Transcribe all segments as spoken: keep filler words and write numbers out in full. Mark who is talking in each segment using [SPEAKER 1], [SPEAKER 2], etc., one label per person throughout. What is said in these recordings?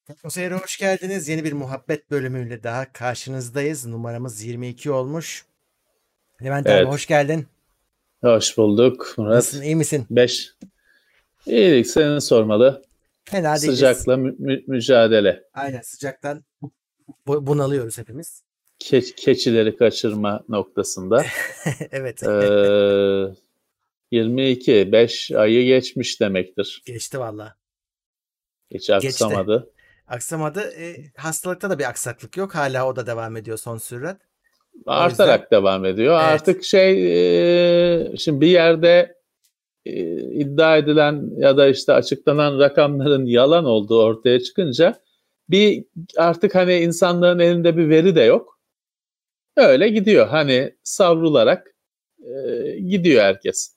[SPEAKER 1] Teknoseyir'e hoş geldiniz. Yeni bir muhabbet bölümüyle daha karşınızdayız. Numaramız yirmi iki olmuş. Levent abi hoş
[SPEAKER 2] Evet.
[SPEAKER 1] geldin.
[SPEAKER 2] Hoş bulduk
[SPEAKER 1] Nasılsın,
[SPEAKER 2] Murat.
[SPEAKER 1] iyi misin?
[SPEAKER 2] beş. İyilik seni sormalı.
[SPEAKER 1] Fena değiliz.
[SPEAKER 2] Sıcakla mü- mü- mücadele.
[SPEAKER 1] Aynen sıcaktan bu- bunalıyoruz hepimiz.
[SPEAKER 2] Ke- keçileri kaçırma noktasında.
[SPEAKER 1] Evet.
[SPEAKER 2] Ee, yirmi iki. beş ayı geçmiş demektir.
[SPEAKER 1] Geçti valla.
[SPEAKER 2] Hiç
[SPEAKER 1] Geçti.
[SPEAKER 2] aksamadı.
[SPEAKER 1] Aksamadı. E, hastalıkta da bir aksaklık yok. Hala o da devam ediyor son sürat. O yüzden
[SPEAKER 2] Artarak devam ediyor.
[SPEAKER 1] evet.
[SPEAKER 2] Artık şey e, şimdi bir yerde e, iddia edilen ya da işte açıklanan rakamların yalan olduğu ortaya çıkınca bir artık hani insanların elinde bir veri de yok. Öyle gidiyor. Hani savrularak e, gidiyor herkes.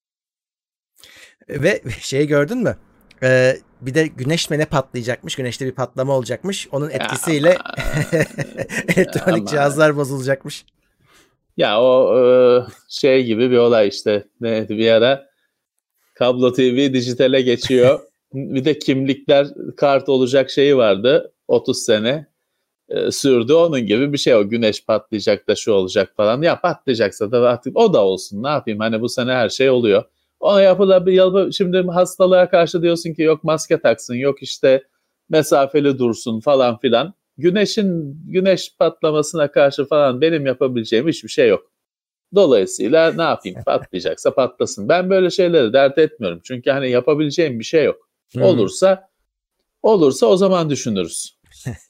[SPEAKER 1] Ve şeyi gördün mü? Ee, bir de güneş mi ne patlayacakmış? Güneşte bir patlama olacakmış. Onun
[SPEAKER 2] Ya
[SPEAKER 1] etkisiyle
[SPEAKER 2] ama,
[SPEAKER 1] elektronik
[SPEAKER 2] ama
[SPEAKER 1] cihazlar bozulacakmış.
[SPEAKER 2] ya o e, şey gibi bir olay işte. Ne, bir ara kablo T V dijitale geçiyor. Bir de kimlikler kart olacak şeyi vardı. otuz sene e, sürdü. Onun gibi bir şey o. Güneş patlayacak da şu olacak falan. Ya patlayacaksa da artık o da olsun. Ne yapayım? Hani bu sene her şey oluyor. Ona yapılabilir. Şimdi hastalığa karşı diyorsun ki yok maske taksın, yok işte mesafeli dursun falan filan. Güneşin güneş patlamasına karşı falan benim yapabileceğim hiçbir şey yok. Dolayısıyla ne yapayım? Patlayacaksa patlasın. Ben böyle şeyleri dert etmiyorum. Çünkü hani yapabileceğim bir şey yok.
[SPEAKER 1] Hmm.
[SPEAKER 2] Olursa olursa o zaman düşünürüz.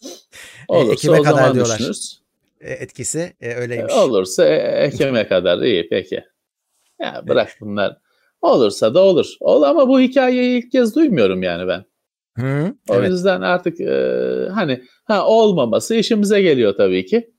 [SPEAKER 1] E,
[SPEAKER 2] Olursa
[SPEAKER 1] Ekim'e
[SPEAKER 2] o
[SPEAKER 1] kadar
[SPEAKER 2] zaman
[SPEAKER 1] diyorlar.
[SPEAKER 2] düşünürüz.
[SPEAKER 1] E, etkisi e,
[SPEAKER 2] E,
[SPEAKER 1] öyleymiş.
[SPEAKER 2] olursa e, Ekim'e kadar iyi peki. Ya
[SPEAKER 1] E,
[SPEAKER 2] bırak bunlar. Olursa da olur. Ol ama bu hikayeyi ilk kez duymuyorum yani ben.
[SPEAKER 1] hı,
[SPEAKER 2] O
[SPEAKER 1] evet.
[SPEAKER 2] yüzden artık e, hani ha olmaması işimize geliyor tabii ki.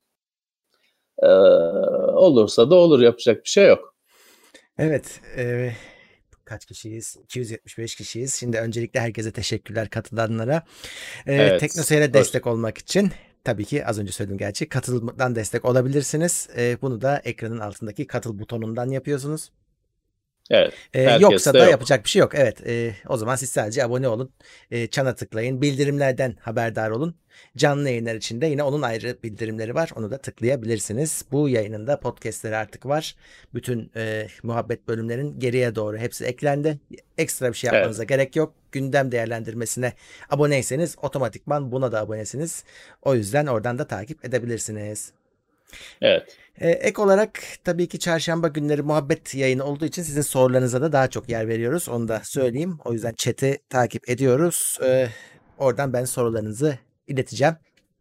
[SPEAKER 2] E, olursa da olur yapacak bir şey yok.
[SPEAKER 1] Evet. E, kaç kişiyiz? iki yüz yetmiş beş kişiyiz. Şimdi öncelikle herkese teşekkürler katılanlara. E,
[SPEAKER 2] Evet.
[SPEAKER 1] Teknoseyir'e
[SPEAKER 2] Hoş.
[SPEAKER 1] destek olmak için tabii ki az önce söyledim gerçi katılımdan destek olabilirsiniz. E, bunu da ekranın altındaki katıl butonundan yapıyorsunuz.
[SPEAKER 2] Evet.
[SPEAKER 1] E,
[SPEAKER 2] Herkes
[SPEAKER 1] yoksa
[SPEAKER 2] de
[SPEAKER 1] da
[SPEAKER 2] yok.
[SPEAKER 1] yapacak bir şey yok. Evet, e, o zaman siz sadece abone olun. E, çana tıklayın. Bildirimlerden haberdar olun. Canlı yayınlar için de yine onun ayrı bildirimleri var. Onu da tıklayabilirsiniz. Bu yayının da podcastleri artık var. Bütün e, muhabbet bölümlerin geriye doğru hepsi eklendi. Ekstra bir şey yapmanıza
[SPEAKER 2] Evet.
[SPEAKER 1] gerek yok. Gündem değerlendirmesine aboneyseniz otomatikman buna da abonesiniz. O yüzden oradan da takip edebilirsiniz.
[SPEAKER 2] Evet.
[SPEAKER 1] Ee, ek olarak tabii ki çarşamba günleri muhabbet yayını olduğu için sizin sorularınıza da daha çok yer veriyoruz. Onu da söyleyeyim. O yüzden chat'i takip ediyoruz. Ee, oradan ben sorularınızı ileteceğim.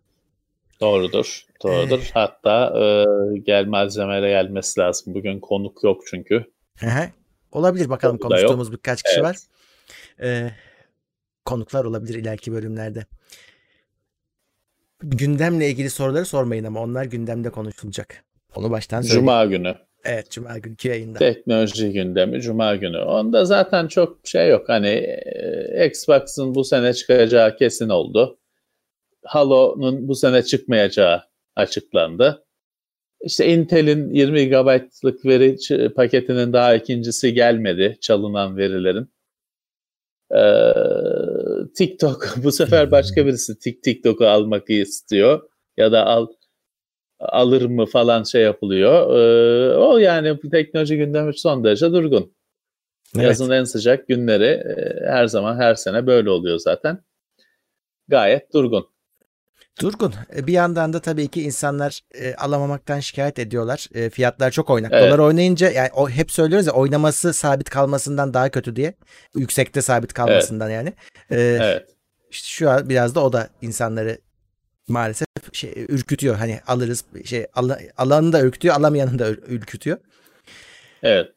[SPEAKER 2] Doğrudur.
[SPEAKER 1] Ee,
[SPEAKER 2] Doğrudur. Hatta e, gel malzemeyle gelmesi lazım. Bugün konuk yok çünkü.
[SPEAKER 1] olabilir bakalım
[SPEAKER 2] Konu da
[SPEAKER 1] konuştuğumuz
[SPEAKER 2] yok.
[SPEAKER 1] birkaç kişi var.
[SPEAKER 2] Evet.
[SPEAKER 1] Ee, konuklar olabilir ileriki bölümlerde. Gündemle ilgili soruları sormayın ama onlar gündemde konuşulacak. Onu baştan söyleyeyim.
[SPEAKER 2] Cuma günü.
[SPEAKER 1] Evet, Cuma günkü yayında.
[SPEAKER 2] Teknoloji gündemi Cuma günü. Onda zaten çok şey yok. Hani e, Xbox'ın bu sene çıkacağı kesin oldu. Halo'nun bu sene çıkmayacağı açıklandı. İşte Intel'in yirmi gigabaytlık veri paketinin daha ikincisi gelmedi çalınan verilerin. Ee, TikTok bu sefer başka birisi TikTok'u almak istiyor ya da al alır mı falan şey yapılıyor. Ee, o yani teknoloji gündemi son derece durgun.
[SPEAKER 1] Evet.
[SPEAKER 2] Yazın en sıcak günleri e, her zaman her sene böyle oluyor zaten. Gayet durgun.
[SPEAKER 1] Durgun. E, Bir yandan da tabii ki insanlar e, alamamaktan şikayet ediyorlar. E, fiyatlar çok oynak. Dolar
[SPEAKER 2] Evet,
[SPEAKER 1] oynayınca yani o, hep söylüyoruz ya oynaması sabit kalmasından daha kötü diye. Yüksekte sabit
[SPEAKER 2] evet,
[SPEAKER 1] kalmasından yani. E,
[SPEAKER 2] evet,
[SPEAKER 1] işte şu an biraz da o da insanları maalesef şey ürkütüyor. Hani alırız şey al, alanı da ürkütüyor, alamayanı da ür- ürkütüyor.
[SPEAKER 2] evet.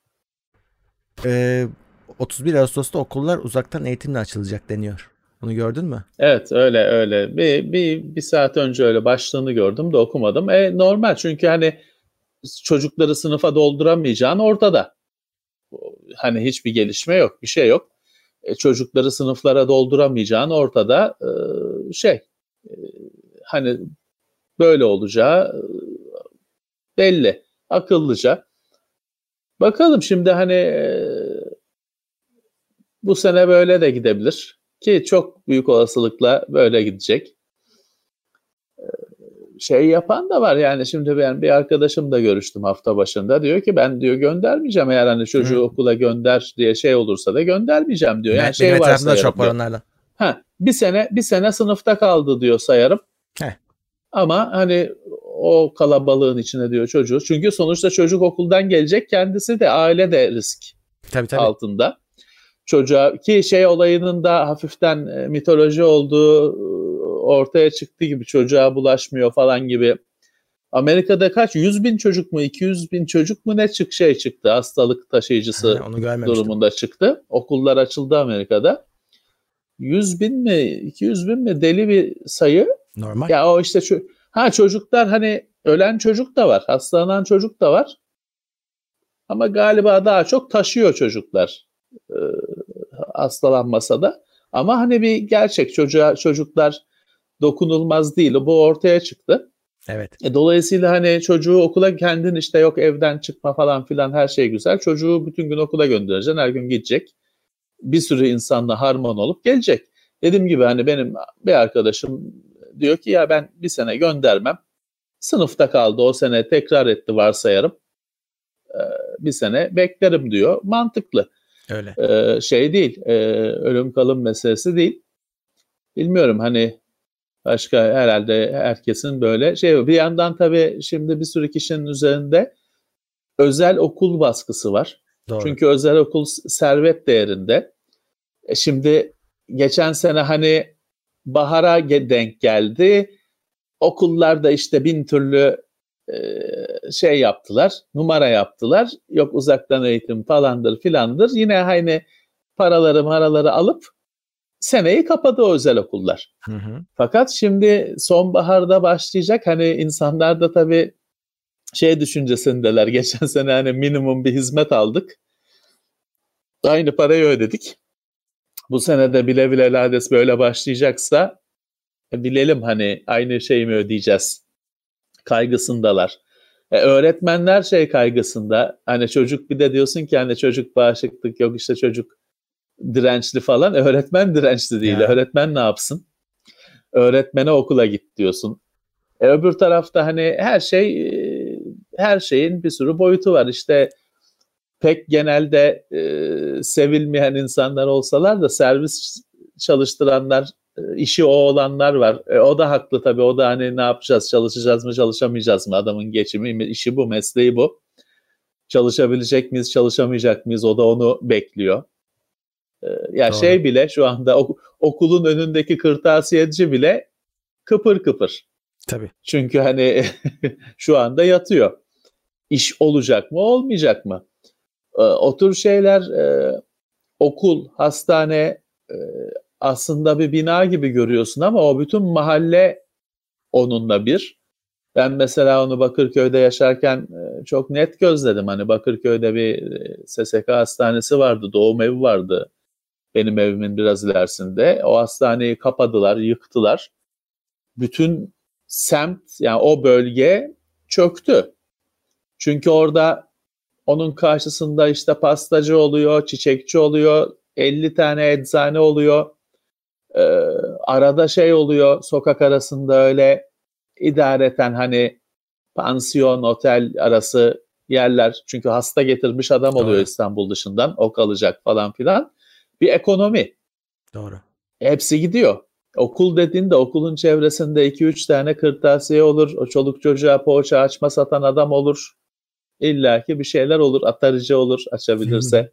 [SPEAKER 1] E, otuz bir Ağustos'ta okullar uzaktan eğitimle açılacak deniyor. Bunu gördün mü?
[SPEAKER 2] Evet öyle öyle. Bir, bir, bir saat önce öyle başlığını gördüm de okumadım. E, normal çünkü hani çocukları sınıfa dolduramayacağın ortada. Hani hiçbir gelişme yok, bir şey yok. E, çocukları sınıflara dolduramayacağın ortada e, şey e, hani böyle olacağı e, belli, akıllıca. Bakalım şimdi hani e, bu sene böyle de gidebilir. Ki çok büyük olasılıkla böyle gidecek. Şey yapan da var yani, şimdi ben bir arkadaşımla görüştüm hafta başında, diyor ki ben diyor göndermeyeceğim, eğer hani çocuğu Hı. okula gönder diye şey olursa da göndermeyeceğim diyor. Yani
[SPEAKER 1] evet,
[SPEAKER 2] şey
[SPEAKER 1] benim etrafımda
[SPEAKER 2] varsayarım
[SPEAKER 1] çok var
[SPEAKER 2] diyor.
[SPEAKER 1] onlardan.
[SPEAKER 2] Ha, bir sene bir sene sınıfta kaldı diyor sayarım.
[SPEAKER 1] Heh.
[SPEAKER 2] Ama hani o kalabalığın içine diyor çocuğu. Çünkü sonuçta çocuk okuldan gelecek, kendisi de, aile de risk
[SPEAKER 1] tabii, tabii.
[SPEAKER 2] altında. Çocuğa ki şey olayının da hafiften e, mitoloji olduğu ortaya çıktı gibi, çocuğa bulaşmıyor falan gibi. Amerika'da kaç? yüz bin çocuk mu? iki yüz bin çocuk mu ne çık şey çıktı? Hastalık taşıyıcısı
[SPEAKER 1] ha, onu
[SPEAKER 2] durumunda çıktı. Okullar açıldı Amerika'da. yüz bin mi? iki yüz bin mi? Deli bir sayı.
[SPEAKER 1] Normal.
[SPEAKER 2] Ya o işte şu, ha çocuklar, hani ölen çocuk da var. Hastalanan çocuk da var. Ama galiba daha çok taşıyor çocuklar. Ee, hastalanmasa da. Ama hani bir gerçek, çocuğa çocuklar dokunulmaz değil. Bu ortaya çıktı.
[SPEAKER 1] Evet.
[SPEAKER 2] E, dolayısıyla hani çocuğu okula kendin işte yok evden çıkma falan filan, her şey güzel. Çocuğu bütün gün okula göndereceksin. Her gün gidecek. Bir sürü insanla harman olup gelecek. Dediğim gibi hani benim bir arkadaşım diyor ki ya ben bir sene göndermem. Sınıfta kaldı o sene, tekrar etti varsayarım. Ee, bir sene beklerim diyor. Mantıklı.
[SPEAKER 1] Öyle.
[SPEAKER 2] Ee, şey değil. E, ölüm kalım meselesi değil. Bilmiyorum hani başka, herhalde herkesin böyle şey. Bir yandan tabii şimdi bir sürü kişinin üzerinde özel okul baskısı var.
[SPEAKER 1] Doğru.
[SPEAKER 2] Çünkü özel okul servet değerinde. E şimdi geçen sene hani bahara denk geldi. Okullarda işte bin türlü e, şey yaptılar, numara yaptılar. Yok uzaktan eğitim falandır filandır. Yine hani paraları maraları alıp seneyi kapadı o özel okullar.
[SPEAKER 1] Hı hı.
[SPEAKER 2] Fakat şimdi sonbaharda başlayacak, hani insanlar da tabii şey düşüncesindeler. Geçen sene hani minimum bir hizmet aldık. Aynı parayı ödedik. Bu sene de bile bile lades böyle başlayacaksa e, bilelim hani aynı şeyi mi ödeyeceğiz kaygısındalar. E, öğretmenler şey kaygısında. Hani çocuk, bir de diyorsun ki hani çocuk bağışıklık yok, işte çocuk dirençli falan. Öğretmen dirençli değil. Ya. Öğretmen ne yapsın? Öğretmene okula git diyorsun. E, öbür tarafta hani her şey, her şeyin bir sürü boyutu var. İşte pek genelde e, sevilmeyen insanlar olsalar da servis çalıştıranlar, e, işi o olanlar var. E, o da haklı tabii. O da hani ne yapacağız? Çalışacağız mı, çalışamayacağız mı? Adamın geçimi, işi bu, mesleği bu. Çalışabilecek miyiz, çalışamayacak mıyız? O da onu bekliyor. E, ya Doğru. Şey bile şu anda ok- okulun önündeki kırtasiyeci bile kıpır kıpır.
[SPEAKER 1] Tabii.
[SPEAKER 2] Çünkü hani şu anda yatıyor. İş olacak mı, olmayacak mı? E, o tür şeyler, e, okul, hastane e, aslında bir bina gibi görüyorsun ama o bütün mahalle onunla bir. Ben mesela onu Bakırköy'de yaşarken e, çok net gözledim. Hani Bakırköy'de bir e, S S K hastanesi vardı, doğum evi vardı. Benim evimin biraz ilerisinde. O hastaneyi kapadılar, yıktılar. Bütün semt, yani o bölge çöktü. Çünkü orada onun karşısında işte pastacı oluyor, çiçekçi oluyor, elli tane eczane oluyor. Ee, arada şey oluyor, sokak arasında öyle idareten hani pansiyon, otel arası yerler. Çünkü hasta getirmiş adam oluyor Doğru. İstanbul dışından, o kalacak falan filan. Bir ekonomi.
[SPEAKER 1] Doğru.
[SPEAKER 2] Hepsi gidiyor. Okul dediğinde okulun çevresinde iki üç tane kırtasiye olur. O çoluk çocuğa poğaça açma satan adam olur. İlla ki bir şeyler olur. Atarıcı olur açabilirse.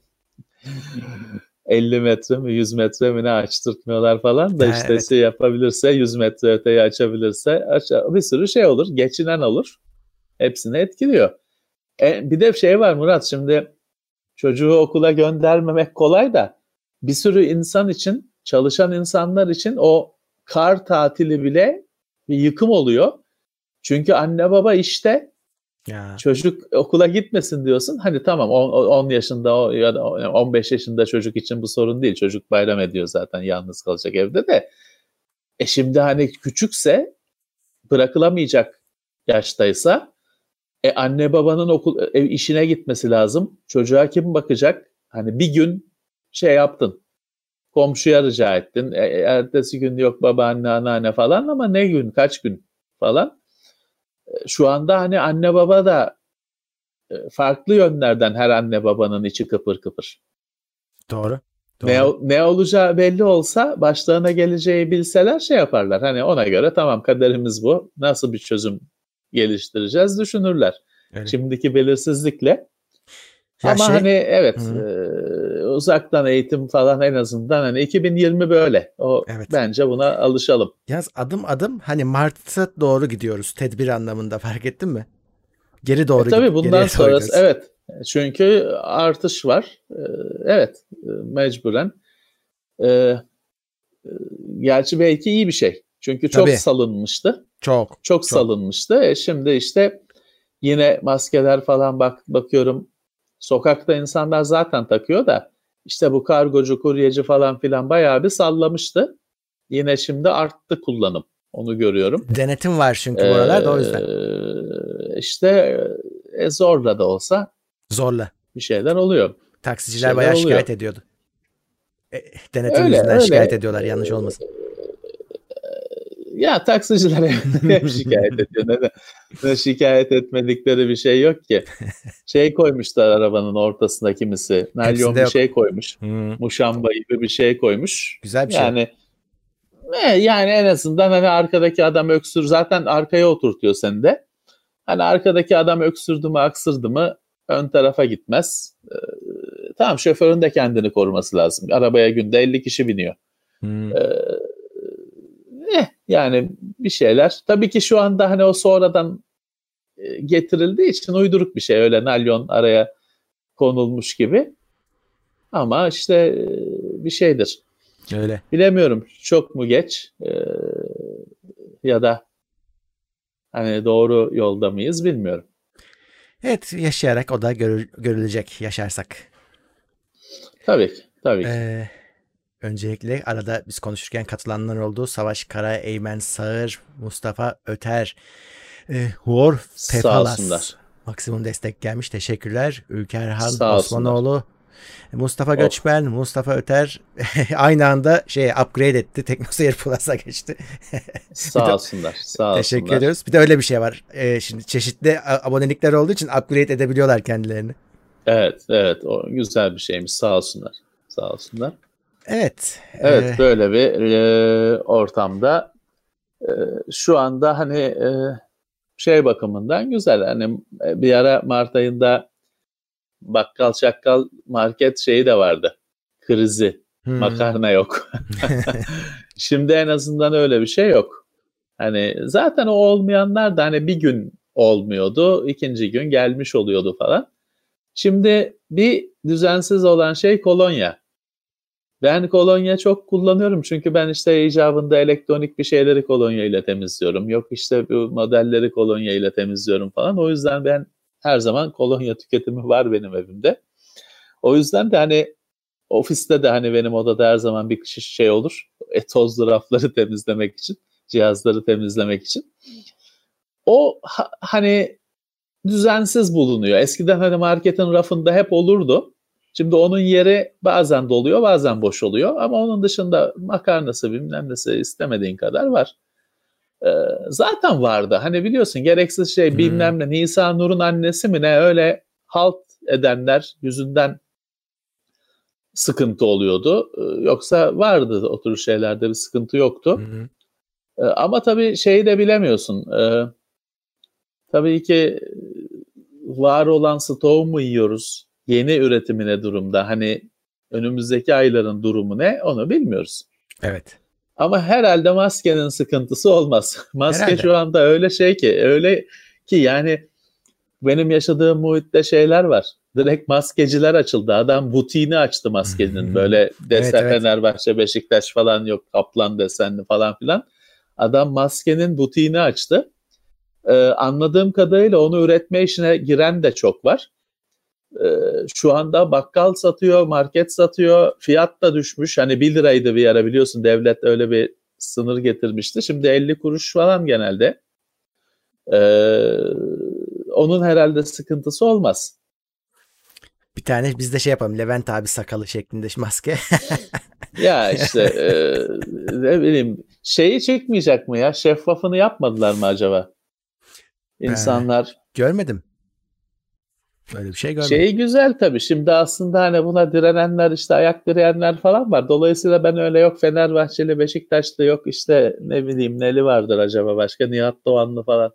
[SPEAKER 2] elli metre mi yüz metre mi ne açtırtmıyorlar falan da işte evet. şey yapabilirse yüz metre öteyi açabilirse aç- bir sürü şey olur. Geçinen olur. Hepsini etkiliyor. E, bir de şey var Murat, şimdi çocuğu okula göndermemek kolay da bir sürü insan için, çalışan insanlar için o kar tatili bile bir yıkım oluyor. Çünkü anne baba işte, ya. Çocuk okula gitmesin diyorsun. Hani tamam on yaşında ya da on beş yaşında çocuk için bu sorun değil. Çocuk bayram ediyor zaten, yalnız kalacak evde de. E şimdi hani küçükse, bırakılamayacak yaştaysa e anne babanın okul ev işine gitmesi lazım. Çocuğa kim bakacak? Hani bir gün şey yaptın. komşuya rica ettin. E, ertesi gün yok babaanne, anneanne falan ama ne gün, kaç gün falan. E, şu anda hani anne baba da e, farklı yönlerden her anne babanın içi kıpır kıpır.
[SPEAKER 1] Doğru.
[SPEAKER 2] Ne,
[SPEAKER 1] Doğru.
[SPEAKER 2] ne olacağı belli olsa başlarına geleceği bilseler şey yaparlar. Hani ona göre tamam kaderimiz bu. Nasıl bir çözüm geliştireceğiz düşünürler.
[SPEAKER 1] Öyle.
[SPEAKER 2] Şimdiki belirsizlikle.
[SPEAKER 1] Ya
[SPEAKER 2] Ama
[SPEAKER 1] şey,
[SPEAKER 2] hani evet
[SPEAKER 1] hı,
[SPEAKER 2] e, uzaktan eğitim falan en azından hani iki bin yirmi böyle. O
[SPEAKER 1] evet.
[SPEAKER 2] bence buna alışalım.
[SPEAKER 1] Yalnız adım adım hani Mart'a doğru gidiyoruz tedbir anlamında, fark ettin mi? Geri
[SPEAKER 2] E
[SPEAKER 1] doğru
[SPEAKER 2] tabii
[SPEAKER 1] git,
[SPEAKER 2] bundan
[SPEAKER 1] geriye doğru
[SPEAKER 2] sonrası
[SPEAKER 1] gidiyoruz.
[SPEAKER 2] evet. Çünkü artış var. E, evet e, mecburen. E, Gerçi belki iyi bir şey. Çünkü çok
[SPEAKER 1] Tabii,
[SPEAKER 2] salınmıştı.
[SPEAKER 1] çok
[SPEAKER 2] Çok
[SPEAKER 1] çok.
[SPEAKER 2] salınmıştı. E şimdi işte yine maskeler falan bak bakıyorum. Sokakta insanlar zaten takıyor da işte bu kargocu, kuryeci falan filan bayağı bir sallamıştı. Yine şimdi arttı kullanım. Onu görüyorum.
[SPEAKER 1] Denetim var çünkü bu
[SPEAKER 2] Ee,
[SPEAKER 1] aralarda, o yüzden.
[SPEAKER 2] işte e, zorla da olsa
[SPEAKER 1] Zorla.
[SPEAKER 2] bir şeyler oluyor. Bir
[SPEAKER 1] Taksiciler
[SPEAKER 2] şeyler
[SPEAKER 1] bayağı
[SPEAKER 2] oluyor.
[SPEAKER 1] şikayet ediyordu. E, denetim
[SPEAKER 2] Öyle
[SPEAKER 1] yüzünden şikayet
[SPEAKER 2] öyle.
[SPEAKER 1] ediyorlar, yanlış olmasın.
[SPEAKER 2] Ya taksiciler hep şikayet ediyor. Neden? Ne şikayet etmedikleri bir şey yok ki. Şey koymuşlar arabanın ortasına kimisi.
[SPEAKER 1] Hepsinde
[SPEAKER 2] Naylon bir
[SPEAKER 1] yok.
[SPEAKER 2] şey koymuş.
[SPEAKER 1] Hmm,
[SPEAKER 2] Muşamba gibi bir şey koymuş.
[SPEAKER 1] güzel bir şey o.
[SPEAKER 2] Yani e, yani en azından hani arkadaki adam öksür zaten arkaya oturtuyor seni de. Hani arkadaki adam öksürdü mü aksırdı mı ön tarafa gitmez. Ee, tamam şoförün de kendini koruması lazım. Arabaya günde elli kişi biniyor.
[SPEAKER 1] Hmm.
[SPEAKER 2] Ee, eh, yani bir şeyler. Tabii ki şu anda hani o sonradan e, getirildiği için uyduruk bir şey. Öyle nalyon araya konulmuş gibi. Ama işte e, bir şeydir.
[SPEAKER 1] Öyle.
[SPEAKER 2] Bilemiyorum çok mu geç e, ya da hani doğru yolda mıyız bilmiyorum.
[SPEAKER 1] Evet, yaşayarak o da görül- görülecek, yaşarsak.
[SPEAKER 2] Tabii ki, tabii ki.
[SPEAKER 1] Ee, öncelikle arada biz konuşurken katılanlar oldu. Savaş Kara, Eymen Sağır, Mustafa Öter, e, Huor
[SPEAKER 2] Sağ
[SPEAKER 1] Pefalas.
[SPEAKER 2] olsunlar.
[SPEAKER 1] Maksimum destek gelmiş. Teşekkürler. Ülkerhan
[SPEAKER 2] Sağ olsunlar.
[SPEAKER 1] Osmanoğlu, Mustafa
[SPEAKER 2] Of.
[SPEAKER 1] Göçmen, Mustafa Öter aynı anda şey upgrade etti. Teknoseyir Plus'a geçti. Bir
[SPEAKER 2] Sağ
[SPEAKER 1] de
[SPEAKER 2] olsunlar. Sağ
[SPEAKER 1] teşekkür
[SPEAKER 2] olsunlar.
[SPEAKER 1] ediyoruz. Bir de öyle bir şey var. Ee, şimdi çeşitli abonelikler olduğu için upgrade edebiliyorlar kendilerini.
[SPEAKER 2] Evet, evet. O güzel bir şeymiş. Sağ olsunlar. Sağ olsunlar.
[SPEAKER 1] Evet.
[SPEAKER 2] Evet,
[SPEAKER 1] E,
[SPEAKER 2] böyle bir e, ortamda e, şu anda hani e, şey bakımından güzel. Hani e, bir ara Mart ayında bakkal çakkal market şeyi de vardı. Krizi.
[SPEAKER 1] hmm.
[SPEAKER 2] Makarna yok. Şimdi en azından öyle bir şey yok. Hani zaten o olmayanlar da hani bir gün olmuyordu, ikinci gün gelmiş oluyordu falan. Şimdi bir düzensiz olan şey kolonya. Ben kolonya çok kullanıyorum çünkü ben işte icabında elektronik bir şeyleri kolonya ile temizliyorum. Yok işte bu modelleri kolonya ile temizliyorum falan. O yüzden ben her zaman kolonya tüketimi var benim evimde. O yüzden de hani ofiste de hani benim odada her zaman bir şey olur. E, tozlu rafları temizlemek için, cihazları temizlemek için. O ha, hani düzensiz bulunuyor. Eskiden hani marketin rafında hep olurdu. Şimdi onun yeri bazen doluyor, bazen boş oluyor. Ama onun dışında makarnası bilmem nesi istemediğin kadar var. Ee, zaten vardı. Hani biliyorsun gereksiz şey
[SPEAKER 1] Hmm.
[SPEAKER 2] bilmem ne. Nisa Nur'un annesi mi ne öyle halt edenler yüzünden sıkıntı oluyordu. Ee, yoksa vardı o tür şeylerde bir sıkıntı yoktu.
[SPEAKER 1] Hmm.
[SPEAKER 2] Ee, ama tabii şeyi de bilemiyorsun. Ee, tabii ki var olan stoğu mu yiyoruz? Yeni üretimi ne durumda? Hani önümüzdeki ayların durumu ne? Onu bilmiyoruz.
[SPEAKER 1] Evet.
[SPEAKER 2] Ama herhalde maskenin sıkıntısı olmaz. Maske
[SPEAKER 1] Herhalde.
[SPEAKER 2] şu anda öyle şey ki, öyle ki yani benim yaşadığım muhitte şeyler var. Direkt maskeciler açıldı. Adam butiğini açtı maskenin. Böyle
[SPEAKER 1] Evet,
[SPEAKER 2] desen
[SPEAKER 1] evet.
[SPEAKER 2] Fenerbahçe, Beşiktaş falan yok. Kaplan desenli falan filan. Adam maskenin butiğini açtı. Ee, anladığım kadarıyla onu üretme işine giren de çok var. Ee, şu anda bakkal satıyor, market satıyor. Fiyat da düşmüş. Hani bir liraydı bir ara biliyorsun devlet öyle bir sınır getirmişti. Şimdi elli kuruş falan genelde. Ee, onun herhalde sıkıntısı olmaz.
[SPEAKER 1] Bir tane biz de şey yapalım. Levent abi sakalı şeklinde maske.
[SPEAKER 2] Ya işte e, ne bileyim şeyi çekmeyecek mi ya? Şeffafını yapmadılar mı acaba? İnsanlar
[SPEAKER 1] Görmedim. Öyle bir şey görmedim.
[SPEAKER 2] şeyi güzel tabii. Şimdi aslında hani buna direnenler işte ayak direyenler falan var. Dolayısıyla ben öyle yok Fenerbahçeli, Beşiktaşlı yok işte ne bileyim neli vardır acaba başka Nihat Doğanlı falan.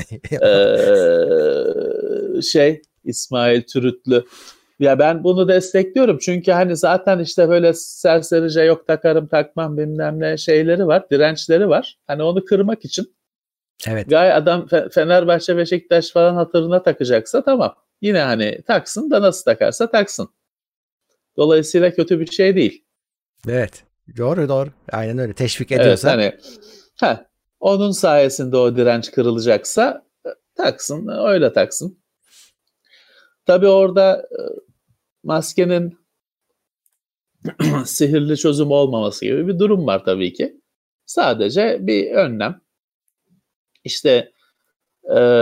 [SPEAKER 2] Ee, şey İsmail Türütlü. Ya ben bunu destekliyorum çünkü hani zaten işte böyle serserice yok takarım takmam bilmem ne şeyleri var, dirençleri var. Hani onu kırmak için
[SPEAKER 1] Evet.
[SPEAKER 2] gay adam Fenerbahçe Beşiktaş falan hatırına takacaksa tamam. Yine hani taksın da nasıl takarsa taksın. Dolayısıyla kötü bir şey değil.
[SPEAKER 1] Evet. Doğru doğru. Aynen öyle. Teşvik
[SPEAKER 2] Evet
[SPEAKER 1] ediyorsa.
[SPEAKER 2] hani heh, onun sayesinde o direnç kırılacaksa taksın, öyle taksın. Tabii orada maskenin sihirli çözüm olmaması gibi bir durum var tabii ki. Sadece bir önlem. İşte e,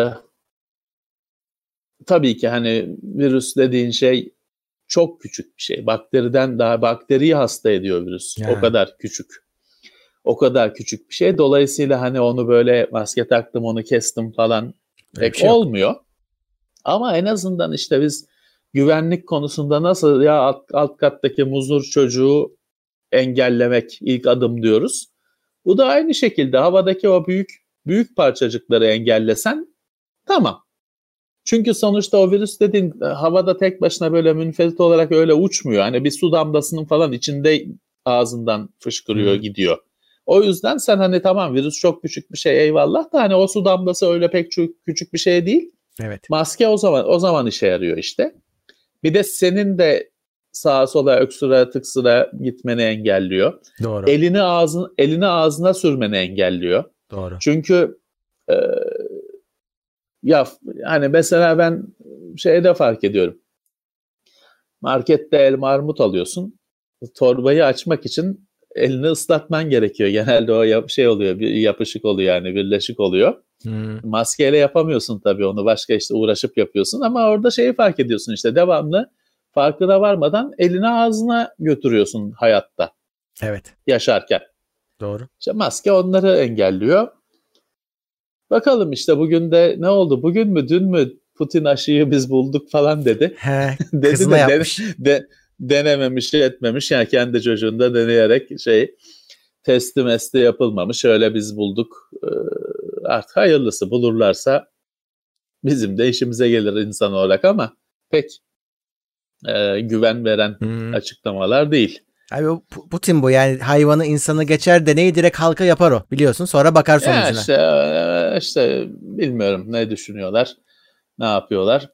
[SPEAKER 2] tabii ki hani virüs dediğin şey çok küçük bir şey. Bakteriden daha bakteriyi hasta ediyor virüs.
[SPEAKER 1] Ya.
[SPEAKER 2] O kadar küçük. O kadar küçük bir şey. Dolayısıyla hani onu böyle maske taktım onu kestim falan
[SPEAKER 1] Öyle bir
[SPEAKER 2] pek
[SPEAKER 1] şey yok.
[SPEAKER 2] olmuyor. Ama en azından işte biz güvenlik konusunda nasıl ya alt, alt kattaki muzur çocuğu engellemek ilk adım diyoruz. Bu da aynı şekilde havadaki o büyük büyük parçacıkları engellesen tamam. Çünkü sonuçta o virüs dediğin havada tek başına böyle münferit olarak öyle uçmuyor. Hani bir su damlasının falan içinde ağzından fışkırıyor
[SPEAKER 1] Hı.
[SPEAKER 2] gidiyor. O yüzden sen hani tamam virüs çok küçük bir şey eyvallah da hani o su damlası öyle pek çok küçük bir şey değil.
[SPEAKER 1] Evet.
[SPEAKER 2] Maske o zaman o zaman işe yarıyor işte. Bir de senin de sağa sola öksüre tıksıra gitmeni engelliyor.
[SPEAKER 1] Doğru.
[SPEAKER 2] Elini ağzın elini ağzına sürmeni engelliyor.
[SPEAKER 1] Doğru.
[SPEAKER 2] Çünkü e, ya hani mesela ben şeyde fark ediyorum. Markette elma armut alıyorsun. Torbayı açmak için elini ıslatman gerekiyor. Genelde o yap- şey oluyor, bir yapışık oluyor yani birleşik oluyor.
[SPEAKER 1] Hı.
[SPEAKER 2] Maskeyle yapamıyorsun tabii onu. Başka işte uğraşıp yapıyorsun ama orada şeyi fark ediyorsun işte devamlı farkına varmadan elini ağzına götürüyorsun hayatta
[SPEAKER 1] Evet.
[SPEAKER 2] yaşarken.
[SPEAKER 1] Doğru.
[SPEAKER 2] İşte maske onları engelliyor. Bakalım işte bugün de ne oldu? Bugün mü dün mü Putin aşıyı biz bulduk falan dedi.
[SPEAKER 1] He,
[SPEAKER 2] dedi
[SPEAKER 1] kızına
[SPEAKER 2] de, de,
[SPEAKER 1] yapmış.
[SPEAKER 2] de denememiş etmemiş yani kendi çocuğunda deneyerek şey testi mesti yapılmamış. Öyle biz bulduk. Ee, artık hayırlısı bulurlarsa bizim de işimize gelir insan olarak ama pek e, güven veren
[SPEAKER 1] Hı.
[SPEAKER 2] açıklamalar değil.
[SPEAKER 1] Abi o Pu- Putin bu yani hayvanı insanı geçer deneyi direkt halka yapar o biliyorsun sonra bakar
[SPEAKER 2] Ya
[SPEAKER 1] sonucuna.
[SPEAKER 2] işte e, işte bilmiyorum ne düşünüyorlar, ne yapıyorlar.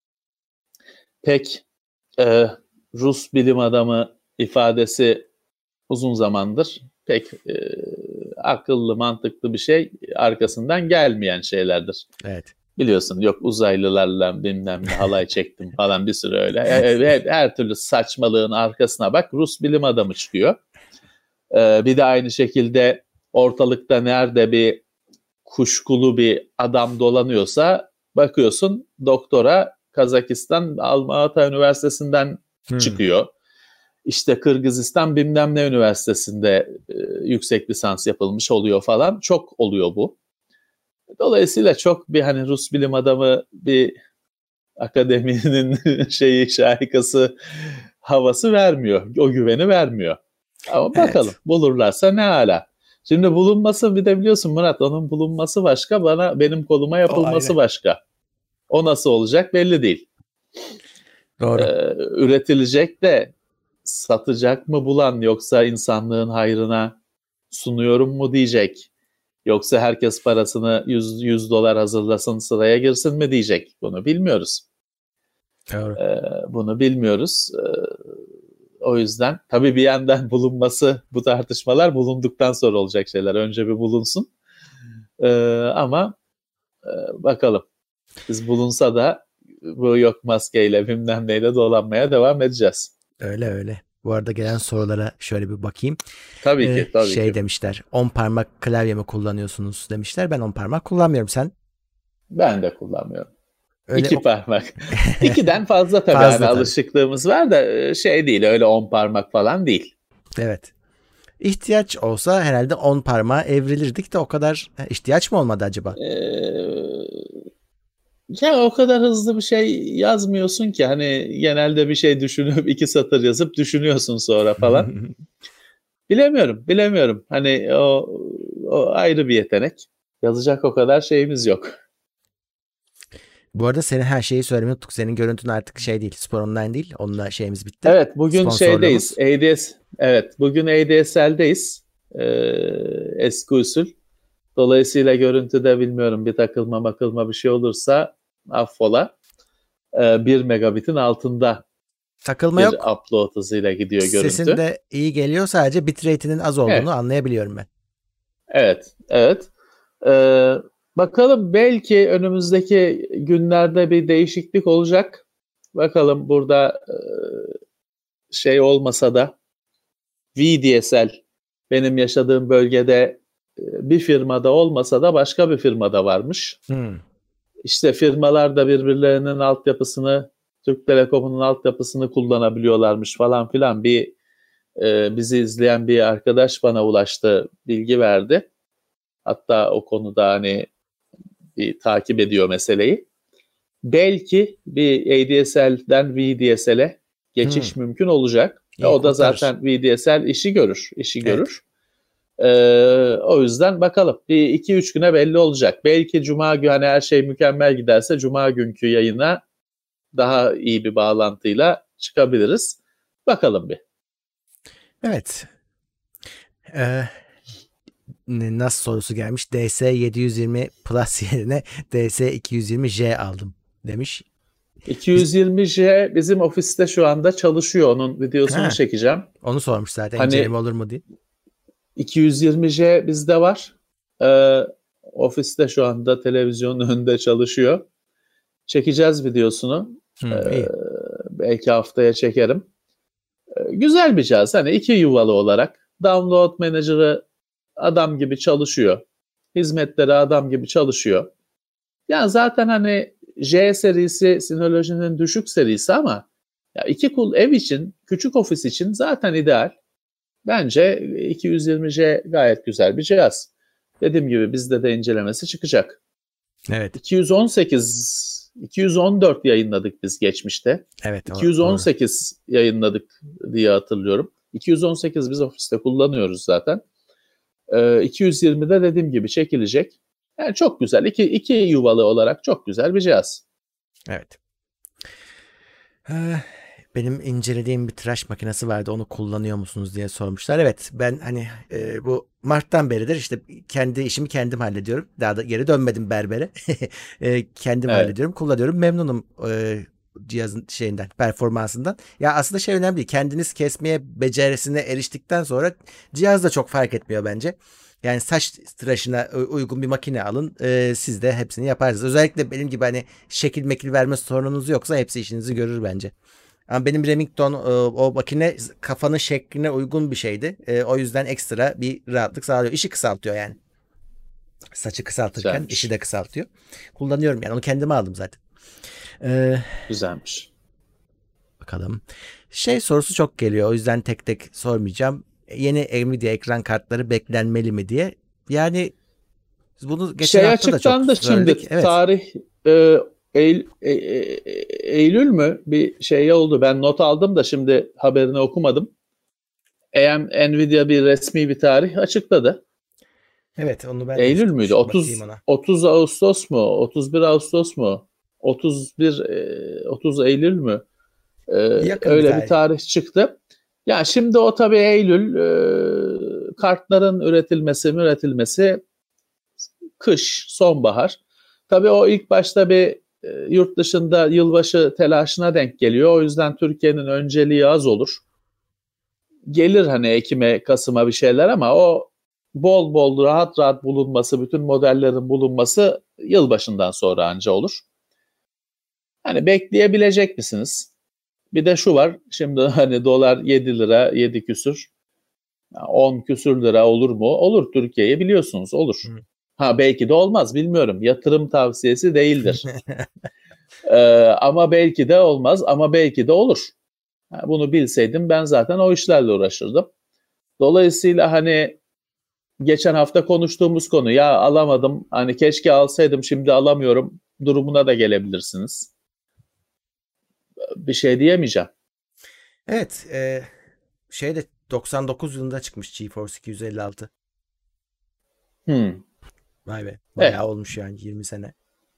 [SPEAKER 2] Pek e, Rus bilim adamı ifadesi uzun zamandır pek e, akıllı, mantıklı bir şey arkasından gelmeyen şeylerdir.
[SPEAKER 1] Evet.
[SPEAKER 2] Biliyorsun yok uzaylılarla bilmem ne halay çektim falan bir sürü öyle. Her, her türlü saçmalığın arkasına bak Rus bilim adamı çıkıyor. Ee, bir de aynı şekilde ortalıkta nerede bir kuşkulu bir adam dolanıyorsa bakıyorsun doktora Kazakistan Alma-Ata Üniversitesi'nden
[SPEAKER 1] Hmm.
[SPEAKER 2] çıkıyor. İşte Kırgızistan bilmem ne üniversitesinde e, yüksek lisans yapılmış oluyor falan. Çok oluyor bu. Dolayısıyla çok bir hani Rus bilim adamı bir akademinin şeyi şahikası havası vermiyor. O güveni vermiyor. Ama bakalım
[SPEAKER 1] Evet.
[SPEAKER 2] bulurlarsa ne hala. Şimdi bulunması bir de biliyorsun Murat onun bulunması başka bana benim koluma
[SPEAKER 1] O ayrı.
[SPEAKER 2] yapılması başka. O nasıl olacak belli değil.
[SPEAKER 1] Doğru.
[SPEAKER 2] Ee, üretilecek de satacak mı bulan yoksa insanlığın hayrına sunuyorum mu diyecek. Yoksa herkes parasını yüz yüz dolar hazırlasın sıraya girsin mi diyecek. Bunu bilmiyoruz.
[SPEAKER 1] Doğru.
[SPEAKER 2] Ee, bunu bilmiyoruz. Ee, o yüzden tabii bir yandan bulunması bu tartışmalar bulunduktan sonra olacak şeyler. Önce bir bulunsun. Ee, ama e, bakalım. Biz bulunsa da bu yok maskeyle bilmem neyle dolanmaya devam edeceğiz.
[SPEAKER 1] Öyle öyle. Bu arada gelen sorulara şöyle bir bakayım.
[SPEAKER 2] Tabii
[SPEAKER 1] Ee,
[SPEAKER 2] ki, tabii
[SPEAKER 1] şey
[SPEAKER 2] ki.
[SPEAKER 1] demişler. on parmak klavye mi kullanıyorsunuz demişler. Ben on parmak kullanmıyorum. Sen?
[SPEAKER 2] Ben de kullanmıyorum.
[SPEAKER 1] Öyle
[SPEAKER 2] İki
[SPEAKER 1] o-
[SPEAKER 2] parmak. İkiden fazla tabii
[SPEAKER 1] Fazla
[SPEAKER 2] hani
[SPEAKER 1] tabii.
[SPEAKER 2] alışıklığımız var da e, şey değil, öyle on parmak falan değil.
[SPEAKER 1] Evet. İhtiyaç olsa herhalde on parmağa evrilirdik de o kadar Ha, ihtiyaç mı olmadı acaba?
[SPEAKER 2] Ee, Ya o kadar hızlı bir şey yazmıyorsun ki hani genelde bir şey düşünüp iki satır yazıp düşünüyorsun sonra falan. Bilemiyorum, bilemiyorum. Hani o, o ayrı bir yetenek. Yazacak o kadar şeyimiz yok.
[SPEAKER 1] Bu arada senin her şeyi söylemeyi unuttuk. Senin görüntün artık şey değil. Spor Online değil. Onunla şeyimiz bitti.
[SPEAKER 2] Evet, bugün şeydeyiz.
[SPEAKER 1] Sponsorluğumuz.
[SPEAKER 2] A D S, evet, bugün A D S L'deyiz. Ee, eski usul. Dolayısıyla görüntüde bilmiyorum bir takılma makılma bir şey olursa affola. Ee, bir megabitin altında
[SPEAKER 1] Takılma
[SPEAKER 2] bir
[SPEAKER 1] yok.
[SPEAKER 2] upload hızıyla gidiyor
[SPEAKER 1] Sesin
[SPEAKER 2] görüntü.
[SPEAKER 1] de iyi geliyor. Sadece bitrate'inin az olduğunu
[SPEAKER 2] Evet,
[SPEAKER 1] anlayabiliyorum ben.
[SPEAKER 2] evet, evet. Ee, Bakalım belki önümüzdeki günlerde bir değişiklik olacak. Bakalım burada e, şey olmasa da V D S L benim yaşadığım bölgede e, bir firmada olmasa da başka bir firmada varmış.
[SPEAKER 1] Hmm.
[SPEAKER 2] İşte firmalar da birbirlerinin altyapısını, Türk Telekom'un altyapısını kullanabiliyorlarmış falan filan. Bir e, bizi izleyen bir arkadaş bana ulaştı, bilgi verdi. Hatta o konuda hani bir takip ediyor meseleyi. Belki bir A D S L'den V D S L'e
[SPEAKER 1] Hmm.
[SPEAKER 2] geçiş mümkün olacak. E,
[SPEAKER 1] İyi
[SPEAKER 2] o da
[SPEAKER 1] kurtarır.
[SPEAKER 2] zaten V D S L işi görür, işi
[SPEAKER 1] Evet.
[SPEAKER 2] görür. Ee, O yüzden bakalım. Bir iki üç güne belli olacak. Belki Cuma günü hani her şey mükemmel giderse Cuma günkü yayına daha iyi bir bağlantıyla çıkabiliriz. Bakalım bir.
[SPEAKER 1] Evet. Ee, nasıl sorusu gelmiş? D S yedi yüz yirmi Plus yerine D S iki yüz yirmi J aldım demiş. Biz,
[SPEAKER 2] iki yüz yirmi J bizim ofiste şu anda çalışıyor. Onun videosunu
[SPEAKER 1] ha,
[SPEAKER 2] çekeceğim.
[SPEAKER 1] onu sormuş zaten inceleme
[SPEAKER 2] Hani
[SPEAKER 1] olur mu diye.
[SPEAKER 2] iki yüz yirmi J bizde var. Ee, Ofiste şu anda televizyonun önünde çalışıyor. Çekeceğiz videosunu. Ee,
[SPEAKER 1] Hmm, iyi.
[SPEAKER 2] Belki haftaya çekerim. Ee, güzel bir cihaz. Hani iki yuvalı olarak download manager'ı adam gibi çalışıyor. Hizmetleri adam gibi çalışıyor. Ya zaten hani J serisi Synology'nin düşük serisi ama ya iki kul ev için, küçük ofis için zaten ideal. Bence iki yüz yirmi J gayet güzel bir cihaz. Dediğim gibi bizde de incelemesi çıkacak.
[SPEAKER 1] Evet.
[SPEAKER 2] iki yüz on sekiz, iki yüz on dört yayınladık biz geçmişte.
[SPEAKER 1] Evet o, doğru.
[SPEAKER 2] iki yüz on sekiz yayınladık diye hatırlıyorum. iki yüz on sekiz biz ofiste kullanıyoruz zaten. Ee, iki yüz yirmide dediğim gibi çekilecek. Yani çok güzel. İki, iki yuvalı olarak çok güzel bir cihaz.
[SPEAKER 1] Evet. Ee, benim incelediğim bir tıraş makinesi vardı. Onu kullanıyor musunuz diye sormuşlar. Evet, ben hani e, bu Mart'tan beridir işte kendi işimi kendim hallediyorum. Daha da geri dönmedim berbere. E, kendim
[SPEAKER 2] Evet.
[SPEAKER 1] hallediyorum, kullanıyorum. Memnunum e, cihazın şeyinden, performansından. Ya aslında şey önemli değil. Kendiniz kesmeye becerisine eriştikten sonra cihaz da çok fark etmiyor bence. Yani saç tıraşına uygun bir makine alın. E, siz de hepsini yaparsınız. Özellikle benim gibi hani şekil mekil verme sorununuz yoksa hepsi işinizi görür bence. Ama benim Remington e, o makine kafanın şekline uygun bir şeydi. E, o yüzden ekstra bir rahatlık sağlıyor. İşi kısaltıyor yani. Saçı kısaltırken işi de
[SPEAKER 2] Güzelmiş.
[SPEAKER 1] kısaltıyor. Kullanıyorum yani. Onu kendime aldım zaten. E,
[SPEAKER 2] Güzelmiş.
[SPEAKER 1] bakalım. Şey sorusu çok geliyor. O yüzden tek tek sormayacağım. Yeni Nvidia ekran kartları beklenmeli mi diye. Yani bunu geçen
[SPEAKER 2] Şey
[SPEAKER 1] hafta da çok
[SPEAKER 2] açıklandı şimdi
[SPEAKER 1] söyledik. Evet.
[SPEAKER 2] tarih e, Eylül, e, e, Eylül mü bir şey oldu. Ben not aldım da şimdi haberini okumadım. A M Nvidia bir resmi bir tarih açıkladı.
[SPEAKER 1] Evet, onu ben de
[SPEAKER 2] Eylül müydü?
[SPEAKER 1] istemiştim. Bakayım
[SPEAKER 2] otuz
[SPEAKER 1] ona.
[SPEAKER 2] otuz Ağustos mu? otuz bir Ağustos mu? otuz bir e, otuz Eylül mü? E,
[SPEAKER 1] Yakın bir
[SPEAKER 2] Öyle bir
[SPEAKER 1] tarih.
[SPEAKER 2] tarih çıktı. Ya şimdi o tabii Eylül e, kartların üretilmesi, üretilmesi kış, sonbahar. Tabii o ilk başta bir e, yurt dışında yılbaşı telaşına denk geliyor. O yüzden Türkiye'nin önceliği az olur. Gelir hani Ekim'e, Kasım'a bir şeyler ama o bol bol rahat rahat bulunması, bütün modellerin bulunması yılbaşından sonra anca olur. Hani bekleyebilecek misiniz? Bir de şu var. Şimdi hani dolar yedi lira, yedi küsür. on küsür lira olur mu? Olur, Türkiye'yi biliyorsunuz, olur.
[SPEAKER 1] Hı.
[SPEAKER 2] Ha belki de olmaz, bilmiyorum. Yatırım tavsiyesi değildir. Ee, ama belki de olmaz ama belki de olur. Yani bunu bilseydim ben zaten o işlerle uğraşırdım. Dolayısıyla hani geçen hafta konuştuğumuz konu ya alamadım hani keşke alsaydım şimdi alamıyorum durumuna da gelebilirsiniz. Bir şey diyemeyeceğim.
[SPEAKER 1] Evet. E, şeyde doksan dokuz yılında çıkmış GeForce iki yüz elli altı.
[SPEAKER 2] Hmm.
[SPEAKER 1] Vay be.
[SPEAKER 2] Eh,
[SPEAKER 1] Bayağı olmuş yani yirmi sene.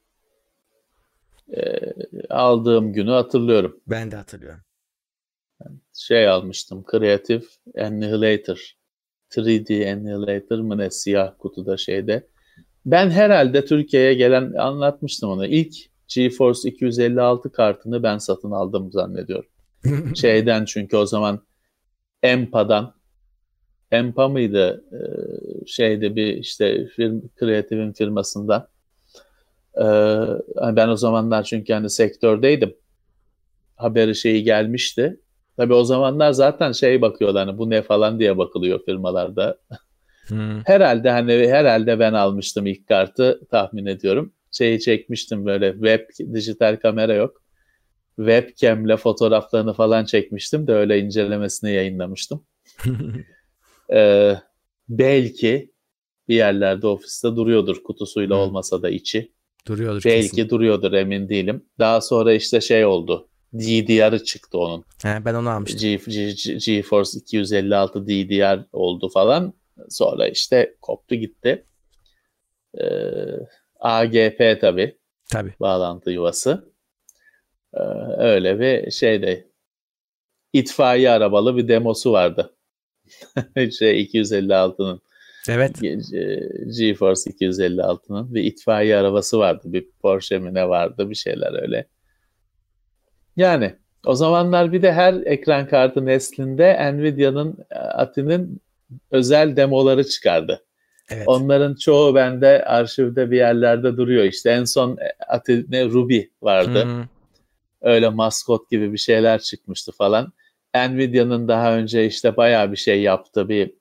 [SPEAKER 2] e, aldığım günü hatırlıyorum.
[SPEAKER 1] Ben de hatırlıyorum.
[SPEAKER 2] Şey almıştım. Creative Annihilator. üç D Annihilator mı ne siyah kutuda şeyde. Ben herhalde Türkiye'ye gelen anlatmıştım onu. İlk GeForce iki yüz elli altı kartını ben satın aldım zannediyorum. Şeyden çünkü o zaman Empa'dan Empa mıydı? Ee, şeyde bir işte firm, Creative'in firmasından. Ee, ben o zamanlar çünkü hani sektördeydim. Haberi şeyi gelmişti. Tabii o zamanlar zaten şey bakıyorlar hani bu ne falan diye bakılıyor firmalarda.
[SPEAKER 1] Hmm.
[SPEAKER 2] Herhalde hani herhalde ben almıştım ilk kartı tahmin ediyorum. Şeyi çekmiştim böyle web dijital kamera yok. Webcam'le fotoğraflarını falan çekmiştim de öyle incelemesini yayınlamıştım. Ee, belki bir yerlerde ofiste duruyordur kutusuyla
[SPEAKER 1] Hmm.
[SPEAKER 2] olmasa da içi.
[SPEAKER 1] Duruyordur kesin.
[SPEAKER 2] Belki duruyordur emin değilim. Daha sonra işte şey oldu. D D R'ı çıktı onun.
[SPEAKER 1] He, ben onu almıştım.
[SPEAKER 2] Ge- Ge- GeForce iki yüz elli altı D D R oldu falan. Sonra işte koptu gitti. Ee, A G P tabii
[SPEAKER 1] Tabii.
[SPEAKER 2] bağlantı yuvası. Ee, öyle bir şeyde itfaiye arabalı bir demosu vardı. şey iki yüz elli altının
[SPEAKER 1] Evet.
[SPEAKER 2] Ge- GeForce iki yüz elli altının bir itfaiye arabası vardı. Bir Porsche mi ne vardı bir şeyler öyle. Yani o zamanlar bir de her ekran kartı neslinde Nvidia'nın Ati'nin özel demoları çıkardı.
[SPEAKER 1] Evet.
[SPEAKER 2] Onların çoğu bende arşivde bir yerlerde duruyor. İşte en son Ati ne Ruby vardı.
[SPEAKER 1] Hmm.
[SPEAKER 2] Öyle maskot gibi bir şeyler çıkmıştı falan. Nvidia'nın daha önce işte bayağı bir şey yaptı. Bir,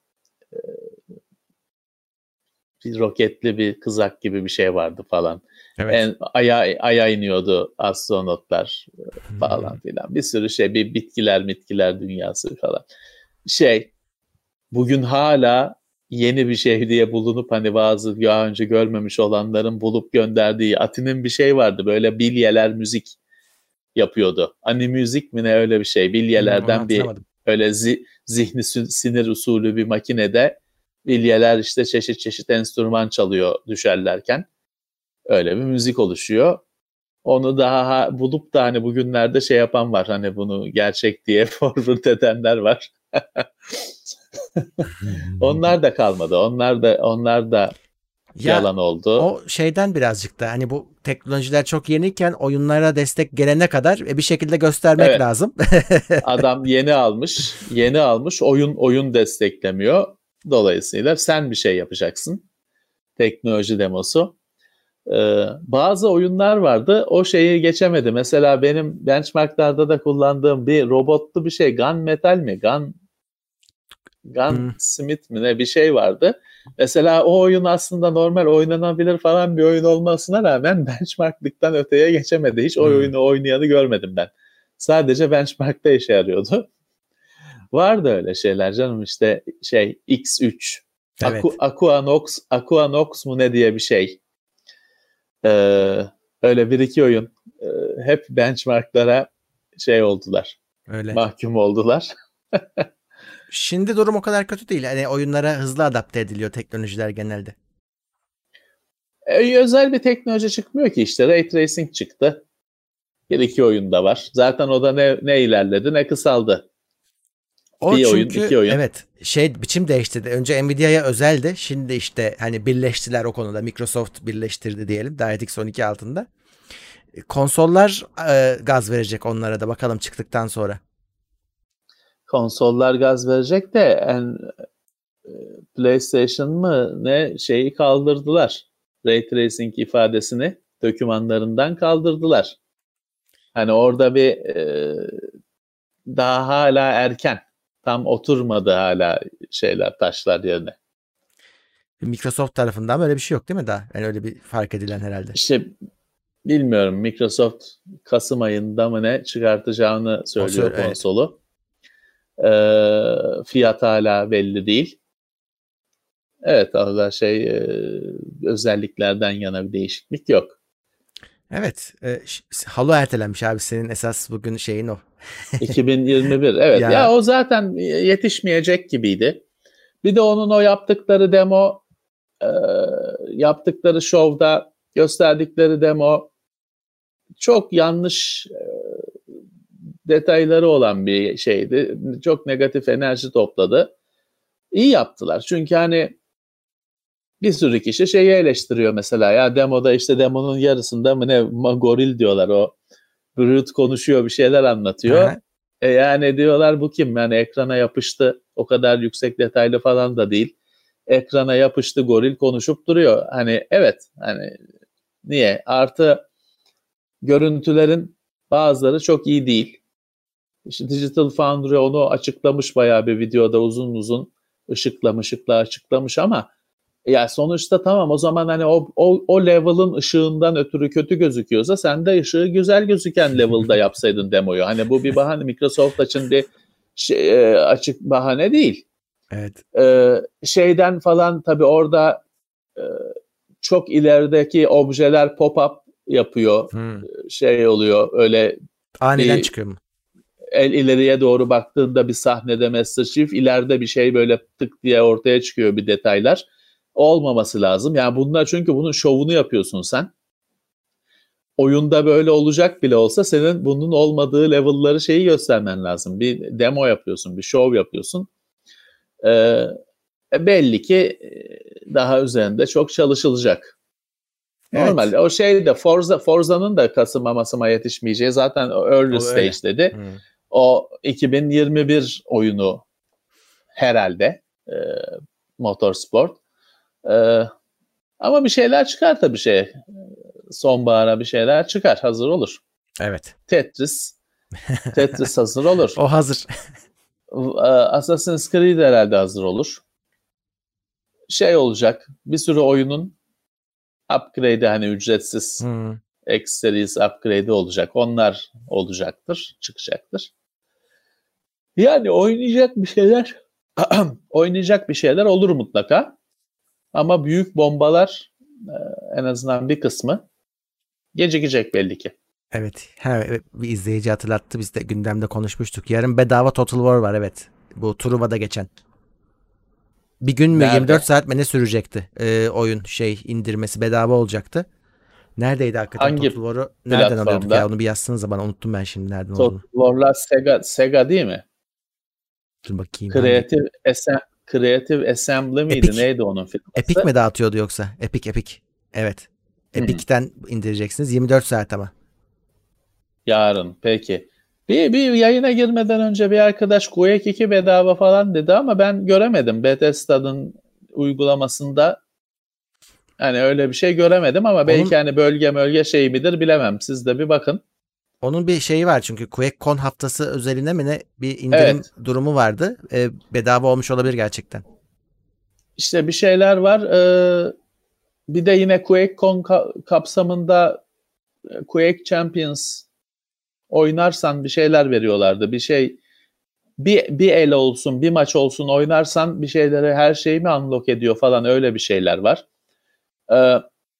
[SPEAKER 2] bir roketli bir kızak gibi bir şey vardı falan.
[SPEAKER 1] Evet.
[SPEAKER 2] En, aya, aya iniyordu astronotlar
[SPEAKER 1] Hmm.
[SPEAKER 2] falan filan. Bir sürü şey, bir bitkiler mitkiler dünyası falan. Şey, bugün hala yeni bir şey diye bulunup hani bazı daha önce görmemiş olanların bulup gönderdiği Ati'nin bir şey vardı. Böyle bilyeler müzik yapıyordu. Ani müzik mi ne öyle bir şey.
[SPEAKER 1] Hmm, onu
[SPEAKER 2] Bilyelerden bir
[SPEAKER 1] hatırlamadım.
[SPEAKER 2] öyle zi- zihni sinir usulü bir makinede bilyeler işte çeşit çeşit enstrüman çalıyor düşerlerken. Öyle bir müzik oluşuyor. Onu daha bulup da hani bugünlerde şey yapan var. Hani bunu gerçek diye forward edenler var. Onlar da kalmadı. Onlar da onlar da
[SPEAKER 1] Ya
[SPEAKER 2] yalan oldu.
[SPEAKER 1] o şeyden birazcık da hani bu teknolojiler çok yeniyken oyunlara destek gelene kadar e, bir şekilde göstermek
[SPEAKER 2] Evet.
[SPEAKER 1] lazım.
[SPEAKER 2] Adam yeni almış, yeni almış. Oyun oyun desteklemiyor. Dolayısıyla sen bir şey yapacaksın. Teknoloji demosu. Ee, bazı oyunlar vardı. O şeyi geçemedi. Mesela benim benchmarklarda da kullandığım bir robotlu bir şey. Gun Metal mi? Gun
[SPEAKER 1] Hmm.
[SPEAKER 2] Gunsmith mi ne bir şey vardı. Mesela o oyun aslında normal oynanabilir falan bir oyun olmasına rağmen benchmarklıktan öteye geçemedi. Hiç o
[SPEAKER 1] Hmm.
[SPEAKER 2] oyunu oynayanı görmedim ben. Sadece benchmarkta işe yarıyordu. Vardı öyle şeyler canım işte şey X üç, Aku,
[SPEAKER 1] Evet.
[SPEAKER 2] Aquanox, Aquanox mu ne diye bir şey. Ee, öyle bir iki oyun ee, hep benchmarklara şey oldular.
[SPEAKER 1] Öyle.
[SPEAKER 2] Mahkum oldular.
[SPEAKER 1] Şimdi durum o kadar kötü değil. Hani oyunlara hızlı adapte ediliyor teknolojiler genelde.
[SPEAKER 2] Ee, özel bir teknoloji çıkmıyor ki işte Ray Tracing çıktı. Bir iki oyunda var. Zaten o da ne, ne ilerledi ne kısaldı.
[SPEAKER 1] O
[SPEAKER 2] Bir oyun,
[SPEAKER 1] çünkü
[SPEAKER 2] iki oyun.
[SPEAKER 1] evet şey biçim değiştirdi. Önce Nvidia'ya özeldi. Şimdi işte hani birleştiler o konuda. Microsoft birleştirdi diyelim. DirectX on iki altında. Konsollar e, gaz verecek onlara da bakalım çıktıktan sonra.
[SPEAKER 2] Konsollar gaz verecek de en, PlayStation mı ne şeyi kaldırdılar. Ray Tracing ifadesini dokümanlarından kaldırdılar. Hani orada bir e, daha hala erken. Tam oturmadı hala şeyler taşlar yerine.
[SPEAKER 1] Microsoft tarafından böyle bir şey yok değil mi daha? Yani öyle bir fark edilen herhalde.
[SPEAKER 2] İşte bilmiyorum, Microsoft Kasım ayında mı ne çıkartacağını söylüyor
[SPEAKER 1] Konsol, evet.
[SPEAKER 2] konsolu. Ee, fiyat hala belli değil. Evet, arada şey e, özelliklerden yana bir değişiklik yok.
[SPEAKER 1] Evet. E, ş- Halo ertelenmiş abi, senin esas bugün şeyin o.
[SPEAKER 2] iki bin yirmi bir evet ya.
[SPEAKER 1] Ya.
[SPEAKER 2] O zaten yetişmeyecek gibiydi. Bir de onun o yaptıkları demo, e, yaptıkları şovda gösterdikleri demo çok yanlış e, detayları olan bir şeydi. Çok negatif enerji topladı. İyi yaptılar. Çünkü hani bir sürü kişi şeyi eleştiriyor mesela. Ya demoda işte demonun yarısında mı ne goril diyorlar, o brute konuşuyor, bir şeyler anlatıyor.
[SPEAKER 1] Aha.
[SPEAKER 2] E yani diyorlar bu kim? Yani ekrana yapıştı. O kadar yüksek detaylı falan da değil. Ekrana yapıştı, goril konuşup duruyor. Hani evet, hani niye? Artı görüntülerin bazıları çok iyi değil. İşte Digital Foundry onu açıklamış, bayağı bir videoda uzun uzun ışıkla mışıkla açıklamış ama ya sonuçta tamam, o zaman hani o, o, o level'ın ışığından ötürü kötü gözüküyorsa sen de ışığı güzel gözüken level'da yapsaydın demoyu. Hani bu bir bahane, Microsoft için bir şey, açık bahane değil.
[SPEAKER 1] Evet.
[SPEAKER 2] Ee, şeyden falan tabii orada e, çok ilerideki objeler pop-up yapıyor.
[SPEAKER 1] Hmm.
[SPEAKER 2] Şey oluyor öyle,
[SPEAKER 1] Aniden
[SPEAKER 2] bir
[SPEAKER 1] çıkıyor mu?
[SPEAKER 2] el ileriye doğru baktığında bir sahnede Master Chief, ileride bir şey böyle tık diye ortaya çıkıyor, bir detaylar. Olmaması lazım. Yani bunlar, çünkü bunun şovunu yapıyorsun sen. Oyunda böyle olacak bile olsa senin bunun olmadığı level'ları şeyi göstermen lazım. Bir demo yapıyorsun, bir şov yapıyorsun. Ee, belli ki daha üzerinde çok çalışılacak.
[SPEAKER 1] Evet.
[SPEAKER 2] Normalde o şey de Forza, Forza'nın da Kasım'a masıma yetişmeyeceği zaten early
[SPEAKER 1] O
[SPEAKER 2] stage
[SPEAKER 1] öyle.
[SPEAKER 2] dedi.
[SPEAKER 1] Hmm.
[SPEAKER 2] O iki bin yirmi bir oyunu herhalde e, Motorsport. E, ama bir şeyler çıkar tabii şey. Sonbahara bir şeyler çıkar, hazır olur.
[SPEAKER 1] Evet.
[SPEAKER 2] Tetris. Tetris hazır olur.
[SPEAKER 1] O hazır.
[SPEAKER 2] Assassin's Creed herhalde hazır olur. Şey olacak, bir sürü oyunun upgrade'i, hani ücretsiz
[SPEAKER 1] Hmm.
[SPEAKER 2] X Series upgrade'i olacak. Onlar olacaktır, çıkacaktır. Yani oynayacak bir şeyler oynayacak bir şeyler olur mutlaka. Ama büyük bombalar, en azından bir kısmı gecikecek belli ki.
[SPEAKER 1] Evet. Ha, evet. Bir izleyici hatırlattı. Biz de gündemde konuşmuştuk. Yarın bedava Total War var, evet. Bu Truva'da geçen. Bir gün mü yirmi dört
[SPEAKER 2] Nerede?
[SPEAKER 1] saat mi ne sürecekti e, oyun, şey indirmesi bedava olacaktı. Neredeydi hakikaten
[SPEAKER 2] Hangi
[SPEAKER 1] Total War'u? Nereden alıyorduk ya?
[SPEAKER 2] platformda?
[SPEAKER 1] Onu bir yazsanıza bana. Unuttum ben şimdi nereden
[SPEAKER 2] Total
[SPEAKER 1] olduğunu.
[SPEAKER 2] War'lar Sega, Sega değil mi?
[SPEAKER 1] Dur bakayım hangi?
[SPEAKER 2] Creative, Assem- Creative Assembly miydi?
[SPEAKER 1] Epic.
[SPEAKER 2] Neydi onun
[SPEAKER 1] Epic mi
[SPEAKER 2] firması?
[SPEAKER 1] dağıtıyordu yoksa? Epic, Epic. Evet.
[SPEAKER 2] Hmm,
[SPEAKER 1] Epic'ten indireceksiniz. yirmi dört saat ama.
[SPEAKER 2] yarın. Peki. Bir, bir yayına girmeden önce bir arkadaş Quake iki bedava falan dedi ama ben göremedim. Bethesda'nın uygulamasında hani öyle bir şey göremedim ama belki
[SPEAKER 1] Onun
[SPEAKER 2] hani bölge bölge şey midir bilemem. Siz de bir bakın.
[SPEAKER 1] onun bir şeyi var çünkü QuakeCon haftası özeline mi ne bir indirim
[SPEAKER 2] Evet.
[SPEAKER 1] durumu vardı. E, bedava olmuş olabilir gerçekten.
[SPEAKER 2] İşte bir şeyler var. Ee, bir de yine QuakeCon ka- kapsamında e, Quake Champions oynarsan bir şeyler veriyorlardı. Bir şey, bir, bir el olsun, bir maç olsun oynarsan bir şeyleri, her şeyi mi unlock ediyor falan, öyle bir şeyler var. Ee,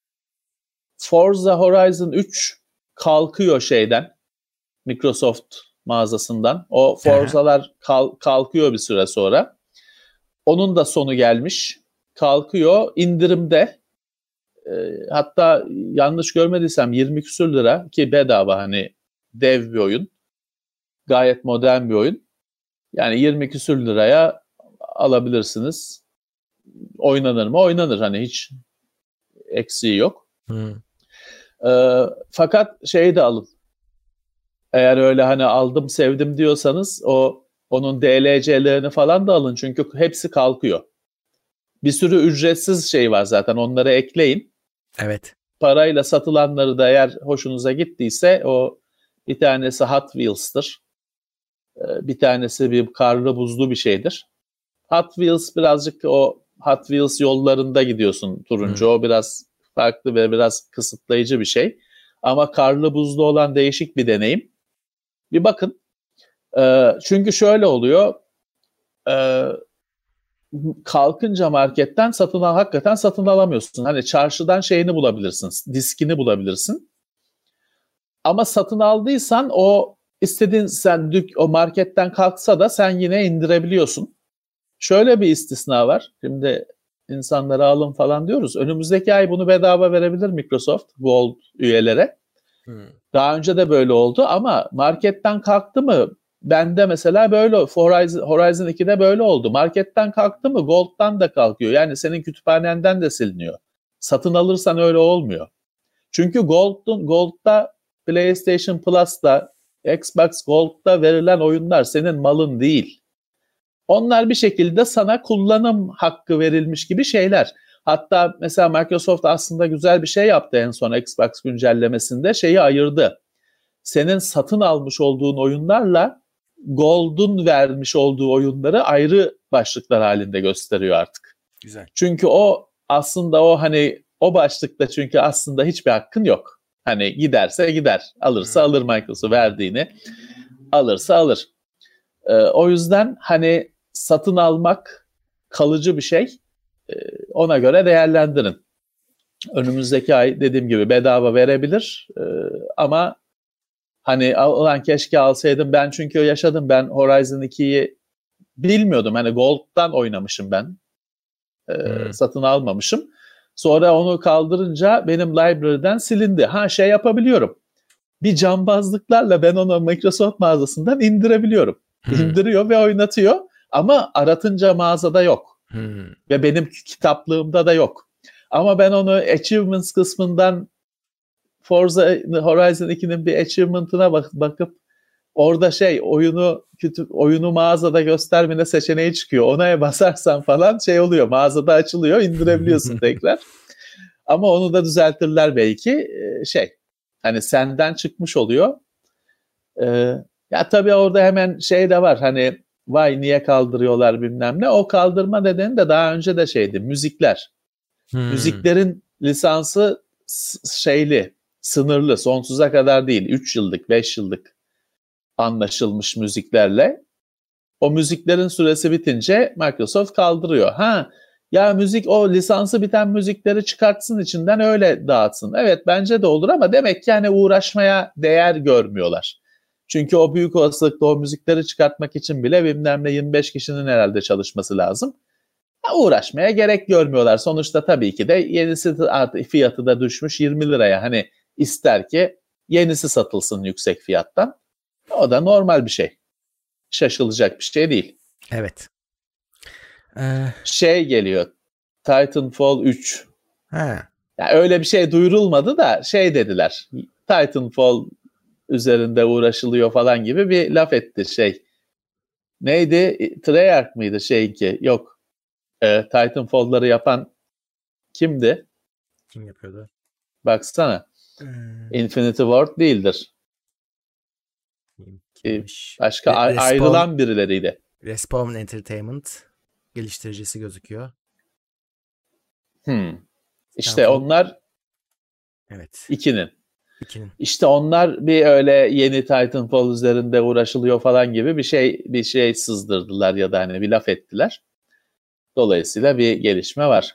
[SPEAKER 2] Forza Horizon üç kalkıyor şeyden, Microsoft mağazasından. O
[SPEAKER 1] Aha.
[SPEAKER 2] Forza'lar kal- kalkıyor bir süre sonra. Onun da sonu gelmiş. Kalkıyor indirimde. E, hatta yanlış görmediysem yirmi küsür lira, ki bedava, hani dev bir oyun. Gayet modern bir oyun. Yani yirmi küsür liraya alabilirsiniz. Oynanır mı? Oynanır. Hani hiç eksiği yok.
[SPEAKER 1] Hmm.
[SPEAKER 2] E, fakat şeyi de alın. Eğer öyle hani aldım sevdim diyorsanız o onun D L C'lerini falan da alın. Çünkü hepsi kalkıyor. Bir sürü ücretsiz şey var zaten. Onları ekleyin.
[SPEAKER 1] Evet.
[SPEAKER 2] Parayla satılanları da eğer hoşunuza gittiyse, o bir tanesi Hot Wheels'tır. Bir tanesi bir karlı buzlu bir şeydir. Hot Wheels birazcık o Hot Wheels yollarında gidiyorsun turuncu.
[SPEAKER 1] Hmm.
[SPEAKER 2] O biraz farklı ve biraz kısıtlayıcı bir şey. Ama karlı buzlu olan değişik bir deneyim. Bir bakın. E, çünkü şöyle oluyor. E, kalkınca marketten satın al, hakikaten satın alamıyorsun. Hani çarşıdan şeyini bulabilirsin, diskini bulabilirsin. Ama satın aldıysan o istediğin sen dük, o marketten kalksa da sen yine indirebiliyorsun. Şöyle bir istisna var. Şimdi insanlara alın falan diyoruz. Önümüzdeki ay bunu bedava verebilir Microsoft Gold üyelere. Hmm. Daha önce de böyle oldu ama marketten kalktı mı? Bende mesela böyle Horizon, Horizon ikide böyle oldu. Marketten kalktı mı Gold'dan da kalkıyor. Yani senin kütüphanenden de siliniyor. Satın alırsan öyle olmuyor. Çünkü Gold'un Gold'da PlayStation Plus'ta, Xbox Gold'da verilen oyunlar senin malın değil. Onlar bir şekilde sana kullanım hakkı verilmiş gibi şeyler. Hatta mesela Microsoft aslında güzel bir şey yaptı en son Xbox güncellemesinde. Şeyi ayırdı. Senin satın almış olduğun oyunlarla Gold'un vermiş olduğu oyunları ayrı başlıklar halinde gösteriyor artık.
[SPEAKER 1] Güzel.
[SPEAKER 2] Çünkü o aslında o hani o başlıkta çünkü aslında hiçbir hakkın yok. Hani giderse gider, alırsa hmm. alır Microsoft verdiğini, alırsa alır. Ee, o yüzden hani satın almak kalıcı bir şey. Ee, ona göre değerlendirin. Önümüzdeki ay dediğim gibi bedava verebilir ee, ama hani ulan keşke alsaydım ben çünkü yaşadım. Ben Horizon ikiyi bilmiyordum. Hani Gold'dan oynamışım ben. Ee, hmm. Satın almamışım. Sonra onu kaldırınca benim library'den silindi. Ha şey yapabiliyorum. Bir cambazlıklarla ben onu Microsoft mağazasından indirebiliyorum. Hmm. İndiriyor ve oynatıyor. Ama aratınca mağazada yok. Hmm. Ve benim kitaplığımda da yok. Ama ben onu Achievements kısmından Forza Horizon ikinin bir achievement'ına bak- bakıp orada şey oyunu kütüp oyunu mağazada göstermene seçeneği çıkıyor. Ona basarsan falan şey oluyor. Mağazada açılıyor, indirebiliyorsun tekrar. Ama onu da düzeltirler belki. Şey hani senden çıkmış oluyor. Ee, ya tabii orada hemen şey de var. Hani vay niye kaldırıyorlar bilmem ne. O kaldırma nedeni de daha önce de şeydi. Müzikler. Hmm. Müziklerin lisansı şeyli, sınırlı, sonsuza kadar değil. üç yıllık, beş yıllık anlaşılmış müziklerle. O müziklerin süresi bitince Microsoft kaldırıyor. Ha ya müzik o lisansı biten müzikleri çıkartsın içinden öyle dağıtsın. Evet bence de olur ama demek ki yani uğraşmaya değer görmüyorlar. Çünkü o büyük olasılıkla o müzikleri çıkartmak için bile bilmem ne yirmi beş kişinin herhalde çalışması lazım. Ha, uğraşmaya gerek görmüyorlar. Sonuçta tabii ki de yenisi artık fiyatı da düşmüş yirmi liraya. Hani ister ki yenisi satılsın yüksek fiyattan. O da normal bir şey. Şaşılacak bir şey değil.
[SPEAKER 1] Evet. Ee...
[SPEAKER 2] Şey geliyor. Titanfall üç.
[SPEAKER 1] Ha.
[SPEAKER 2] Yani öyle bir şey duyurulmadı da şey dediler. Titanfall üzerinde uğraşılıyor falan gibi bir laf etti şey. Neydi? Treyarch mıydı şeyinki? Yok. Ee, Titanfall'ları yapan kimdi?
[SPEAKER 1] Kim yapıyordu?
[SPEAKER 2] Baksana. Hmm. Infinity Ward değildir. Kimmiş? Başka Re- Respawn, ayrılan birileriydi.
[SPEAKER 1] Respawn Entertainment geliştiricisi gözüküyor.
[SPEAKER 2] Hmm. İşte Titanfall. Onlar
[SPEAKER 1] evet.
[SPEAKER 2] ikinin.
[SPEAKER 1] İkinin.
[SPEAKER 2] İşte onlar bir öyle yeni Titanfall üzerinde uğraşılıyor falan gibi bir şey bir şey sızdırdılar ya da hani bir laf ettiler. Dolayısıyla bir gelişme var.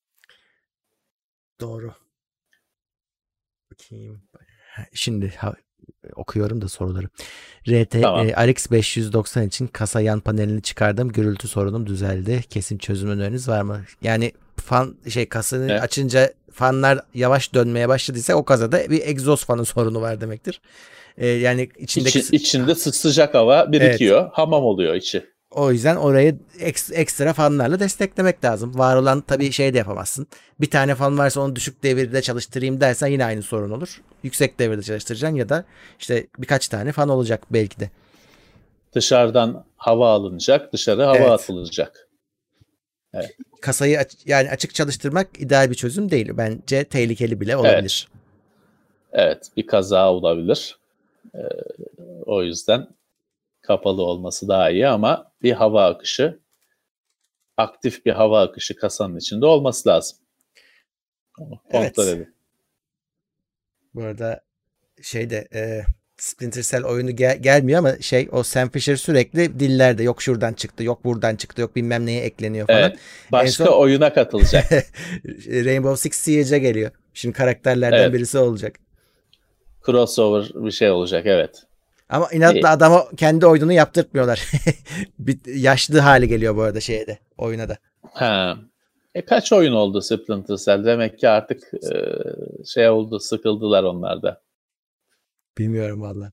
[SPEAKER 1] Doğru. Bakayım. Şimdi ha, okuyorum da soruları. R T tamam. e, R X beş yüz doksan için kasa yan panelini çıkardım. Gürültü sorunum düzeldi. Kesin çözüm öneriniz var mı? Yani fan şey kasını evet. açınca fanlar yavaş dönmeye başladıysa o kasada bir egzoz fanı sorunu var demektir. Ee, yani içindeki
[SPEAKER 2] İçi, içinde sıcak hava birikiyor. Evet. Hamam oluyor içi.
[SPEAKER 1] O yüzden orayı ekstra fanlarla desteklemek lazım. Var olan tabii şey de yapamazsın. Bir tane fan varsa onu düşük devirde çalıştırayım dersen yine aynı sorun olur. Yüksek devirde çalıştıracaksın ya da işte birkaç tane fan olacak belki de.
[SPEAKER 2] Dışarıdan hava alınacak, dışarı hava evet. atılacak.
[SPEAKER 1] Evet. Kasayı aç, yani açık çalıştırmak ideal bir çözüm değil. Bence tehlikeli bile olabilir.
[SPEAKER 2] Evet, evet bir kaza olabilir. Ee, o yüzden kapalı olması daha iyi ama bir hava akışı, aktif bir hava akışı kasanın içinde olması lazım.
[SPEAKER 1] Kontrol evet. edin. Bu arada şeyde e, Splinter Cell oyunu gel- gelmiyor ama şey o Sam Fisher sürekli dillerde yok şuradan çıktı, yok buradan çıktı, yok bilmem neye ekleniyor falan.
[SPEAKER 2] Evet.
[SPEAKER 1] En
[SPEAKER 2] Başka
[SPEAKER 1] son
[SPEAKER 2] oyuna katılacak.
[SPEAKER 1] Rainbow Six Siege'e geliyor. Şimdi karakterlerden
[SPEAKER 2] Evet.
[SPEAKER 1] birisi olacak.
[SPEAKER 2] Crossover bir şey olacak, evet.
[SPEAKER 1] Ama inatla
[SPEAKER 2] İyi.
[SPEAKER 1] adama kendi oyununu yaptırtmıyorlar. Bir yaşlı hali geliyor bu arada şeye de, oyuna da.
[SPEAKER 2] Ha. E kaç oyun oldu Splinter Cell? Demek ki artık e, şey oldu, sıkıldılar onlar da.
[SPEAKER 1] Bilmiyorum valla.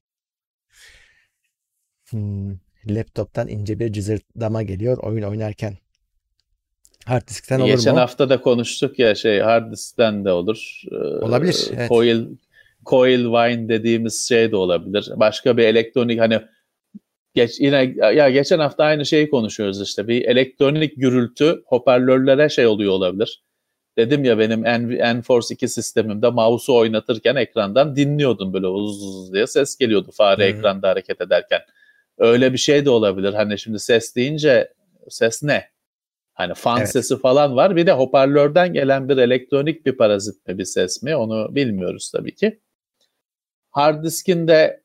[SPEAKER 1] Hmm. Laptoptan ince bir cızırtlama geliyor oyun oynarken. Hard diskten
[SPEAKER 2] E,
[SPEAKER 1] olur
[SPEAKER 2] geçen
[SPEAKER 1] mu?
[SPEAKER 2] hafta da konuştuk ya, şey hard diskten de olur. E,
[SPEAKER 1] Olabilir. Evet.
[SPEAKER 2] coil coil wine dediğimiz şey de olabilir. Başka bir elektronik, hani geç yine ya geçen hafta aynı şeyi konuşuyoruz işte. Bir elektronik gürültü hoparlörlere şey oluyor olabilir. Dedim ya, benim Enforce iki sistemimde mouse'u oynatırken ekrandan dinliyordum, böyle uz uz diye ses geliyordu fare
[SPEAKER 1] Hmm.
[SPEAKER 2] ekranda hareket ederken. Öyle bir şey de olabilir. Hani şimdi ses deyince ses ne? Hani fan
[SPEAKER 1] Evet.
[SPEAKER 2] sesi falan var. Bir de hoparlörden gelen bir elektronik bir parazit mi, bir ses mi? Onu bilmiyoruz tabii ki. Hard diskin de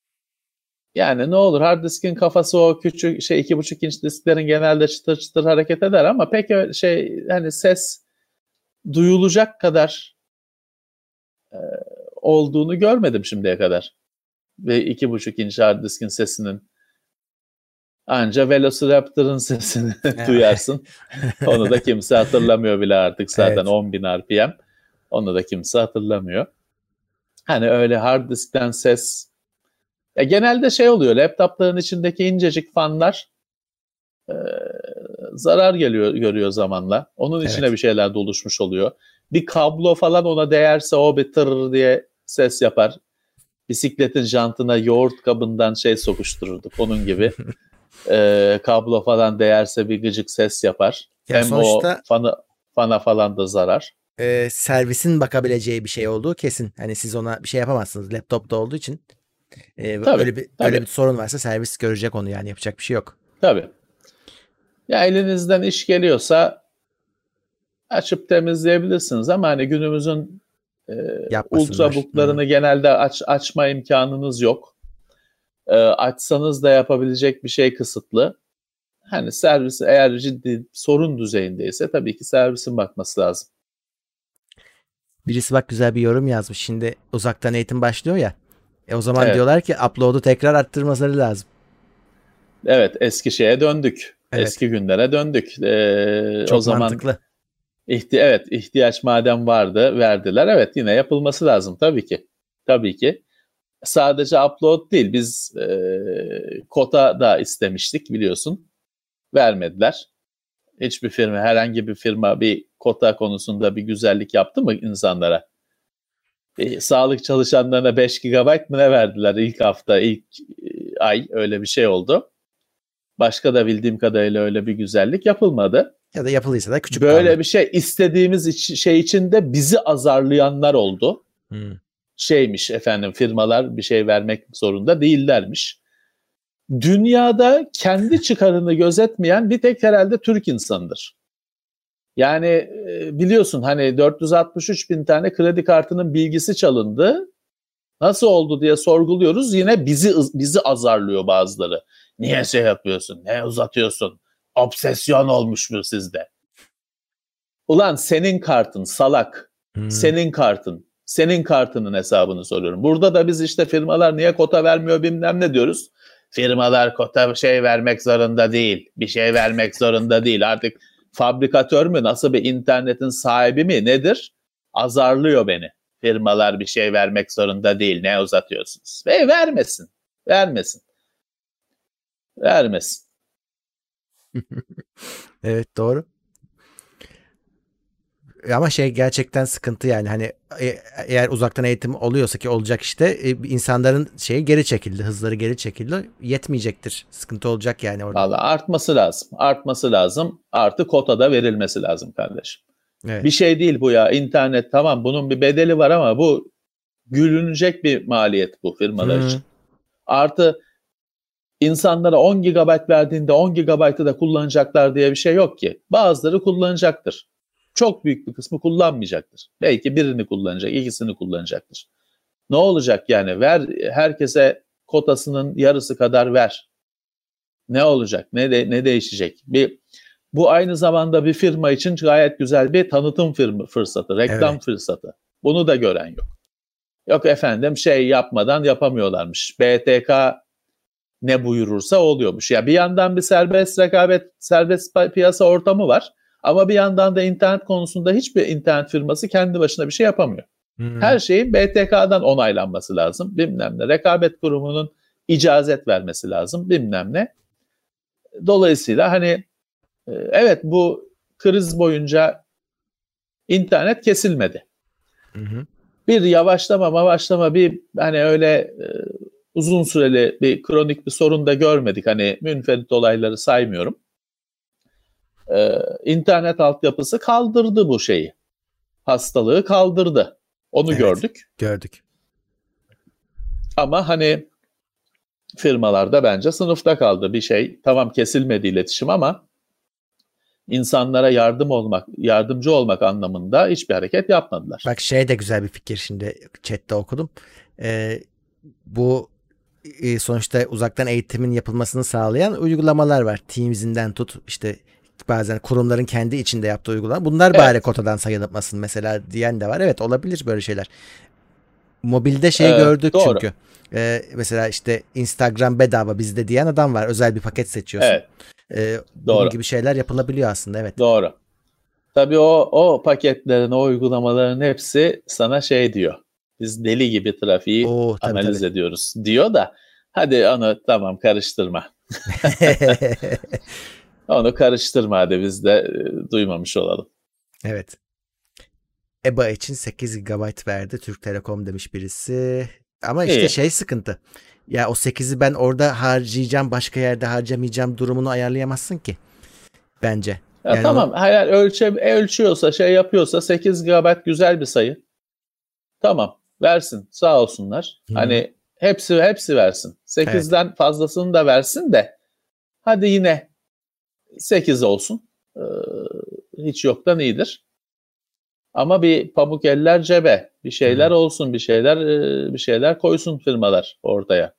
[SPEAKER 2] yani ne olur, hard diskin kafası o küçük şey iki buçuk inç disklerin genelde çıtır çıtır hareket eder ama pek öyle şey, hani ses duyulacak kadar e, olduğunu görmedim şimdiye kadar. Ve iki buçuk inç hard diskin sesinin, anca Velociraptor'ın sesini duyarsın. Onu da kimse hatırlamıyor bile artık zaten,
[SPEAKER 1] Evet.
[SPEAKER 2] on bin R P M. Onu da kimse hatırlamıyor. Hani öyle hard diskten ses. Ya genelde şey oluyor, laptopların içindeki incecik fanlar e, zarar geliyor görüyor zamanla. Onun içine
[SPEAKER 1] Evet.
[SPEAKER 2] bir şeyler doluşmuş oluyor. Bir kablo falan ona değerse o bir tır diye ses yapar. Bisikletin jantına yoğurt kabından şey sokuştururduk onun gibi. E, kablo falan değerse bir gıcık ses yapar.
[SPEAKER 1] Ya
[SPEAKER 2] Hem o
[SPEAKER 1] sonuçta
[SPEAKER 2] fana, fana falan da zarar.
[SPEAKER 1] e, servisin bakabileceği bir şey olduğu kesin. Hani siz ona bir şey yapamazsınız laptopta olduğu için. E,
[SPEAKER 2] Tabii,
[SPEAKER 1] öyle bir öyle
[SPEAKER 2] tabii,
[SPEAKER 1] bir sorun varsa servis görecek onu, yani yapacak bir şey yok.
[SPEAKER 2] tabii. Ya elinizden iş geliyorsa açıp temizleyebilirsiniz ama hani günümüzün e,
[SPEAKER 1] Yapmasınlar. Hmm.
[SPEAKER 2] ultrabooklarını genelde aç, açma imkanınız yok. E, açsanız da yapabilecek bir şey kısıtlı. Hani servis eğer ciddi sorun düzeyindeyse tabii ki servisin bakması lazım.
[SPEAKER 1] Birisi bak güzel bir yorum yazmış. Şimdi uzaktan eğitim başlıyor ya. E o zaman
[SPEAKER 2] Evet,
[SPEAKER 1] diyorlar ki upload'u tekrar arttırmaları lazım.
[SPEAKER 2] evet, eski şeye döndük.
[SPEAKER 1] Evet.
[SPEAKER 2] Eski günlere döndük. E, o
[SPEAKER 1] Çok
[SPEAKER 2] zaman
[SPEAKER 1] mantıklı.
[SPEAKER 2] ihti evet ihtiyaç madem vardı, verdiler. Evet, yine yapılması lazım tabii ki. Tabii ki. Sadece upload değil, biz e, kota da istemiştik biliyorsun. Vermediler. Hiçbir firma, herhangi bir firma bir kota konusunda bir güzellik yaptı mı insanlara? E, sağlık çalışanlarına beş gigabayt mı ne verdiler ilk hafta, ilk e, ay, öyle bir şey oldu. Başka da bildiğim kadarıyla öyle bir güzellik yapılmadı.
[SPEAKER 1] Ya da yapılıysa da küçük
[SPEAKER 2] Böyle
[SPEAKER 1] kaldı.
[SPEAKER 2] bir şey istediğimiz iç, şey içinde bizi azarlayanlar oldu.
[SPEAKER 1] Hmm.
[SPEAKER 2] Şeymiş efendim, firmalar bir şey vermek zorunda değillermiş. Dünyada kendi çıkarını gözetmeyen bir tek herhalde Türk insanıdır. Yani e, biliyorsun hani dört yüz altmış üç bin tane kredi kartının bilgisi çalındı. Nasıl oldu diye sorguluyoruz. Yine bizi bizi azarlıyor bazıları. Niye şey yapıyorsun? Ne uzatıyorsun? Obsesyon olmuş mu sizde? Ulan senin kartın salak.
[SPEAKER 1] Hmm.
[SPEAKER 2] Senin kartın. Senin kartının hesabını soruyorum. Burada da biz işte firmalar niye kota vermiyor bilmem ne diyoruz. Firmalar kota şey vermek zorunda değil. Bir şey vermek zorunda değil. Artık fabrikatör mü, nasıl bir internetin sahibi mi nedir? Azarlıyor beni. Firmalar bir şey vermek zorunda değil. Ne uzatıyorsunuz? Ve vermesin. Vermesin. Vermesin.
[SPEAKER 1] Evet, doğru. Ama şey gerçekten sıkıntı yani, hani e- eğer uzaktan eğitim oluyorsa ki olacak işte, e, insanların şeyi geri çekildi, hızları geri çekildi, yetmeyecektir, sıkıntı olacak yani orada.
[SPEAKER 2] Vallahi artması lazım. Artması lazım. Artı kota da verilmesi lazım kardeşim.
[SPEAKER 1] Evet.
[SPEAKER 2] Bir şey değil bu ya. İnternet tamam, bunun bir bedeli var ama bu gülünecek bir maliyet bu firmalar
[SPEAKER 1] Hmm.
[SPEAKER 2] için. Artı insanlara on gigabayt verdiğinde on gigabaytı da kullanacaklar diye bir şey yok ki. Bazıları kullanacaktır. Çok büyük bir kısmı kullanmayacaktır. Belki birini kullanacak, ikisini kullanacaktır. Ne olacak yani? Ver herkese kotasının yarısı kadar ver. Ne olacak? Ne de, ne değişecek? Bir bu aynı zamanda bir firma için gayet güzel bir tanıtım firma fırsatı, reklam
[SPEAKER 1] Evet.
[SPEAKER 2] fırsatı. Bunu da gören yok. Yok efendim şey yapmadan yapamıyorlarmış. B T K ne buyurursa oluyormuş. Ya bir yandan bir serbest rekabet, serbest piyasa ortamı var. Ama bir yandan da internet konusunda hiçbir internet firması kendi başına bir şey yapamıyor.
[SPEAKER 1] Hmm.
[SPEAKER 2] Her şeyin B T K'dan onaylanması lazım. Bilmem ne. Rekabet kurumunun icazet vermesi lazım. Bilmem ne. Dolayısıyla hani evet bu kriz boyunca internet kesilmedi.
[SPEAKER 1] Hı hı.
[SPEAKER 2] Bir yavaşlama yavaşlama bir hani öyle e, uzun süreli bir kronik bir sorun da görmedik. Hani münferit olayları saymıyorum. Ee, internet altyapısı kaldırdı bu şeyi. Hastalığı kaldırdı. Onu
[SPEAKER 1] Evet,
[SPEAKER 2] gördük.
[SPEAKER 1] Gördük.
[SPEAKER 2] Ama hani firmalarda bence sınıfta kaldı bir şey. Tamam kesilmedi iletişim ama insanlara yardım olmak, yardımcı olmak anlamında hiçbir hareket yapmadılar.
[SPEAKER 1] Bak şey de güzel bir fikir, şimdi chatte okudum. Ee, bu e, sonuçta uzaktan eğitimin yapılmasını sağlayan uygulamalar var. Teams'inden tut işte bazen kurumların kendi içinde yaptığı uygulama. Bunlar bari
[SPEAKER 2] Evet.
[SPEAKER 1] kotadan sayılmasın mesela diyen de var. Evet, olabilir böyle şeyler. Mobilde şey
[SPEAKER 2] Ee,
[SPEAKER 1] gördük
[SPEAKER 2] doğru.
[SPEAKER 1] çünkü. Ee, mesela işte Instagram bedava bizde diyen adam var. Özel bir paket seçiyorsun.
[SPEAKER 2] Evet.
[SPEAKER 1] Ee, bunun
[SPEAKER 2] Doğru.
[SPEAKER 1] gibi şeyler yapılabiliyor aslında, evet.
[SPEAKER 2] Doğru. Tabii o o paketlerin, o uygulamaların hepsi sana şey diyor. Biz deli gibi trafiği
[SPEAKER 1] Oo, tabii
[SPEAKER 2] analiz
[SPEAKER 1] tabii.
[SPEAKER 2] ediyoruz diyor da hadi onu tamam karıştırma. Onu karıştırma hadi biz de e, duymamış olalım.
[SPEAKER 1] Evet. E B A için sekiz gigabayt verdi Türk Telekom demiş birisi. Ama işte
[SPEAKER 2] İyi.
[SPEAKER 1] şey sıkıntı. Ya o sekizi ben orada harcayacağım, başka yerde harcamayacağım durumunu ayarlayamazsın ki. Bence.
[SPEAKER 2] Ya
[SPEAKER 1] Yani onu
[SPEAKER 2] tamam eğer ölçe, ölçüyorsa şey yapıyorsa sekiz gigabayt güzel bir sayı. Tamam versin sağ olsunlar.
[SPEAKER 1] Hı-hı.
[SPEAKER 2] Hani hepsi hepsi versin.
[SPEAKER 1] Evet.
[SPEAKER 2] sekizden fazlasını da versin de hadi yine sekiz olsun. Ee, hiç yoktan iyidir. Ama bir pamuk eller cebe. Bir şeyler
[SPEAKER 1] Hı.
[SPEAKER 2] olsun, bir şeyler bir şeyler koysun firmalar ortaya.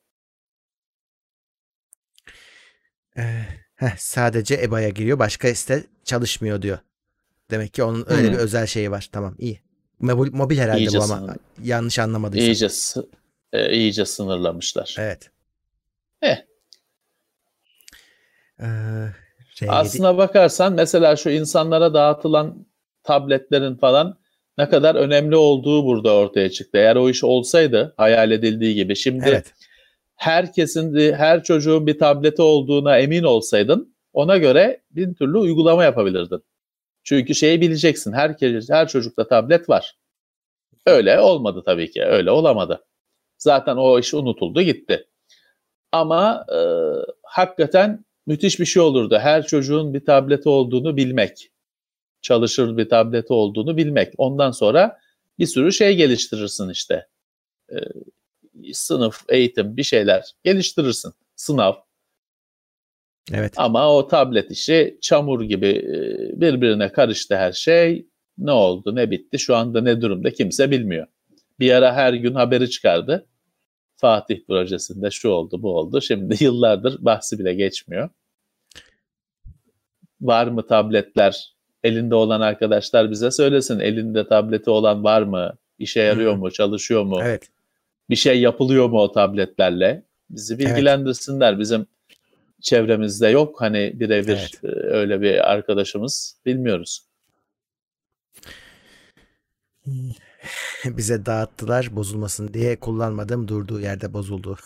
[SPEAKER 1] Ee, heh, sadece E B A'ya giriyor. Başka site çalışmıyor diyor. Demek ki onun öyle bir
[SPEAKER 2] Hmm,
[SPEAKER 1] özel şeyi var. Tamam, iyi. Mobil, mobil herhalde
[SPEAKER 2] iyice
[SPEAKER 1] bu ama
[SPEAKER 2] sınır,
[SPEAKER 1] yanlış anlamadıysam.
[SPEAKER 2] iyice sı- e, iyice sınırlamışlar.
[SPEAKER 1] Evet.
[SPEAKER 2] Eh,
[SPEAKER 1] Ee, R yedi.
[SPEAKER 2] aslına bakarsan mesela şu insanlara dağıtılan tabletlerin falan ne kadar önemli olduğu burada ortaya çıktı. Eğer o iş olsaydı hayal edildiği gibi şimdi
[SPEAKER 1] Evet.
[SPEAKER 2] herkesin, her çocuğun bir tableti olduğuna emin olsaydın ona göre bin türlü uygulama yapabilirdin. Çünkü şeyi bileceksin. Herkes, her çocukta tablet var. Öyle olmadı tabii ki. Öyle olamadı. Zaten o iş unutuldu gitti. Ama e, hakikaten müthiş bir şey olurdu. Her çocuğun bir tableti olduğunu bilmek. Çalışır bir tableti olduğunu bilmek. Ondan sonra bir sürü şey geliştirirsin işte. E, sınıf, eğitim bir şeyler geliştirirsin. Sınav.
[SPEAKER 1] Evet.
[SPEAKER 2] Ama o tablet işi çamur gibi e, birbirine karıştı her şey. Ne oldu, ne bitti, şu anda ne durumda kimse bilmiyor. Bir ara her gün haberi çıkardı. Fatih projesinde şu oldu, bu oldu. Şimdi yıllardır bahsi bile geçmiyor. Var mı tabletler? Elinde olan arkadaşlar bize söylesin. Elinde tableti olan var mı? İşe yarıyor
[SPEAKER 1] Hı.
[SPEAKER 2] mu? Çalışıyor mu?
[SPEAKER 1] Evet.
[SPEAKER 2] Bir şey yapılıyor mu o tabletlerle? Bizi
[SPEAKER 1] Evet.
[SPEAKER 2] bilgilendirsinler. Bizim çevremizde yok. Hani birebir
[SPEAKER 1] Evet.
[SPEAKER 2] e, öyle bir arkadaşımız. Bilmiyoruz.
[SPEAKER 1] Bize dağıttılar bozulmasın diye, kullanmadım, durduğu yerde bozuldu.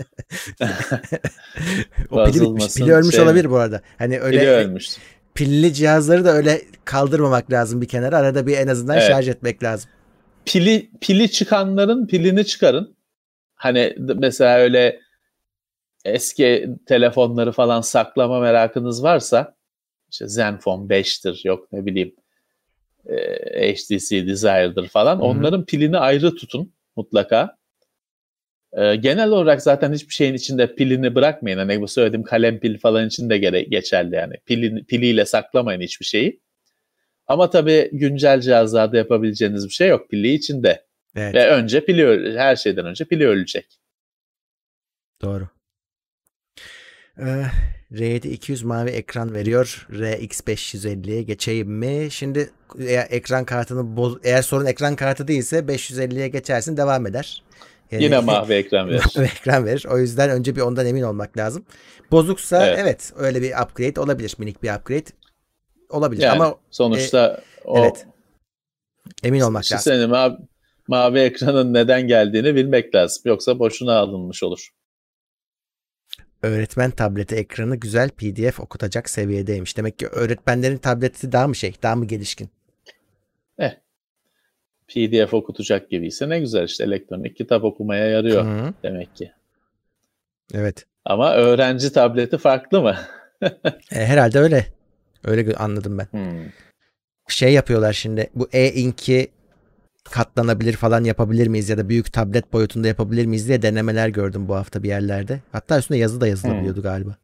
[SPEAKER 1] O pili bitmiş. Pili
[SPEAKER 2] Bozulmasın
[SPEAKER 1] ölmüş
[SPEAKER 2] şey mi?
[SPEAKER 1] olabilir bu arada. Hani öyle
[SPEAKER 2] Pili
[SPEAKER 1] e,
[SPEAKER 2] ölmüştü.
[SPEAKER 1] pilli cihazları da öyle kaldırmamak lazım bir kenara. Arada bir en azından şarj
[SPEAKER 2] Evet.
[SPEAKER 1] etmek lazım.
[SPEAKER 2] Pili pili çıkanların pilini çıkarın. Hani mesela öyle eski telefonları falan saklama merakınız varsa işte Zenfone beştir yok ne bileyim e, H T C Desire'dır falan
[SPEAKER 1] Hı hı.
[SPEAKER 2] onların pilini ayrı tutun mutlaka. E, genel olarak zaten hiçbir şeyin içinde pilini bırakmayın. Hani bu söylediğim kalem pil falan için de gere- geçerli yani. Pilini, piliyle saklamayın hiçbir şeyi. Ama tabii güncel cihazlarda yapabileceğiniz bir şey yok. Pili içinde.
[SPEAKER 1] Evet.
[SPEAKER 2] Ve önce pili öl- her şeyden önce pili ölecek.
[SPEAKER 1] Doğru. Ee, R yedi iki yüz mavi ekran veriyor. R X beş yüz elliye geçeyim mi? Şimdi eğer ekran kartını boz eğer sorun ekran kartı değilse beş yüz elliye geçersin, devam eder. Yani,
[SPEAKER 2] Yine mavi ekran verir.
[SPEAKER 1] mavi ekran verir. O yüzden önce bir ondan emin olmak lazım. Bozuksa evet,
[SPEAKER 2] Evet.
[SPEAKER 1] öyle bir upgrade olabilir. Minik bir upgrade olabilir.
[SPEAKER 2] Yani
[SPEAKER 1] Ama
[SPEAKER 2] sonuçta
[SPEAKER 1] e,
[SPEAKER 2] o
[SPEAKER 1] evet, emin olmak lazım.
[SPEAKER 2] senin mavi, mavi ekranın neden geldiğini bilmek lazım. Yoksa boşuna alınmış olur.
[SPEAKER 1] Öğretmen tableti ekranı güzel, P D F okutacak seviyedeymiş. Demek ki öğretmenlerin tableti daha mı şey, daha mı gelişkin?
[SPEAKER 2] Eh, P D F okutacak gibiyse ne güzel işte, elektronik kitap okumaya yarıyor
[SPEAKER 1] Hı-hı.
[SPEAKER 2] demek ki.
[SPEAKER 1] Evet.
[SPEAKER 2] Ama öğrenci tableti farklı mı?
[SPEAKER 1] E, herhalde öyle. Öyle anladım ben.
[SPEAKER 2] Hmm.
[SPEAKER 1] Şey yapıyorlar şimdi. Bu e-ink'i katlanabilir falan yapabilir miyiz ya da büyük tablet boyutunda yapabilir miyiz diye denemeler gördüm bu hafta bir yerlerde. Hatta üstüne yazı da yazılabiliyordu
[SPEAKER 2] Hmm.
[SPEAKER 1] galiba.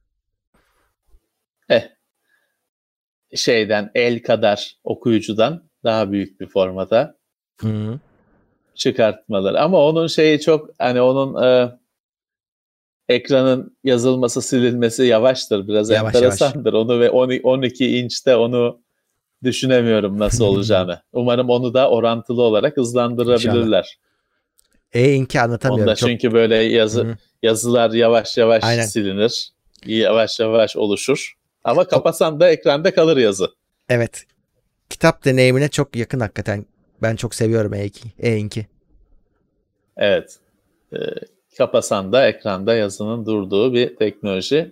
[SPEAKER 2] Eh, şeyden el kadar okuyucudan daha büyük bir formata
[SPEAKER 1] Hı-hı.
[SPEAKER 2] çıkartmaları. Ama onun şeyi çok, hani onun e, ekranın yazılması, silinmesi yavaştır. Biraz
[SPEAKER 1] Yavaş yavaş.
[SPEAKER 2] enteresandır. Onu ve on iki inçte onu düşünemiyorum nasıl olacağını. Umarım onu da orantılı olarak
[SPEAKER 1] İnşallah.
[SPEAKER 2] hızlandırabilirler.
[SPEAKER 1] E-ink'i anlatamıyorum.
[SPEAKER 2] Onda
[SPEAKER 1] Çok.
[SPEAKER 2] çünkü böyle yazı
[SPEAKER 1] Hı-hı.
[SPEAKER 2] yazılar yavaş yavaş
[SPEAKER 1] Aynen.
[SPEAKER 2] silinir. Yavaş yavaş oluşur. Ama
[SPEAKER 1] O,
[SPEAKER 2] kapasan da ekranda kalır yazı.
[SPEAKER 1] evet. Kitap deneyimine çok yakın hakikaten. Ben çok seviyorum E-ink'i. E-ink'i.
[SPEAKER 2] Evet. Ee, kapasan da ekranda yazının durduğu bir teknoloji.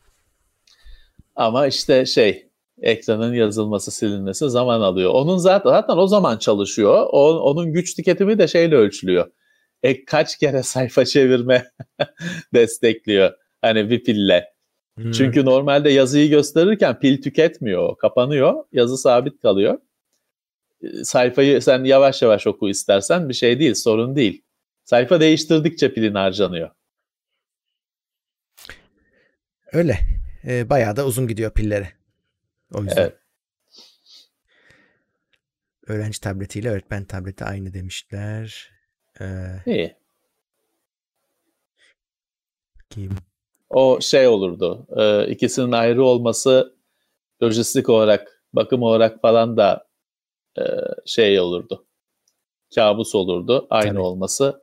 [SPEAKER 2] Ama işte şey, ekranın yazılması, silinmesi zaman alıyor. Onun zaten zaten o zaman çalışıyor. O, onun güç tüketimi de şeyle ölçülüyor. E, kaç kere sayfa çevirme destekliyor. Hani bir pille.
[SPEAKER 1] Hmm.
[SPEAKER 2] Çünkü normalde yazıyı gösterirken pil tüketmiyor. Kapanıyor. Yazı sabit kalıyor. E, sayfayı sen yavaş yavaş oku istersen bir şey değil, sorun değil. Sayfa değiştirdikçe pilin harcanıyor.
[SPEAKER 1] Öyle. Ee, bayağı da uzun gidiyor pilleri. O yüzden.
[SPEAKER 2] Evet.
[SPEAKER 1] Öğrenci tabletiyle öğretmen tableti aynı demişler. Ee,
[SPEAKER 2] İyi.
[SPEAKER 1] Kim?
[SPEAKER 2] O şey olurdu. E, ikisinin ayrı olması lojistik olarak, bakım olarak falan da e, şey olurdu. Kabus olurdu. Aynı
[SPEAKER 1] Tabii.
[SPEAKER 2] olması.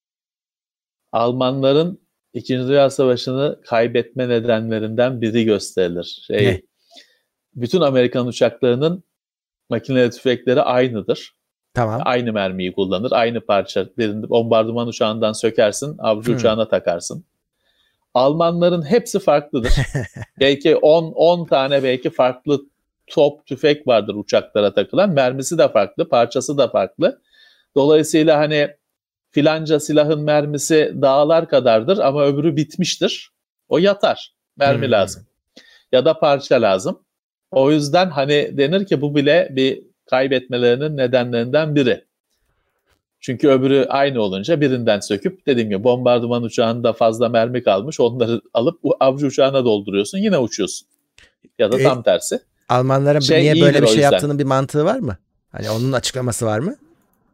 [SPEAKER 2] Almanların İkinci Dünya Savaşı'nı kaybetme nedenlerinden biri gösterilir. Şey,
[SPEAKER 1] Ne?
[SPEAKER 2] bütün Amerikan uçaklarının makineli tüfekleri aynıdır.
[SPEAKER 1] Tamam.
[SPEAKER 2] Aynı mermiyi kullanır. Aynı parça. Birinde bombardıman uçağından sökersin, avcı
[SPEAKER 1] Hmm.
[SPEAKER 2] uçağına takarsın. Almanların hepsi farklıdır. Belki on tane belki farklı top, tüfek vardır uçaklara takılan. Mermisi de farklı, parçası da farklı. Dolayısıyla hani filanca silahın mermisi dağlar kadardır ama öbürü bitmiştir. O yatar. Mermi
[SPEAKER 1] Hmm.
[SPEAKER 2] lazım. Ya da parça lazım. O yüzden hani denir ki bu bile bir kaybetmelerinin nedenlerinden biri. Çünkü öbürü aynı olunca birinden söküp, dediğim gibi bombardıman uçağında fazla mermi kalmış, onları alıp avcı uçağına dolduruyorsun, yine uçuyorsun. Ya da
[SPEAKER 1] E,
[SPEAKER 2] tam tersi.
[SPEAKER 1] Almanların
[SPEAKER 2] Şey
[SPEAKER 1] niye
[SPEAKER 2] iyidir
[SPEAKER 1] böyle bir
[SPEAKER 2] o
[SPEAKER 1] şey
[SPEAKER 2] yüzden.
[SPEAKER 1] yaptığının bir mantığı var mı? Hani onun açıklaması var mı?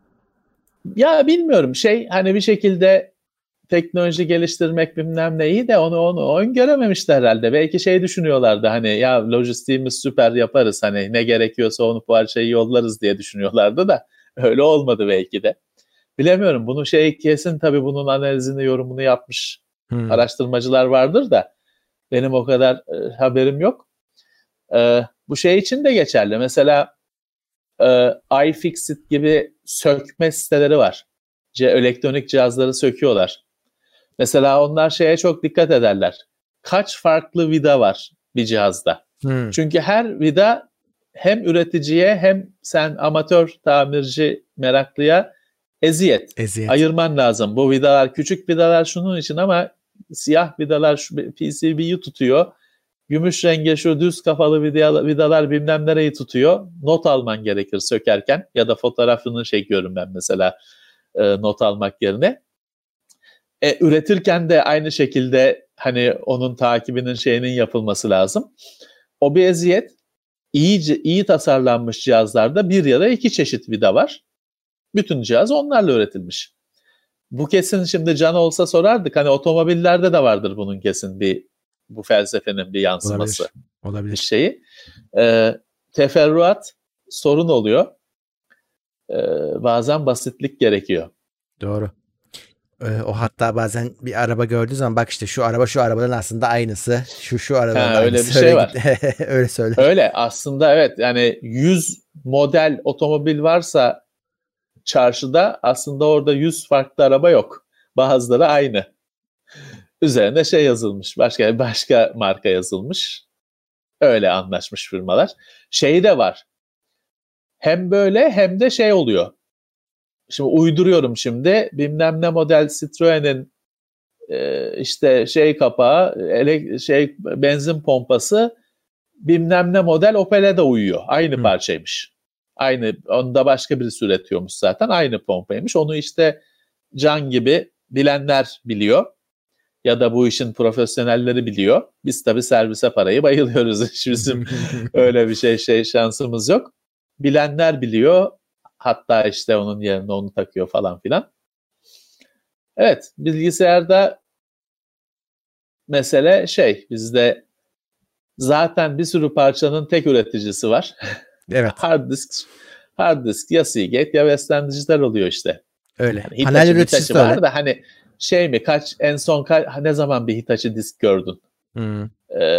[SPEAKER 2] Ya bilmiyorum, şey hani bir şekilde teknoloji geliştirmek bilmem ne iyi de onu onu öngörememişler herhalde. Belki şey düşünüyorlardı, hani ya lojistiğimiz süper yaparız, hani ne gerekiyorsa onu parçayı yollarız diye düşünüyorlardı da öyle olmadı belki de. Bilemiyorum, bunu şey kesin tabii, bunun analizini, yorumunu yapmış
[SPEAKER 1] Hmm.
[SPEAKER 2] araştırmacılar vardır da benim o kadar e, haberim yok. E, bu şey için de geçerli. Mesela e, iFixit gibi sökme siteleri var. Ce, elektronik cihazları söküyorlar. Mesela onlar şeye çok dikkat ederler. Kaç farklı vida var bir cihazda?
[SPEAKER 1] Hmm.
[SPEAKER 2] Çünkü her vida hem üreticiye hem sen amatör tamirci meraklıya eziyet.
[SPEAKER 1] Eziyet.
[SPEAKER 2] Ayırman lazım. Bu vidalar küçük vidalar şunun için ama siyah vidalar şu P C B'yi tutuyor. Gümüş rengi şu düz kafalı vidalar bilmem nereyi tutuyor. Not alman gerekir sökerken, ya da fotoğrafını çekiyorum ben mesela e, not almak yerine. E, üretirken de aynı şekilde hani onun takibinin şeyinin yapılması lazım. O bir eziyet. İyi, iyi tasarlanmış cihazlarda bir ya da iki çeşit vida var. Bütün cihaz onlarla üretilmiş. Bu kesin şimdi Can olsa sorardık. Hani otomobillerde de vardır bunun kesin bir bu felsefenin bir yansıması.
[SPEAKER 1] Olabilir. Olabilir.
[SPEAKER 2] Bir şeyi. Ee, teferruat sorun oluyor. Ee, bazen basitlik gerekiyor.
[SPEAKER 1] Doğru. Ee, o hatta bazen bir araba gördüğü zaman bak işte şu araba şu arabadan aslında aynısı. Şu şu arabanın
[SPEAKER 2] ha,
[SPEAKER 1] aynısı.
[SPEAKER 2] Öyle bir şey
[SPEAKER 1] öyle
[SPEAKER 2] var.
[SPEAKER 1] öyle söyler.
[SPEAKER 2] Öyle aslında evet. Yani yüz model otomobil varsa çarşıda aslında orada yüz farklı araba yok. Bazıları aynı. Üzerine şey yazılmış. Başka başka marka yazılmış. Öyle anlaşmış firmalar. Şey de var. Hem böyle hem de şey oluyor. Şimdi uyduruyorum şimdi. Bilmem ne model Citroen'in e, işte şey kapağı, ele, şey benzin pompası bilmem ne model Opel'e de uyuyor. Aynı Hı. parçaymış. Aynı, onu da başka birisi üretiyormuş zaten. Aynı pompaymış. Onu işte Can gibi bilenler biliyor. Ya da bu işin profesyonelleri biliyor. Biz tabii servise parayı bayılıyoruz. Hiç bizim öyle bir şey şey şansımız yok. Bilenler biliyor. Hatta işte onun yerine onu takıyor falan filan. Evet, bilgisayarda mesele şey, bizde zaten bir sürü parçanın tek üreticisi var.
[SPEAKER 1] Evet.
[SPEAKER 2] hard disk, hard disk ya Seagate ya Western Digital oluyor işte.
[SPEAKER 1] Öyle.
[SPEAKER 2] Yani
[SPEAKER 1] Panel
[SPEAKER 2] Hitachi,
[SPEAKER 1] üreticisi
[SPEAKER 2] Hitachi var
[SPEAKER 1] öyle.
[SPEAKER 2] da hani şey mi kaç en son kaç, ne zaman bir Hitachi disk gördün?
[SPEAKER 1] Hmm.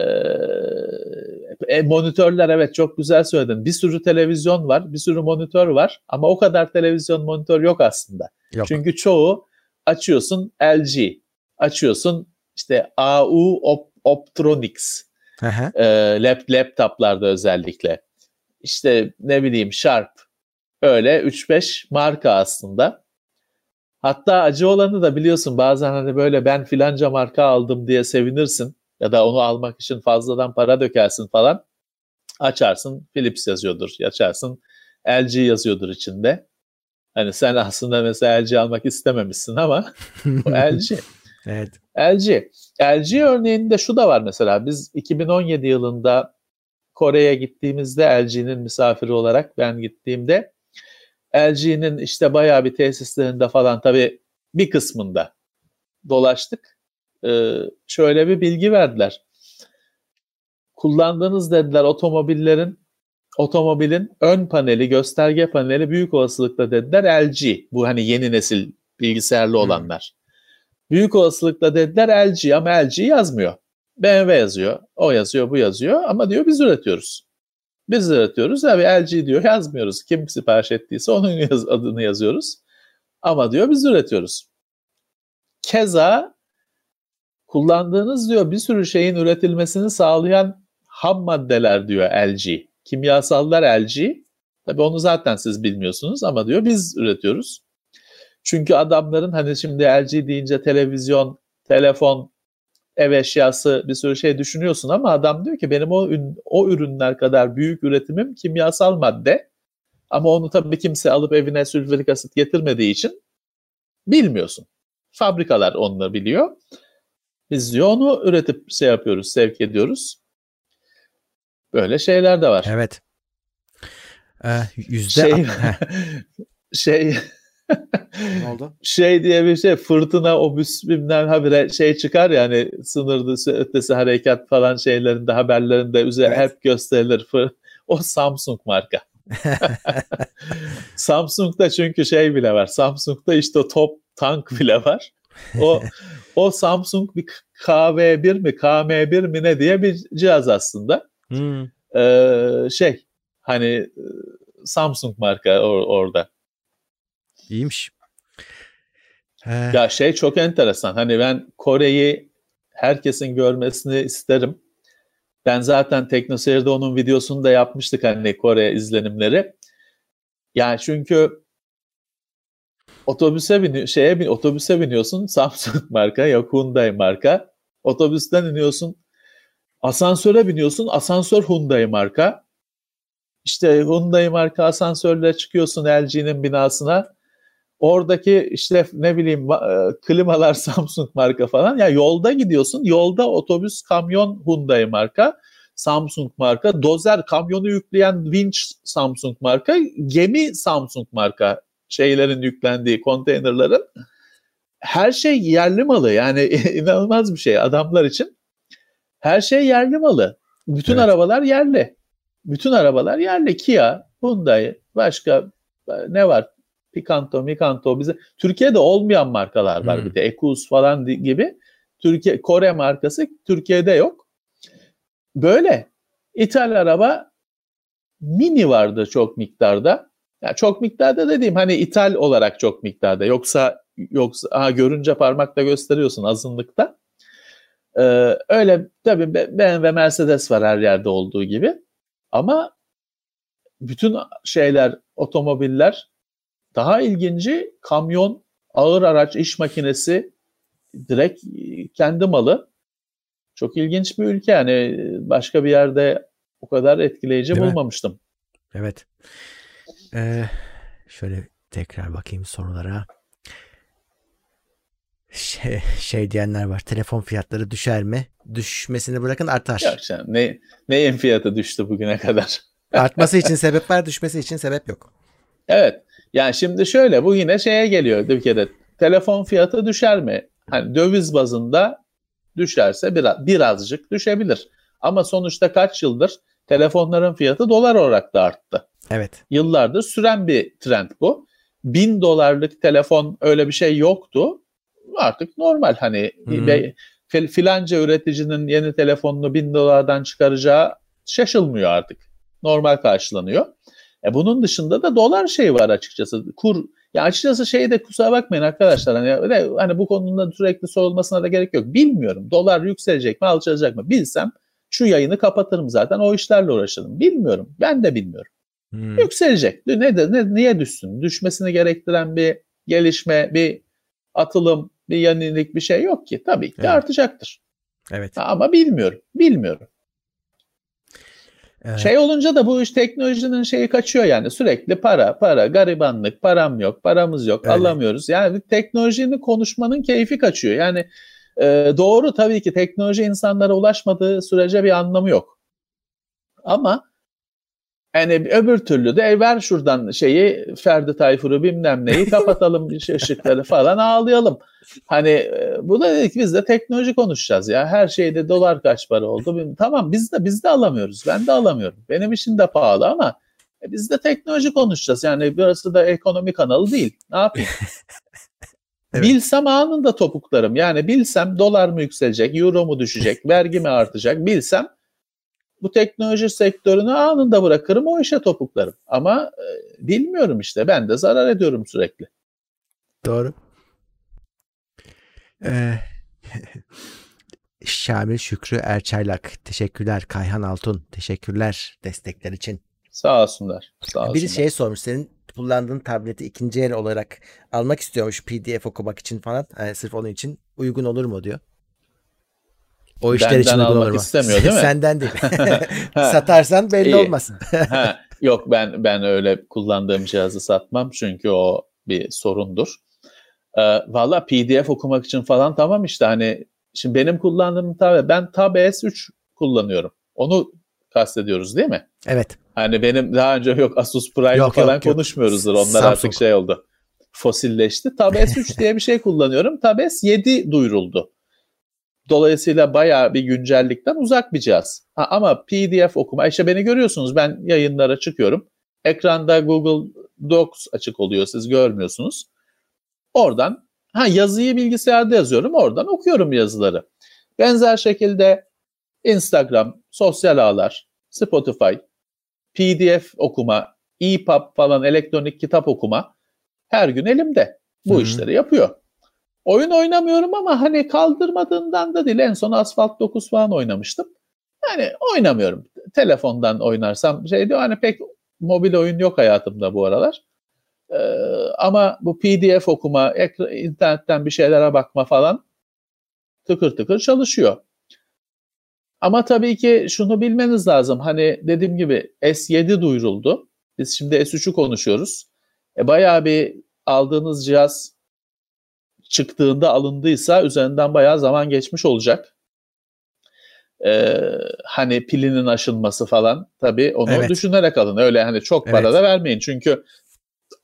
[SPEAKER 2] Ee, monitörler evet çok güzel söyledin. Bir sürü televizyon var, bir sürü monitör var ama o kadar televizyon monitör yok aslında.
[SPEAKER 1] Yok.
[SPEAKER 2] Çünkü çoğu açıyorsun L G, açıyorsun işte A U Op- Optronics, e, lap, laptoplarda özellikle. İşte ne bileyim Sharp, öyle üç beş marka aslında. Hatta acı olanı da biliyorsun bazen hani böyle ben filanca marka aldım diye sevinirsin ya da onu almak için fazladan para dökersin falan. Açarsın Philips yazıyordur, açarsın L G yazıyordur içinde. Hani sen aslında mesela L G almak istememişsin ama o L G.
[SPEAKER 1] Evet.
[SPEAKER 2] L G. L G örneğinde şu da var mesela biz iki bin on yedi yılında Kore'ye gittiğimizde L G'nin misafiri olarak ben gittiğimde L G'nin işte bayağı bir tesislerinde falan tabii bir kısmında dolaştık. Ee, şöyle bir bilgi verdiler. Kullandığınız dediler otomobillerin otomobilin ön paneli, gösterge paneli büyük olasılıkla dediler L G. Bu hani yeni nesil bilgisayarlı olanlar. Hmm. Büyük olasılıkla dediler L G ama L G yazmıyor. B M W yazıyor, o yazıyor, bu yazıyor ama diyor biz üretiyoruz. Biz üretiyoruz abi L G diyor yazmıyoruz. Kim sipariş ettiyse onun yaz, adını yazıyoruz. Ama diyor biz üretiyoruz. Keza kullandığınız diyor bir sürü şeyin üretilmesini sağlayan ham maddeler diyor L G. Kimyasallar L G. Tabii onu zaten siz bilmiyorsunuz ama diyor biz üretiyoruz. Çünkü adamların hani şimdi L G deyince televizyon, telefon, ev eşyası bir sürü şey düşünüyorsun ama adam diyor ki benim o, o ürünler kadar büyük üretimim kimyasal madde. Ama onu tabii kimse alıp evine sülfürik asit getirmediği için bilmiyorsun. Fabrikalar onu biliyor. Biz diyor onu üretip şey yapıyoruz, sevk ediyoruz. Böyle şeyler de var.
[SPEAKER 1] Evet. Ee, yüzde
[SPEAKER 2] şey şey
[SPEAKER 1] ne oldu?
[SPEAKER 2] Şey diye bir şey fırtına obüs bilmem habire şey çıkar ya hani sınır ötesi harekat falan şeylerinde haberlerinde üzerine evet. Hep gösterilir. O Samsung marka. Samsung'da çünkü şey bile var. Samsung'da işte o top tank bile var. O o Samsung bir K V bir mi K M bir mi ne diye bir cihaz aslında.
[SPEAKER 1] Hmm.
[SPEAKER 2] Ee, şey hani Samsung marka or- orada.
[SPEAKER 1] İyiymiş.
[SPEAKER 2] Ya şey çok enteresan. Hani ben Kore'yi herkesin görmesini isterim. Ben zaten TeknoSeyir'de onun videosunu da yapmıştık hani Kore izlenimleri. Yani çünkü otobüse biniyor, şeye bin, otobüse biniyorsun Samsung marka, yok Hyundai marka. Otobüsten iniyorsun, asansöre biniyorsun, asansör Hyundai marka. İşte Hyundai marka asansörle çıkıyorsun L G'nin binasına. Oradaki işte ne bileyim klimalar Samsung marka falan. Ya yani yolda gidiyorsun. Yolda otobüs, kamyon Hyundai marka, Samsung marka, dozer kamyonu yükleyen vinç Samsung marka, gemi Samsung marka. şeylerin yüklendiği konteynerların her şey yerli malı. Yani inanılmaz bir şey adamlar için. Her şey yerli malı. Bütün
[SPEAKER 1] Evet.
[SPEAKER 2] arabalar yerli. Bütün arabalar yerli. Kia, Hyundai, başka ne var? Picanto, Micanto. Bize Türkiye'de olmayan markalar var. Hmm. Bir de Ekus falan gibi. Türkiye Kore markası Türkiye'de yok. Böyle. İthal araba Mini vardı çok miktarda. Yani çok miktarda dediğim hani ithal olarak çok miktarda. Yoksa yoksa aha, görünce parmakla gösteriyorsun azınlıkta. Ee, öyle tabii B M W, Mercedes var her yerde olduğu gibi. Ama bütün şeyler, otomobiller, daha ilginci kamyon, ağır araç, iş makinesi direkt kendi malı. Çok ilginç bir ülke yani başka bir yerde o kadar etkileyici Değil bulmamıştım.
[SPEAKER 1] Mi? Evet. Ee, şöyle tekrar bakayım sorulara. Şey, şey diyenler var. Telefon fiyatları düşer mi? Düşmesini bırakın artar.
[SPEAKER 2] Yok canım. Ne, neyin fiyatı düştü bugüne kadar?
[SPEAKER 1] Artması için sebep var, düşmesi için sebep yok.
[SPEAKER 2] Evet. Yani şimdi şöyle bu yine şeye geliyor bir kere. Telefon fiyatı düşer mi? Hani döviz bazında düşerse biraz, birazcık düşebilir. Ama sonuçta kaç yıldır telefonların fiyatı dolar olarak da arttı.
[SPEAKER 1] Evet.
[SPEAKER 2] Yıllardır süren bir trend bu. Bin dolarlık telefon öyle bir şey yoktu. Artık normal hani hmm. filanca üreticinin yeni telefonunu bin dolardan çıkaracağı şaşılmıyor artık. Normal karşılanıyor. E bunun dışında da dolar şeyi var açıkçası. Kur ya açıkçası şeyde kusura bakmayın arkadaşlar hani hani bu konuda sürekli sorulmasına da gerek yok. Bilmiyorum. Dolar yükselecek mi, alçalacak mı? Bilsem şu yayını kapatırım zaten. O işlerle uğraşırım. Bilmiyorum. Ben de bilmiyorum. Hmm. Yükselecek. Ne, ne niye düşsün? Düşmesini gerektiren bir gelişme, bir atılım, bir yenilik bir şey yok ki. Tabii ki evet. artacaktır.
[SPEAKER 1] Evet.
[SPEAKER 2] Ama bilmiyorum. Bilmiyorum. Evet. Şey olunca da bu iş teknolojinin şeyi kaçıyor yani sürekli para, para, garibanlık, param yok, paramız yok, Öyle. alamıyoruz. Yani teknolojinin konuşmanın keyfi kaçıyor. Yani e, doğru tabii ki teknoloji insanlara ulaşmadığı sürece bir anlamı yok. Ama yani öbür türlü de ver şuradan şeyi Ferdi Tayfur'u bilmem neyi kapatalım ışıkları falan ağlayalım. Hani bu da dedik biz de teknoloji konuşacağız ya. Her şeyde dolar kaç para oldu. Tamam biz de biz de alamıyoruz. Ben de alamıyorum. Benim için de pahalı ama biz de teknoloji konuşacağız. Yani burası da ekonomi kanalı değil. Ne yapayım? Evet. Bilsem anında topuklarım. Yani bilsem dolar mı yükselecek, euro mu düşecek, vergi mi artacak bilsem bu teknoloji sektörünü anında bırakırım, o işe topuklarım. Ama e, bilmiyorum işte. Ben de zarar ediyorum sürekli.
[SPEAKER 1] Doğru. Ee, Şamil Şükrü Erçaylak. Teşekkürler. Kayhan Altun. Teşekkürler destekler için.
[SPEAKER 2] Sağ olsunlar. Sağ olsunlar.
[SPEAKER 1] Biri şey sormuş. Senin kullandığın tableti ikinci el olarak almak istiyormuş P D F okumak için falan. Yani sırf onun için uygun olur mu diyor. O işler
[SPEAKER 2] Benden
[SPEAKER 1] için uygun
[SPEAKER 2] almak
[SPEAKER 1] olur mu?
[SPEAKER 2] istemiyor değil mi?
[SPEAKER 1] Senden değil. Satarsan belli İyi. olmasın.
[SPEAKER 2] ha, yok ben ben öyle kullandığım cihazı satmam çünkü o bir sorundur. Ee, Valla P D F okumak için falan tamam işte hani şimdi benim kullandığım tablet ben Tab S üç kullanıyorum. Onu kastediyoruz değil mi?
[SPEAKER 1] Evet.
[SPEAKER 2] Hani benim daha önce yok Asus Prime yok, falan yok, konuşmuyoruzdur. Yok. Onlar Samsung. Artık şey oldu. Fosilleşti. Tab S üç diye bir şey kullanıyorum. Tab S yedi duyuruldu. Dolayısıyla bayağı bir güncellikten uzak bir cihaz. Ha, ama P D F okuma, işte beni görüyorsunuz ben yayınlara çıkıyorum. Ekranda Google Docs açık oluyor, siz görmüyorsunuz. Oradan ha yazıyı bilgisayarda yazıyorum, oradan okuyorum yazıları. Benzer şekilde Instagram, sosyal ağlar, Spotify, P D F okuma, E P U B falan elektronik kitap okuma her gün elimde. Bu Hı-hı. işleri yapıyor. Oyun oynamıyorum ama hani kaldırmadığından da değil. En son Asphalt dokuz falan oynamıştım. Yani oynamıyorum. Telefondan oynarsam şey diyor hani pek mobil oyun yok hayatımda bu aralar. Ee, ama bu P D F okuma, internetten bir şeylere bakma falan tıkır tıkır çalışıyor. Ama tabii ki şunu bilmeniz lazım. Hani dediğim gibi S yedi duyuruldu. Biz şimdi S üçü konuşuyoruz. E, bayağı bir aldığınız cihaz çıktığında alındıysa üzerinden bayağı zaman geçmiş olacak. Ee, hani pilinin aşınması falan tabii onu evet. düşünerek alın. Öyle hani çok para evet. da vermeyin. Çünkü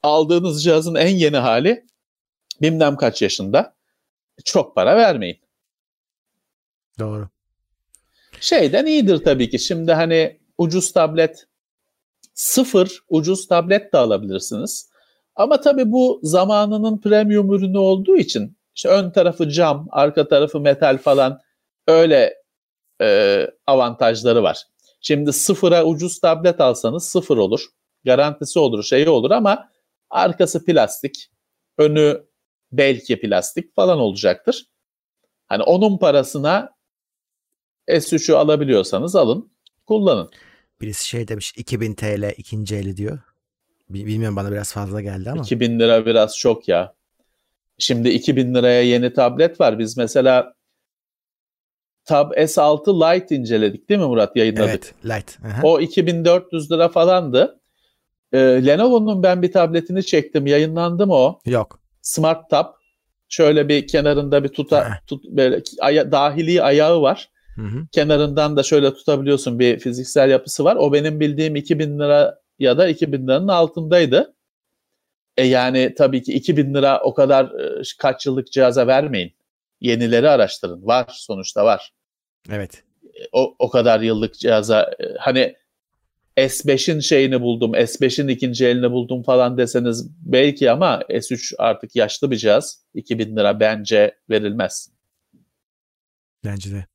[SPEAKER 2] aldığınız cihazın en yeni hali bilmem kaç yaşında. Çok para vermeyin.
[SPEAKER 1] Doğru.
[SPEAKER 2] Şeyden iyidir tabii ki. Şimdi hani ucuz tablet, sıfır ucuz tablet de alabilirsiniz. Ama tabii bu zamanının premium ürünü olduğu için işte ön tarafı cam, arka tarafı metal falan öyle e, avantajları var. Şimdi sıfıra ucuz tablet alsanız sıfır olur. Garantisi olur, şeyi olur ama arkası plastik, önü belki plastik falan olacaktır. Hani onun parasına S üçü alabiliyorsanız alın, kullanın.
[SPEAKER 1] Birisi şey demiş iki bin T L ikinci eli diyor. Bilmiyorum, bana biraz fazla geldi ama.
[SPEAKER 2] iki bin lira biraz çok ya. Şimdi iki bin liraya yeni tablet var. Biz mesela Tab S altı Lite inceledik değil mi Murat? Yayınladık.
[SPEAKER 1] Evet, Lite. Aha.
[SPEAKER 2] O iki bin dört yüz lira falandı. Ee, Lenovo'nun ben bir tabletini çektim. Yayınlandı mı o?
[SPEAKER 1] Yok.
[SPEAKER 2] Smart Tab. Şöyle bir kenarında bir tuta, tut, böyle aya, dahili ayağı var.
[SPEAKER 1] Hı hı.
[SPEAKER 2] Kenarından da şöyle tutabiliyorsun, bir fiziksel yapısı var. O benim bildiğim iki bin lira ya da iki bin liranın altındaydı. E yani tabii ki iki bin lira o kadar e, kaç yıllık cihaza vermeyin. Yenileri araştırın. Var, sonuçta var.
[SPEAKER 1] Evet.
[SPEAKER 2] O, o kadar yıllık cihaza e, hani S beşin şeyini buldum, S beşin ikinci elini buldum falan deseniz belki, ama S üç artık yaşlı bir cihaz. iki bin lira bence verilmez.
[SPEAKER 1] Bence de.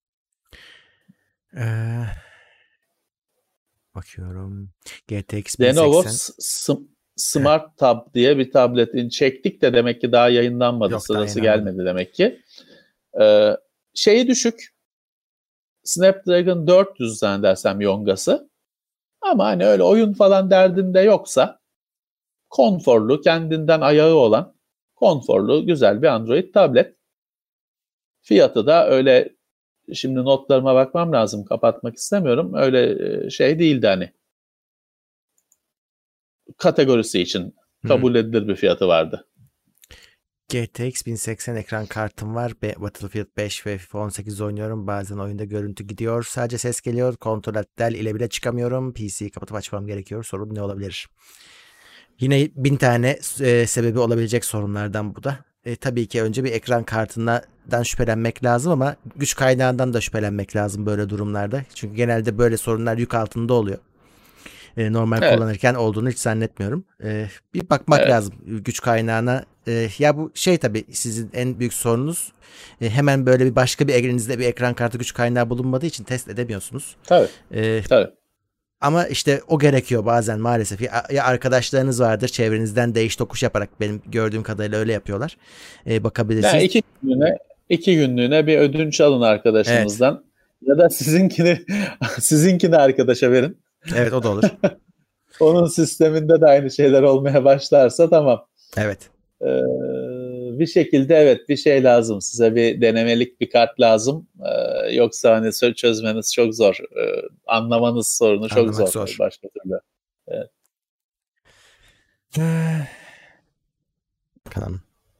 [SPEAKER 1] Ee, bakıyorum. G T X bin seksen.
[SPEAKER 2] Lenovo s- Smart Tab diye bir tabletini çektik de demek ki daha yayınlanmadı.
[SPEAKER 1] Yok,
[SPEAKER 2] sırası
[SPEAKER 1] daha yayınlanmadı.
[SPEAKER 2] gelmedi demek ki. Ee, şeyi düşük. Snapdragon dört yüz zannedersem yongası. Ama hani öyle oyun falan derdinde yoksa konforlu, kendinden ayağı olan konforlu, güzel bir Android tablet. Fiyatı da öyle, şimdi notlarıma bakmam lazım, kapatmak istemiyorum. Öyle şey değildi hani. Kategorisi için kabul edilir bir fiyatı vardı.
[SPEAKER 1] G T X bin seksen ekran kartım var. Be- Battlefield beş ve FIFA on sekiz oynuyorum. Bazen oyunda görüntü gidiyor. Sadece ses geliyor. Kontrol del ile bile çıkamıyorum. P C'yi kapatıp açmam gerekiyor. Sorun ne olabilir? Yine bin tane e, sebebi olabilecek sorunlardan bu da. E, tabii ki önce bir ekran kartından şüphelenmek lazım ama güç kaynağından da şüphelenmek lazım böyle durumlarda. Çünkü genelde böyle sorunlar yük altında oluyor. E, normal
[SPEAKER 2] Evet.
[SPEAKER 1] kullanırken olduğunu hiç zannetmiyorum. E, bir bakmak
[SPEAKER 2] Evet.
[SPEAKER 1] lazım güç kaynağına. E, ya bu şey tabii sizin en büyük sorunuz. E, hemen böyle bir başka bir elinizde bir ekran kartı güç kaynağı bulunmadığı için test edemiyorsunuz.
[SPEAKER 2] Tabii.
[SPEAKER 1] E,
[SPEAKER 2] Tabii.
[SPEAKER 1] Ama işte o gerekiyor bazen maalesef. Ya, ya arkadaşlarınız vardır çevrenizden değiş tokuş yaparak, benim gördüğüm kadarıyla öyle yapıyorlar. E, bakabilirsiniz.
[SPEAKER 2] Yani iki günlüğüne, iki günlüğüne bir ödünç alın arkadaşınızdan. Evet. Ya da sizinkini sizinkini arkadaşa verin.
[SPEAKER 1] Evet, o da olur.
[SPEAKER 2] Onun sisteminde de aynı şeyler olmaya başlarsa tamam.
[SPEAKER 1] Evet.
[SPEAKER 2] Ee, bir şekilde evet bir şey lazım. Size bir denemelik bir kart lazım. Ee, yoksa hani çözmeniz çok zor. Ee, anlamanız sorunu çok
[SPEAKER 1] Anlamak
[SPEAKER 2] zor.
[SPEAKER 1] zor.
[SPEAKER 2] Başka türlü. Evet.
[SPEAKER 1] Bakalım.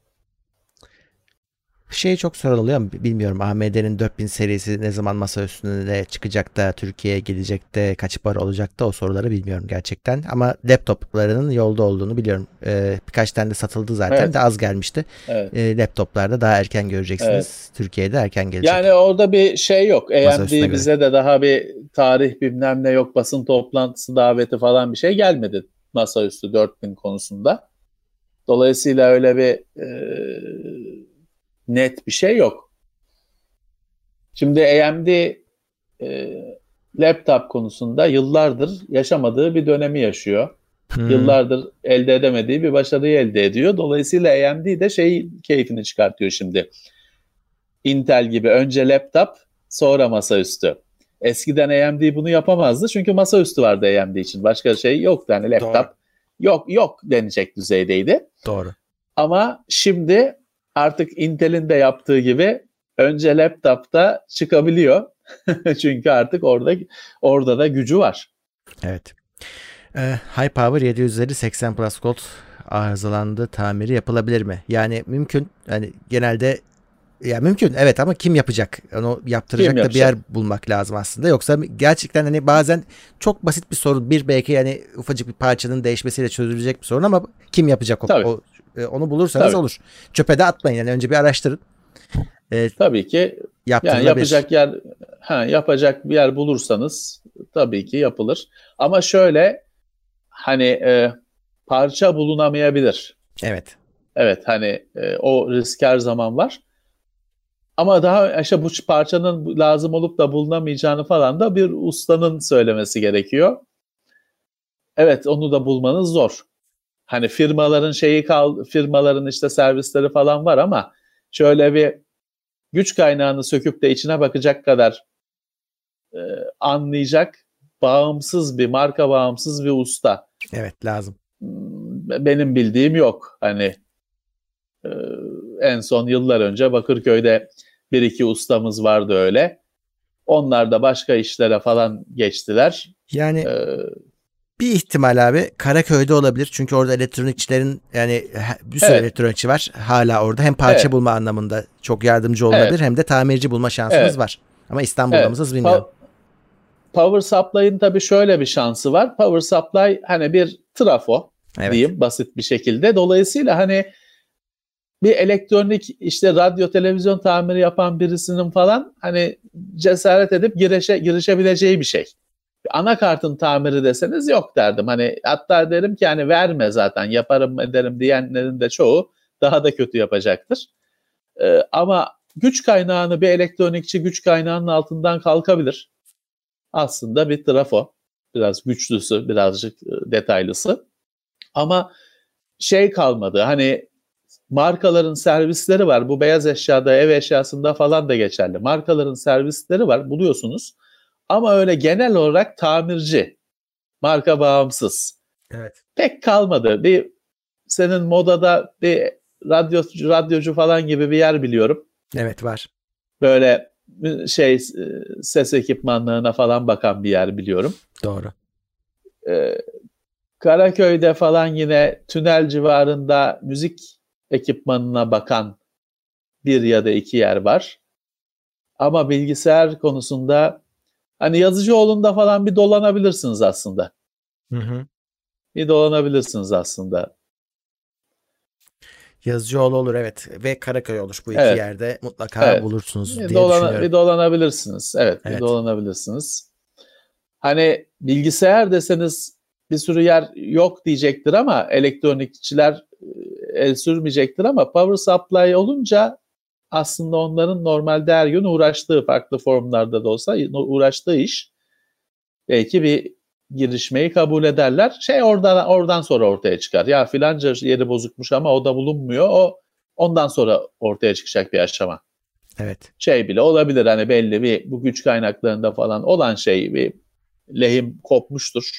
[SPEAKER 1] Şey çok soruluyor ama bilmiyorum, A M D'nin dört bin serisi ne zaman masa üstünde çıkacak da Türkiye'ye gelecek de kaç para olacak da, o soruları bilmiyorum gerçekten. Ama laptoplarının yolda olduğunu biliyorum. Ee, birkaç tane de satıldı zaten,
[SPEAKER 2] Evet.
[SPEAKER 1] de az gelmişti.
[SPEAKER 2] Evet.
[SPEAKER 1] Ee, laptoplarda daha erken göreceksiniz. Evet. Türkiye'de erken gelecek.
[SPEAKER 2] Yani orada bir şey yok. A M D bize
[SPEAKER 1] göre.
[SPEAKER 2] de daha bir tarih bilmem ne yok. Basın toplantısı daveti falan bir şey gelmedi masaüstü dört bin konusunda. Dolayısıyla öyle bir e, net bir şey yok. Şimdi A M D e, laptop konusunda yıllardır yaşamadığı bir dönemi yaşıyor. Hmm. Yıllardır elde edemediği bir başarıyı elde ediyor. Dolayısıyla A M D de şey keyfini çıkartıyor şimdi. Intel gibi önce laptop, sonra masaüstü. Eskiden A M D bunu yapamazdı çünkü masaüstü vardı A M D için. Başka şey yoktu. Yani laptop Doğru. yok yok denecek düzeydeydi.
[SPEAKER 1] Doğru.
[SPEAKER 2] Ama şimdi artık Intel'in de yaptığı gibi önce laptopta çıkabiliyor. Çünkü artık orada orada da gücü var.
[SPEAKER 1] Evet. Ee, High Power yedi yüz elli seksen Plus Gold arızalandı. Tamiri yapılabilir mi? Yani mümkün. Yani genelde Ya mümkün evet ama kim yapacak? Onu yaptıracak
[SPEAKER 2] Kim
[SPEAKER 1] da bir yer
[SPEAKER 2] yapacak?
[SPEAKER 1] bulmak lazım aslında. Yoksa gerçekten hani bazen çok basit bir sorun. Bir belki yani ufacık bir parçanın değişmesiyle çözülecek bir sorun ama kim yapacak o,
[SPEAKER 2] Tabii.
[SPEAKER 1] o- e, onu bulursanız
[SPEAKER 2] Tabii.
[SPEAKER 1] olur. Çöpe de atmayın. Yani önce bir araştırın. E,
[SPEAKER 2] Tabii ki yani
[SPEAKER 1] yaptırılabilir.
[SPEAKER 2] yapacak yer ha, yapacak bir yer bulursanız tabii ki yapılır. Ama şöyle hani e, parça bulunamayabilir.
[SPEAKER 1] Evet.
[SPEAKER 2] Evet hani e, o risk her zaman var. Ama daha işte bu parçanın lazım olup da bulunamayacağını falan da bir ustanın söylemesi gerekiyor. Evet onu da bulmanız zor. Hani firmaların şeyi kal, firmaların işte servisleri falan var ama şöyle bir güç kaynağını söküp de içine bakacak kadar e, anlayacak bağımsız bir marka bağımsız bir usta.
[SPEAKER 1] Evet lazım.
[SPEAKER 2] Benim bildiğim yok. Hani e, en son yıllar önce Bakırköy'de bir iki ustamız vardı öyle. Onlar da başka işlere falan geçtiler.
[SPEAKER 1] Yani
[SPEAKER 2] Ee,
[SPEAKER 1] bir ihtimal abi Karaköy'de olabilir. Çünkü orada elektronikçilerin yani bir sürü
[SPEAKER 2] evet,
[SPEAKER 1] elektronikçi var hala orada. Hem parça
[SPEAKER 2] evet,
[SPEAKER 1] bulma anlamında çok yardımcı olunabilir
[SPEAKER 2] evet,
[SPEAKER 1] hem de tamirci bulma şansınız
[SPEAKER 2] evet,
[SPEAKER 1] var. Ama İstanbul'da
[SPEAKER 2] evet.
[SPEAKER 1] mısınız bilmiyorum.
[SPEAKER 2] Pa- Power Supply'ın tabii şöyle bir şansı var. Power Supply hani bir trafo
[SPEAKER 1] Evet.
[SPEAKER 2] diyeyim basit bir şekilde. Dolayısıyla hani bir elektronik işte radyo televizyon tamiri yapan birisinin falan hani cesaret edip girişe, girişebileceği bir şey. Anakartın tamiri deseniz yok derdim. Hani hatta derim ki hani verme zaten yaparım ederim diyenlerin de çoğu daha da kötü yapacaktır. Ee, ama güç kaynağını bir elektronikçi güç kaynağının altından kalkabilir. Aslında bir trafo. Biraz güçlüsü, birazcık detaylısı. Ama şey kalmadı. Hani markaların servisleri var. Bu beyaz eşyada, ev eşyasında falan da geçerli. Markaların servisleri var buluyorsunuz. Ama öyle genel olarak tamirci, marka bağımsız.
[SPEAKER 1] Evet.
[SPEAKER 2] Pek kalmadı. Bir senin modada bir radyo, radyocu falan gibi bir yer biliyorum.
[SPEAKER 1] Evet var.
[SPEAKER 2] Böyle şey ses ekipmanlarına falan bakan bir yer biliyorum.
[SPEAKER 1] Doğru.
[SPEAKER 2] Ee, Karaköy'de falan yine tünel civarında müzik ekipmanına bakan bir ya da iki yer var. Ama bilgisayar konusunda hani Yazıcıoğlu'nda falan bir dolanabilirsiniz aslında.
[SPEAKER 1] Hı hı.
[SPEAKER 2] Bir dolanabilirsiniz aslında.
[SPEAKER 1] Yazıcıoğlu olur evet ve Karaköy olur. Bu iki
[SPEAKER 2] Evet,
[SPEAKER 1] yerde mutlaka
[SPEAKER 2] evet.
[SPEAKER 1] bulursunuz
[SPEAKER 2] Bir,
[SPEAKER 1] diye
[SPEAKER 2] dolana,
[SPEAKER 1] düşünüyorum.
[SPEAKER 2] bir dolanabilirsiniz. Evet, bir
[SPEAKER 1] Evet.
[SPEAKER 2] dolanabilirsiniz. Hani bilgisayar deseniz bir sürü yer yok diyecektir ama elektronikçiler el sürmeyecektir ama power supply olunca aslında onların normalde her gün uğraştığı farklı formlarda da olsa uğraştığı iş belki bir girişmeyi kabul ederler. Şey oradan oradan sonra ortaya çıkar. Ya filanca yeri bozukmuş ama o da bulunmuyor. O ondan sonra ortaya çıkacak bir aşama.
[SPEAKER 1] Evet.
[SPEAKER 2] Şey bile olabilir hani belli bir bu güç kaynaklarında falan olan şey bir lehim kopmuştur.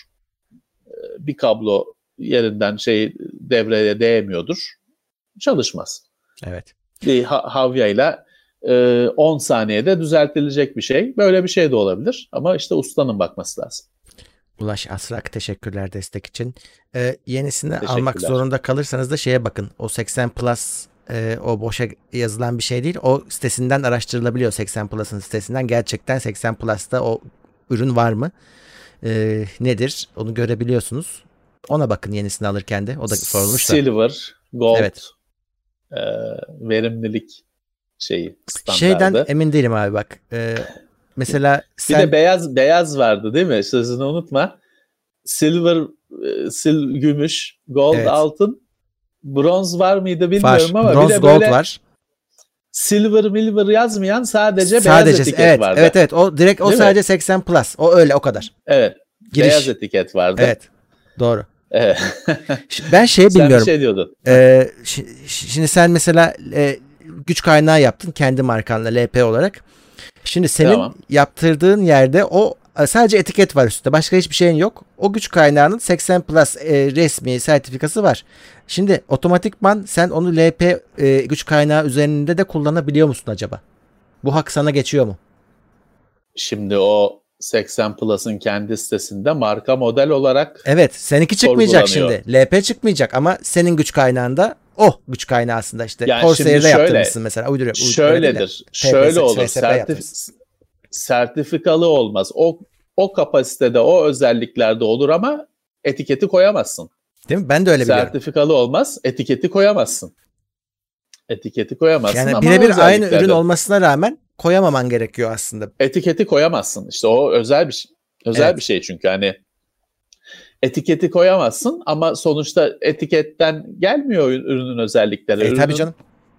[SPEAKER 2] Bir kablo yerinden şey devreye değmiyordur. Çalışmaz.
[SPEAKER 1] Evet.
[SPEAKER 2] Bir ha- havyayla e, on saniyede düzeltilecek bir şey. Böyle bir şey de olabilir ama işte ustanın bakması lazım.
[SPEAKER 1] Ulaş Asrak teşekkürler destek için. Ee, yenisini almak
[SPEAKER 2] Teşekkürler.
[SPEAKER 1] zorunda kalırsanız da şeye bakın. O seksen Plus e, o boşa yazılan bir şey değil. O sitesinden araştırılabiliyor seksen Plus'ın sitesinden. Gerçekten seksen Plus'ta o ürün var mı? Ee, nedir? Onu görebiliyorsunuz. Ona bakın yenisini alırken de. O da sorulmuş da.
[SPEAKER 2] Silver, gold,
[SPEAKER 1] Evet.
[SPEAKER 2] e, verimlilik şeyi
[SPEAKER 1] Şeyden
[SPEAKER 2] standardı.
[SPEAKER 1] emin değilim abi bak. Ee, mesela
[SPEAKER 2] Bir de
[SPEAKER 1] sen
[SPEAKER 2] beyaz beyaz vardı değil mi? Sözünü unutma. Silver, e, sil gümüş, gold
[SPEAKER 1] evet
[SPEAKER 2] altın, bronz var mıydı
[SPEAKER 1] var.
[SPEAKER 2] bilmiyorum ama bir
[SPEAKER 1] Bronze
[SPEAKER 2] de
[SPEAKER 1] gold
[SPEAKER 2] böyle
[SPEAKER 1] var.
[SPEAKER 2] silver milver yazmayan sadece beyaz
[SPEAKER 1] Sadece
[SPEAKER 2] etiket
[SPEAKER 1] evet evet
[SPEAKER 2] vardı.
[SPEAKER 1] evet o direkt o
[SPEAKER 2] Değil mi?
[SPEAKER 1] sadece seksen Plus. O öyle o kadar.
[SPEAKER 2] Evet. Beyaz
[SPEAKER 1] Giriş.
[SPEAKER 2] etiket vardı.
[SPEAKER 1] Evet. Doğru.
[SPEAKER 2] Evet.
[SPEAKER 1] Ş- Ben şey
[SPEAKER 2] Sen bir
[SPEAKER 1] bilmiyorum.
[SPEAKER 2] şey diyordun. Heh,
[SPEAKER 1] Ee, şi- şimdi sen mesela e, güç kaynağı yaptın kendi markanla L P olarak. Şimdi senin
[SPEAKER 2] tamam.
[SPEAKER 1] yaptırdığın yerde o e, sadece etiket var üstünde. Başka hiçbir şeyin yok. O güç kaynağının seksen Plus e, resmi sertifikası var. Şimdi otomatikman sen onu L P e, güç kaynağı üzerinde de kullanabiliyor musun acaba? Bu hak sana geçiyor mu?
[SPEAKER 2] Şimdi o seksen Plus'ın kendi sitesinde marka model olarak
[SPEAKER 1] Evet, seninki çıkmayacak
[SPEAKER 2] sorgulanıyor.
[SPEAKER 1] şimdi. L P çıkmayacak ama senin güç kaynağında o güç kaynağı aslında işte.
[SPEAKER 2] Yani
[SPEAKER 1] Corsair'da
[SPEAKER 2] şöyle,
[SPEAKER 1] yaptırmışsın mesela. Uyduruyor.
[SPEAKER 2] Şöyledir. Şöyle olur. Sertif- sertifikalı olmaz. O o kapasitede, o özelliklerde olur ama etiketi koyamazsın.
[SPEAKER 1] Değil mi? Ben de öyle biliyorum.
[SPEAKER 2] Sertifikalı olmaz, etiketi koyamazsın. Etiketi koyamazsın
[SPEAKER 1] yani
[SPEAKER 2] ama
[SPEAKER 1] birebir aynı ürün olmasına rağmen koyamaman gerekiyor aslında.
[SPEAKER 2] Etiketi koyamazsın. İşte o özel bir şey. Özel evet. bir şey çünkü hani etiketi koyamazsın ama sonuçta etiketten gelmiyor ürünün özellikleri.
[SPEAKER 1] E,
[SPEAKER 2] ürünün
[SPEAKER 1] tabii canım.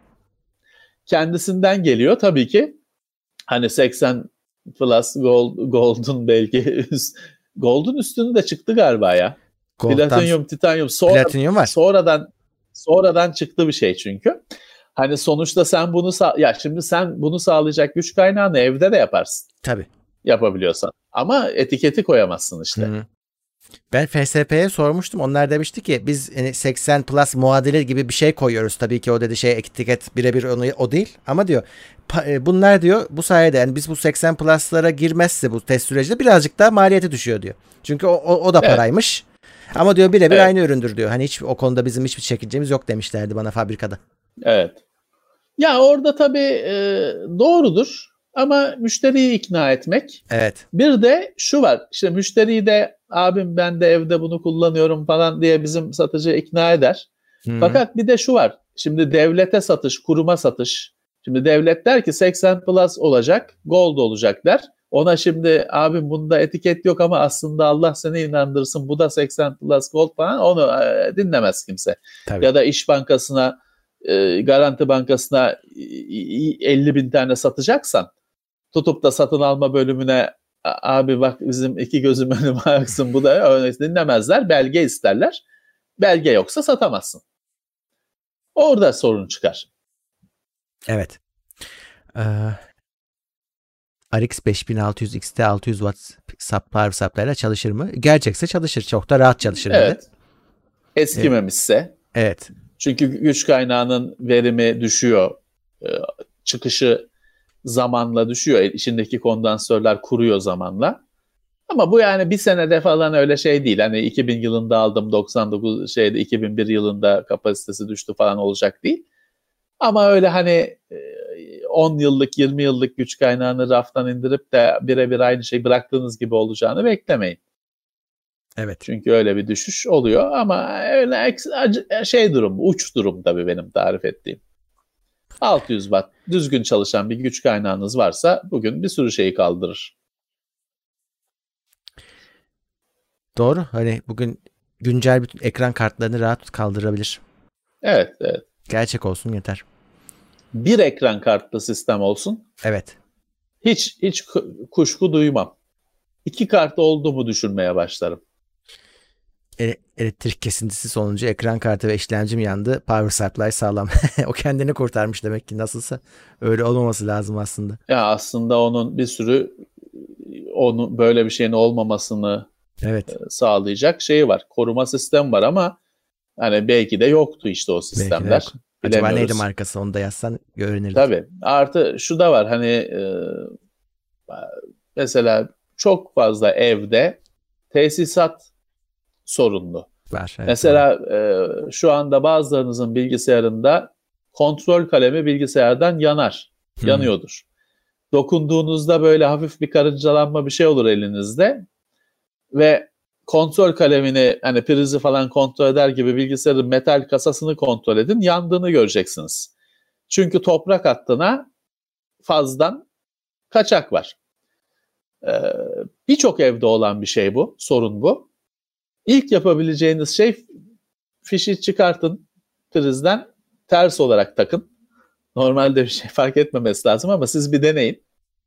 [SPEAKER 2] Kendisinden geliyor tabii ki. Hani seksen Plus Gold, Gold'un belki Gold'un üstünü de çıktı galiba ya. Gold'dan, Platinyum, titanyum sonra,
[SPEAKER 1] Platinyum var.
[SPEAKER 2] sonradan sonradan çıktı bir şey çünkü. Hani sonuçta sen bunu sa- ya şimdi sen bunu sağlayacak güç kaynağını evde de yaparsın.
[SPEAKER 1] Tabii.
[SPEAKER 2] Yapabiliyorsan. Ama etiketi koyamazsın işte.
[SPEAKER 1] Hı-hı. Ben F S P'ye sormuştum. Onlar demişti ki biz hani seksen Plus muadili gibi bir şey koyuyoruz. Tabii ki o dedi şey etiket birebir onu o değil. Ama diyor bunlar diyor bu sayede yani biz bu seksen Plus'lara girmezse bu test sürecinde birazcık daha maliyeti düşüyor diyor. Çünkü o, o, o da paraymış. Evet. Ama diyor birebir evet. aynı üründür diyor. Hani hiç o konuda bizim hiçbir çekincemiz yok demişlerdi bana fabrikada.
[SPEAKER 2] Evet. Ya orada tabii e, doğrudur. Ama müşteriyi ikna etmek.
[SPEAKER 1] Evet.
[SPEAKER 2] Bir de şu var. İşte müşteriyi de abim ben de evde bunu kullanıyorum falan diye bizim satıcı ikna eder. Hı-hı. Fakat bir de şu var. Şimdi devlete satış, kuruma satış. Şimdi devlet der ki seksen Plus olacak, Gold olacak der. Ona şimdi abim bunda etiket yok ama aslında Allah seni inandırsın bu da seksen Plus Gold falan onu e, dinlemez kimse. Tabii. Ya da İş Bankası'na, e, Garanti Bankası'na elli bin tane satacaksan tutup da satın alma bölümüne abi bak bizim iki gözüm önüme aksın bu da dinlemezler. Belge isterler. Belge yoksa satamazsın. Orada sorun çıkar.
[SPEAKER 1] Evet. Ee, R X beş bin altı yüz X T altı yüz watt power supply ile çalışır mı? Gerçekse çalışır. Çok da rahat çalışır.
[SPEAKER 2] Evet. Dedi. Eskimemişse.
[SPEAKER 1] Evet.
[SPEAKER 2] Çünkü güç kaynağının verimi düşüyor. Çıkışı zamanla düşüyor. İçindeki kondansörler kuruyor zamanla. Ama bu yani bir senede falan öyle şey değil. Hani iki bin yılında aldım doksan dokuz şeyde iki bin bir yılında kapasitesi düştü falan olacak değil. Ama öyle hani on yıllık yirmi yıllık güç kaynağını raftan indirip de birebir aynı şey bıraktığınız gibi olacağını beklemeyin.
[SPEAKER 1] Evet.
[SPEAKER 2] Çünkü öyle bir düşüş oluyor ama öyle şey durum, uç durum tabii benim tarif ettiğim. altı yüz watt düzgün çalışan bir güç kaynağınız varsa bugün bir sürü şeyi kaldırır.
[SPEAKER 1] Doğru. Hani bugün güncel bütün ekran kartlarını rahat kaldırabilir.
[SPEAKER 2] Evet, evet.
[SPEAKER 1] Gerçek olsun yeter.
[SPEAKER 2] Bir ekran kartlı sistem olsun.
[SPEAKER 1] Evet.
[SPEAKER 2] Hiç hiç kuşku duymam. İki kart oldu mu düşünmeye başlarım.
[SPEAKER 1] E- elektrik kesintisi sonucu ekran kartı ve işlemcim yandı. Power supply sağlam. O kendini kurtarmış demek ki nasılsa. Öyle olmaması lazım aslında.
[SPEAKER 2] Ya aslında onun bir sürü onun böyle bir şeyin olmamasını
[SPEAKER 1] evet.
[SPEAKER 2] sağlayacak şeyi var. Koruma sistemi var ama hani belki de yoktu işte o sistemler. Yok.
[SPEAKER 1] Acaba neydi markası onu da yazsan öğrenirdik.
[SPEAKER 2] Tabii. Artı şu da var hani e, mesela çok fazla evde tesisat sorunlu.
[SPEAKER 1] Var. Evet,
[SPEAKER 2] mesela e, şu anda bazılarınızın bilgisayarında kontrol kalemi bilgisayardan yanar. Hmm. Yanıyordur. Dokunduğunuzda böyle hafif bir karıncalanma bir şey olur elinizde ve kontrol kalemini hani prizi falan kontrol eder gibi bilgisayarın metal kasasını kontrol edin, yandığını göreceksiniz. Çünkü toprak hattına fazdan kaçak var. Ee, Birçok evde olan bir şey bu, sorun bu. İlk yapabileceğiniz şey fişi çıkartın prizden, ters olarak takın. Normalde bir şey fark etmemesi lazım ama siz bir deneyin.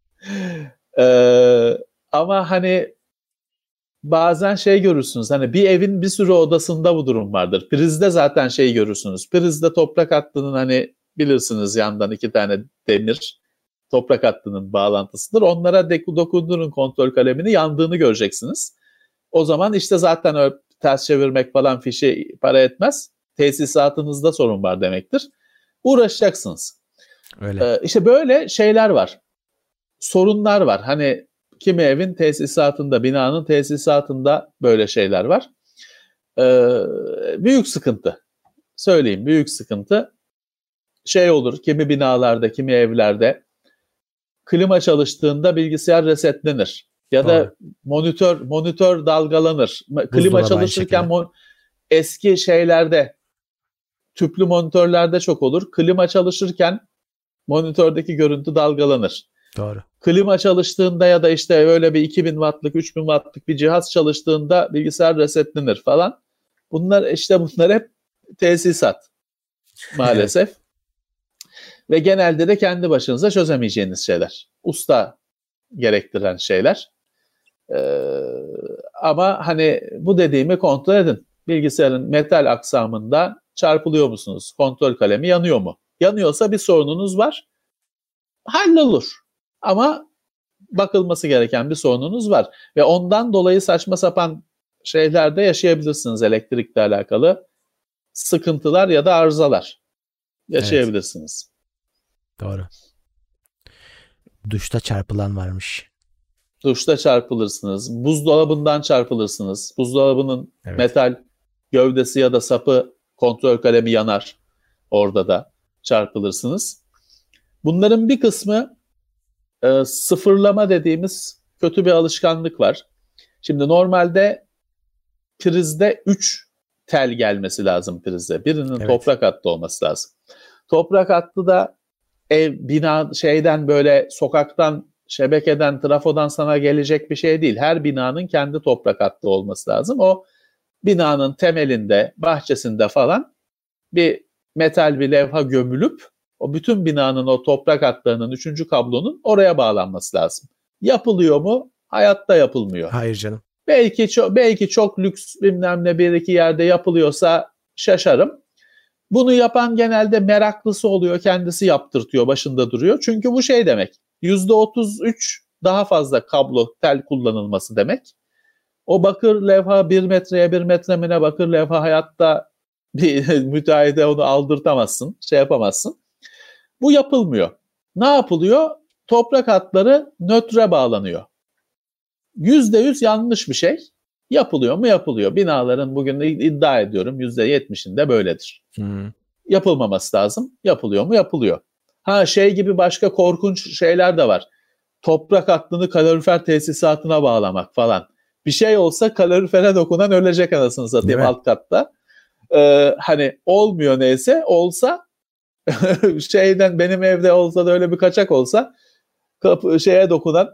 [SPEAKER 2] Ee, ama hani bazen şey görürsünüz, hani bir evin bir sürü odasında bu durum vardır. Prizde zaten şey görürsünüz. Prizde toprak hattının hani bilirsiniz yandan iki tane demir toprak hattının bağlantısıdır. Onlara dokundurun kontrol kalemini, yandığını göreceksiniz. O zaman işte zaten öyle ters çevirmek falan fişi para etmez. Tesisatınızda sorun var demektir. Uğraşacaksınız.
[SPEAKER 1] Öyle.
[SPEAKER 2] Ee, işte böyle şeyler var. Sorunlar var. Hani kimi evin tesisatında, binanın tesisatında böyle şeyler var. Ee, büyük sıkıntı. söyleyeyim, büyük sıkıntı şey olur, kimi binalarda, kimi evlerde klima çalıştığında bilgisayar resetlenir. Ya da Doğru. monitör monitör dalgalanır. Klima çalışırken mon- eski şeylerde, tüplü monitörlerde çok olur. Klima çalışırken monitördeki görüntü dalgalanır.
[SPEAKER 1] Doğru.
[SPEAKER 2] Klima çalıştığında ya da işte öyle bir iki bin wattlık, üç bin wattlık bir cihaz çalıştığında bilgisayar resetlenir falan. Bunlar işte bunlar hep tesisat maalesef. Evet. Ve genelde de kendi başınıza çözemeyeceğiniz şeyler. Usta gerektiren şeyler. Ee, ama hani bu dediğimi kontrol edin. Bilgisayarın metal aksamında çarpılıyor musunuz? Kontrol kalemi yanıyor mu? Yanıyorsa bir sorununuz var. Hallolur. Ama bakılması gereken bir sorununuz var. Ve ondan dolayı saçma sapan şeylerde yaşayabilirsiniz, elektrikle alakalı sıkıntılar ya da arızalar yaşayabilirsiniz.
[SPEAKER 1] Evet. Doğru. Duşta çarpılan varmış.
[SPEAKER 2] Duşta çarpılırsınız. Buzdolabından çarpılırsınız. Buzdolabının evet. metal gövdesi ya da sapı, kontrol kalemi yanar. Orada da çarpılırsınız. Bunların bir kısmı e, sıfırlama dediğimiz kötü bir alışkanlık var. Şimdi normalde prizde üç tel gelmesi lazım prize. Birinin evet. toprak hattı olması lazım. Toprak hattı da ev, bina şeyden böyle sokaktan, şebekeden, trafodan sana gelecek bir şey değil. Her binanın kendi toprak hattı olması lazım. O binanın temelinde, bahçesinde falan bir metal bir levha gömülüp o bütün binanın o toprak hatlarının üçüncü kablonun oraya bağlanması lazım. Yapılıyor mu? Hayatta yapılmıyor.
[SPEAKER 1] Hayır canım.
[SPEAKER 2] Belki çok, belki çok lüks bilmem ne bir iki yerde yapılıyorsa şaşarım. Bunu yapan genelde meraklısı oluyor, kendisi yaptırtıyor, başında duruyor. Çünkü bu şey demek, yüzde otuz üç daha fazla kablo, tel kullanılması demek. O bakır levha bir metreye bir metremine bakır levha hayatta bir müteahhide onu aldırtamazsın, şey yapamazsın. Bu yapılmıyor. Ne yapılıyor? Toprak hatları nötre bağlanıyor. yüzde yüz yanlış bir şey. Yapılıyor mu? Yapılıyor. Binaların bugün iddia ediyorum yüzde yetmişinde böyledir. Hmm. Yapılmaması lazım. Yapılıyor mu? Yapılıyor. Ha şey gibi başka korkunç şeyler de var. Toprak hattını kalorifer tesisatına bağlamak falan. Bir şey olsa kalorifere dokunan ölecek anasını satayım alt katta. Ee, hani olmuyor neyse olsa şeyden benim evde olsa da öyle bir kaçak olsa kapı, şeye dokunan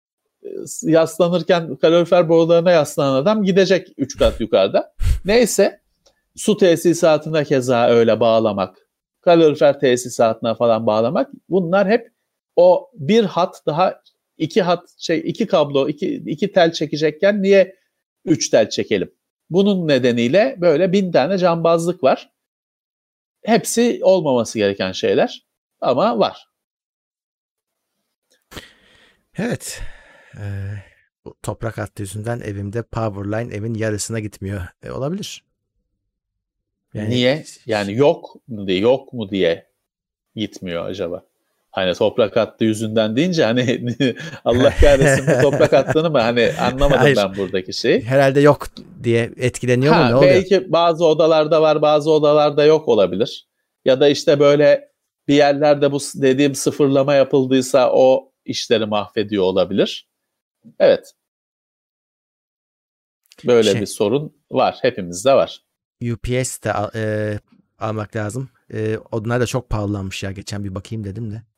[SPEAKER 2] yaslanırken kalorifer borularına yaslanan adam gidecek üç kat yukarıda. Neyse su tesisatına keza öyle bağlamak, kalorifer tesisatına falan bağlamak, bunlar hep o bir hat daha iki hat şey iki kablo iki, iki tel çekecekken niye üç tel çekelim? Bunun nedeniyle böyle bin tane cambazlık var. Hepsi olmaması gereken şeyler ama var.
[SPEAKER 1] Evet. Ee, bu toprak hattı yüzünden evimde Powerline evin yarısına gitmiyor. E, olabilir.
[SPEAKER 2] Yani, niye? Yani yok mu diye, yok mu diye gitmiyor acaba? Hani toprak hattı yüzünden deyince hani Allah kahretsin bu toprak hattını mı? Hani anlamadım Hayır. ben buradaki şeyi.
[SPEAKER 1] Herhalde yok diye etkileniyor ha, mu? Ne oluyor?
[SPEAKER 2] Belki bazı odalarda var, bazı odalarda yok olabilir. Ya da işte böyle bir yerlerde bu dediğim sıfırlama yapıldıysa o işleri mahvediyor olabilir. Evet. Böyle şey, bir sorun var. Hepimizde var.
[SPEAKER 1] U P S de e, almak lazım. E, onlar da çok pahalanmış ya. Geçen bir bakayım dedim de.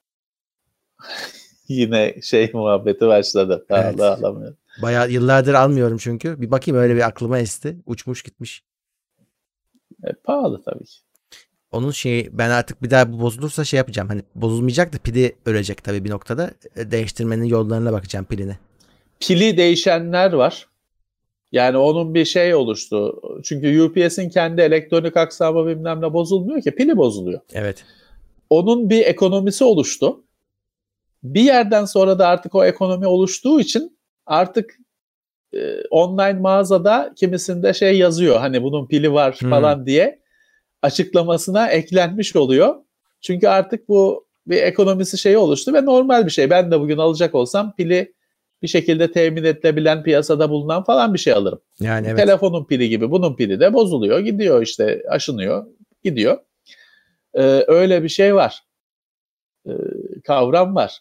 [SPEAKER 2] Yine şey muhabbeti başladı. Evet. Alamıyorum.
[SPEAKER 1] Bayağı yıllardır almıyorum çünkü. Bir bakayım öyle bir aklıma esti. Uçmuş gitmiş.
[SPEAKER 2] E, pahalı tabii ki.
[SPEAKER 1] Onun şeyi ben artık bir daha bu bozulursa şey yapacağım. Hani bozulmayacak da pili ölecek tabii bir noktada. Değiştirmenin yollarına bakacağım pilini.
[SPEAKER 2] Pili değişenler var. Yani onun bir şey oluştu. Çünkü U P S'in kendi elektronik aksamı bilmem ne bozulmuyor ki. Pili bozuluyor.
[SPEAKER 1] Evet.
[SPEAKER 2] Onun bir ekonomisi oluştu. Bir yerden sonra da artık o ekonomi oluştuğu için artık e, online mağazada kimisinde şey yazıyor. Hani bunun pili var hmm. falan diye açıklamasına eklenmiş oluyor. Çünkü artık bu bir ekonomisi şeyi oluştu ve normal bir şey. Ben de bugün alacak olsam pili bir şekilde temin edilebilen, piyasada bulunan falan bir şey alırım.
[SPEAKER 1] Yani evet.
[SPEAKER 2] Telefonun pili gibi bunun pili de bozuluyor, gidiyor işte, aşınıyor, gidiyor. Ee, öyle bir şey var. Ee, kavram var.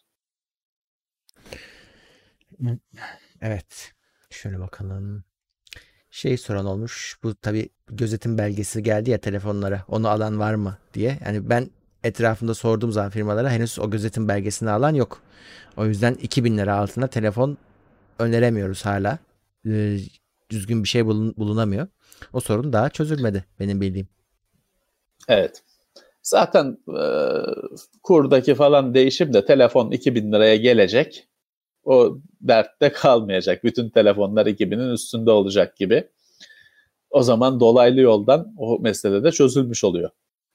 [SPEAKER 1] Evet. Şöyle bakalım. Şey soran olmuş. Bu tabii gözetim belgesi geldi ya telefonlara. Onu alan var mı diye. Yani ben etrafımda sorduğum zaman firmalara henüz o gözetim belgesini alan yok. O yüzden iki bin lira altına telefon öneremiyoruz hala. Ee, düzgün bir şey bulun, bulunamıyor. O sorun daha çözülmedi benim bildiğim.
[SPEAKER 2] Evet. Zaten e, kurdaki falan değişim de telefon iki bin liraya gelecek. O dertte kalmayacak. Bütün telefonlar iki binin üstünde olacak gibi. O zaman dolaylı yoldan o mesele de çözülmüş oluyor.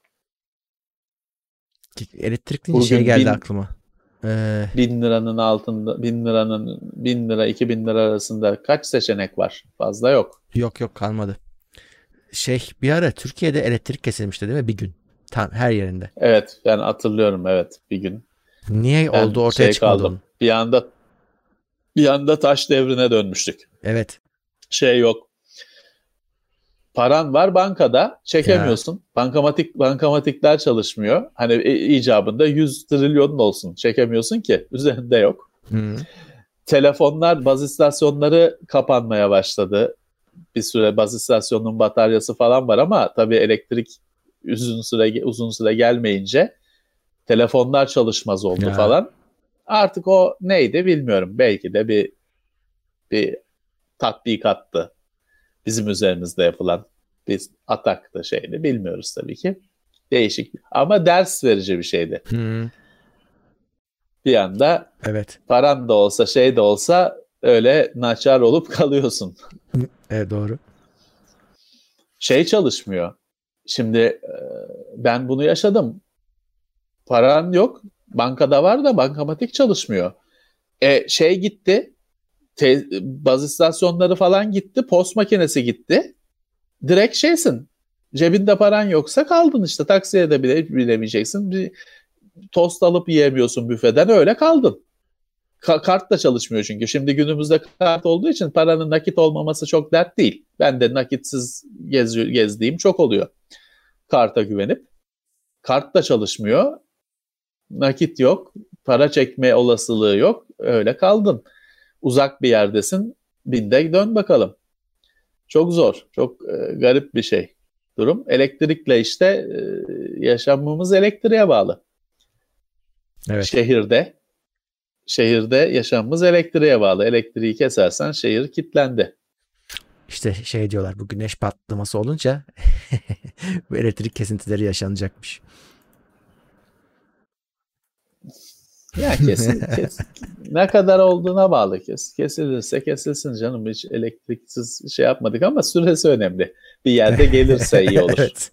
[SPEAKER 1] Elektrik deyince şey geldi bin, aklıma.
[SPEAKER 2] Ee, bin liranın altında, bin liranın bin lira iki bin lira arasında kaç seçenek var? Fazla yok.
[SPEAKER 1] Yok yok kalmadı. Şey bir ara Türkiye'de elektrik kesilmişti değil mi bir gün? Tam her yerinde.
[SPEAKER 2] Evet ben hatırlıyorum evet bir gün.
[SPEAKER 1] Niye ben oldu ortaya şey çıkmadı kaldım. Onun?
[SPEAKER 2] Bir anda bir anda taş devrine dönmüştük.
[SPEAKER 1] Evet.
[SPEAKER 2] Şey yok. Paran var bankada çekemiyorsun. Ya. Bankamatik bankamatikler çalışmıyor. Hani icabında yüz trilyonun olsun. Çekemiyorsun ki. Üzerinde yok.
[SPEAKER 1] Hı.
[SPEAKER 2] Telefonlar, baz istasyonları kapanmaya başladı. Bir süre baz istasyonunun bataryası falan var ama tabii elektrik uzun süre uzun süre gelmeyince telefonlar çalışmaz oldu ya. Falan. Artık o neydi bilmiyorum. Belki de bir bir tatbikattı. Bizim üzerimizde yapılan bir ataktı şeydi. Bilmiyoruz tabii ki. Değişik. Ama ders verici bir şeydi.
[SPEAKER 1] Hmm.
[SPEAKER 2] Bir anda
[SPEAKER 1] evet.
[SPEAKER 2] paran da olsa şey de olsa öyle naçar olup kalıyorsun.
[SPEAKER 1] Evet doğru.
[SPEAKER 2] Şey çalışmıyor. Şimdi ben bunu yaşadım. Paran yok. Bankada var da bankamatik çalışmıyor. E, şey gitti. Te- baz istasyonları falan gitti. Post makinesi gitti. Direkt şeysin. Cebinde paran yoksa kaldın işte. Taksiye de bile bilemeyeceksin. Bir tost alıp yiyemiyorsun büfeden. Öyle kaldın. Ka- kart da çalışmıyor çünkü. Şimdi günümüzde kart olduğu için paranın nakit olmaması çok dert değil. Ben de nakitsiz gez- gezdiğim çok oluyor. Karta güvenip. Kart da çalışmıyor. Nakit yok. Para çekme olasılığı yok. Öyle kaldın. Uzak bir yerdesin. Bin de dön bakalım. Çok zor. Çok e, garip bir şey durum. Elektrikle işte e, yaşamımız elektriğe bağlı.
[SPEAKER 1] Evet.
[SPEAKER 2] Şehirde şehirde yaşamımız elektriğe bağlı. Elektriği kesersen şehir kilitlendi.
[SPEAKER 1] İşte şey diyorlar bu güneş patlaması olunca bu elektrik kesintileri yaşanacakmış.
[SPEAKER 2] Ya kesin, kesin ne kadar olduğuna bağlı kes. Kesilirse kesilsin canım, hiç elektriksiz şey yapmadık ama süresi önemli. Bir yerde gelirse iyi olur.
[SPEAKER 1] Evet.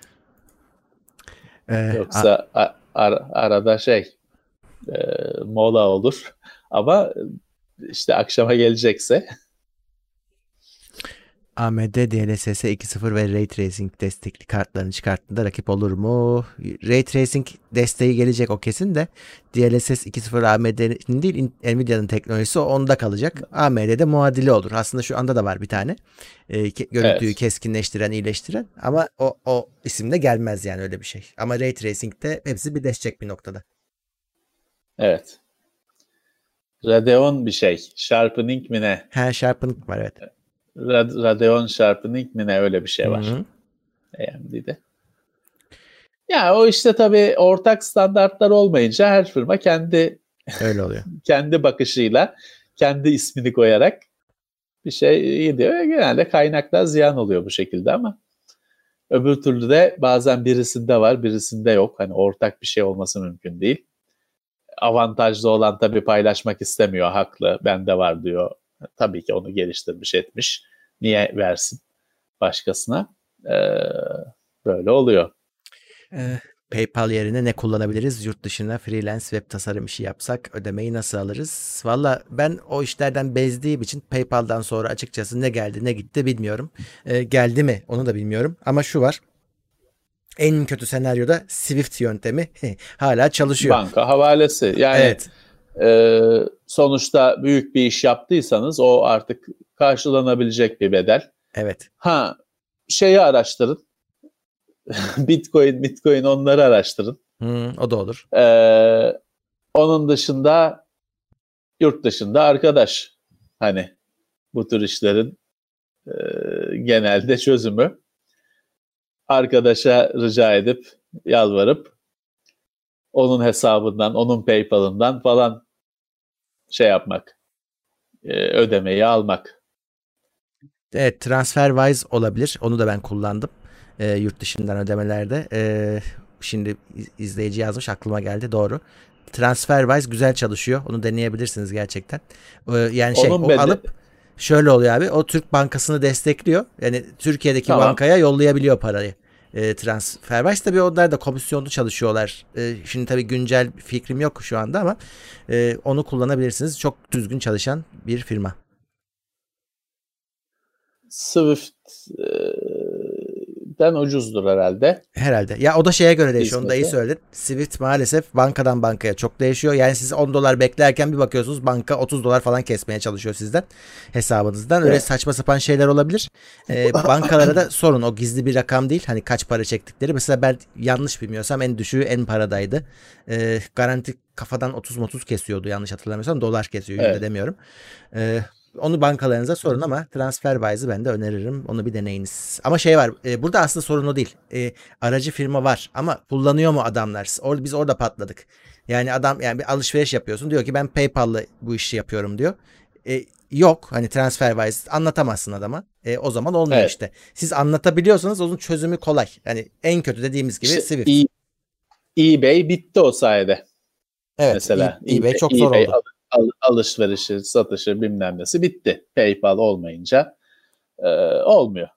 [SPEAKER 2] Ee, Yoksa a- ar- arada şey e, mola olur ama işte akşama gelecekse.
[SPEAKER 1] A M D DLSS iki nokta sıfır ve Ray Tracing destekli kartlarını çıkarttığında rakip olur mu? Ray Tracing desteği gelecek o kesin de D L S S iki nokta sıfır A M D'nin değil Nvidia'nın teknolojisi onda kalacak. A M D'de muadili olur. Aslında şu anda da var bir tane. E, ke- görüntüyü evet. keskinleştiren, iyileştiren ama o, o isimde gelmez yani öyle bir şey. Ama Ray Tracing'de hepsi birleşecek bir noktada.
[SPEAKER 2] Evet. Radeon bir şey. Sharpening mi ne?
[SPEAKER 1] Ha, Sharpening var evet.
[SPEAKER 2] Radeon Sharpening mi ne, öyle bir şey var.
[SPEAKER 1] Hı-hı.
[SPEAKER 2] A M D'de. Ya o işte tabii ortak standartlar olmayınca her firma kendi
[SPEAKER 1] öyle oluyor.
[SPEAKER 2] kendi bakışıyla, kendi ismini koyarak bir şey gidiyor. Genelde kaynaklar ziyan oluyor bu şekilde ama öbür türlü de bazen birisinde var, birisinde yok. Hani ortak bir şey olması mümkün değil. Avantajlı olan tabii paylaşmak istemiyor, haklı. Bende var diyor. Tabii ki onu geliştirmiş etmiş. Niye versin başkasına? Ee, böyle oluyor.
[SPEAKER 1] Ee, PayPal yerine ne kullanabiliriz? Yurt dışına freelance web tasarım işi yapsak ödemeyi nasıl alırız? Valla ben o işlerden bezdiğim için PayPal'dan sonra açıkçası ne geldi ne gitti bilmiyorum. Ee, geldi mi onu da bilmiyorum. Ama şu var. En kötü senaryoda Swift yöntemi hala çalışıyor.
[SPEAKER 2] Banka havalesi. Yani
[SPEAKER 1] evet.
[SPEAKER 2] e, sonuçta büyük bir iş yaptıysanız o artık karşılanabilecek bir bedel.
[SPEAKER 1] Evet.
[SPEAKER 2] Ha, şeyi araştırın. Bitcoin, Bitcoin onları araştırın.
[SPEAKER 1] Hmm, o da olur.
[SPEAKER 2] Ee, onun dışında yurt dışında arkadaş. Hani bu tür işlerin e, genelde çözümü. Arkadaşa rica edip, yalvarıp onun hesabından, onun PayPal'ından falan şey yapmak, e, ödemeyi almak.
[SPEAKER 1] Evet, TransferWise olabilir. Onu da ben kullandım. E, yurt dışından ödemelerde. E, şimdi izleyici yazmış, aklıma geldi, doğru. TransferWise güzel çalışıyor. Onu deneyebilirsiniz gerçekten. E, yani şey
[SPEAKER 2] Onun
[SPEAKER 1] o
[SPEAKER 2] bedeli-
[SPEAKER 1] alıp şöyle oluyor abi. O Türk bankasını destekliyor. Yani Türkiye'deki
[SPEAKER 2] Tamam.
[SPEAKER 1] bankaya yollayabiliyor parayı. E, TransferWise tabii onlar da komisyonlu çalışıyorlar. E, şimdi tabii güncel fikrim yok şu anda ama e, onu kullanabilirsiniz. Çok düzgün çalışan bir firma.
[SPEAKER 2] Swift'den ucuzdur herhalde.
[SPEAKER 1] Herhalde. Ya o da şeye göre değişiyor. Onu da iyi
[SPEAKER 2] Hizmeti.
[SPEAKER 1] söyledin. Swift maalesef bankadan bankaya çok değişiyor. Yani siz on dolar beklerken bir bakıyorsunuz banka otuz dolar falan kesmeye çalışıyor sizden, hesabınızdan. Öyle
[SPEAKER 2] Evet.
[SPEAKER 1] saçma sapan şeyler olabilir. Ee, bankalara da sorun. O gizli bir rakam değil. Hani kaç para çektikleri. Mesela ben yanlış bilmiyorsam en düşüğü en paradaydı. Ee, garanti kafadan otuz otuz kesiyordu yanlış hatırlamıyorsam. Dolar kesiyor. Yüzde
[SPEAKER 2] Evet.
[SPEAKER 1] demiyorum. Ee, onu bankalarınıza sorun ama TransferWise'ı ben de öneririm. Onu bir deneyiniz. Ama şey var. E, burada aslında sorun o değil. E, aracı firma var ama kullanıyor mu adamlar? Orada biz orada patladık. Yani adam, yani bir alışveriş yapıyorsun. Diyor ki ben PayPal'la bu işi yapıyorum diyor. E, yok. Hani TransferWise anlatamazsın adama. E, o zaman olmuyor
[SPEAKER 2] Evet.
[SPEAKER 1] işte. Siz anlatabiliyorsanız onun çözümü kolay. Yani en kötü dediğimiz gibi
[SPEAKER 2] İşte
[SPEAKER 1] Swift.
[SPEAKER 2] e- eBay bitti o sayede.
[SPEAKER 1] Evet.
[SPEAKER 2] Mesela
[SPEAKER 1] e- eBay çok
[SPEAKER 2] eBay
[SPEAKER 1] zor oldu.
[SPEAKER 2] al- al- alışverişi, satışı bilmem nesi bitti. PayPal olmayınca e, olmuyor.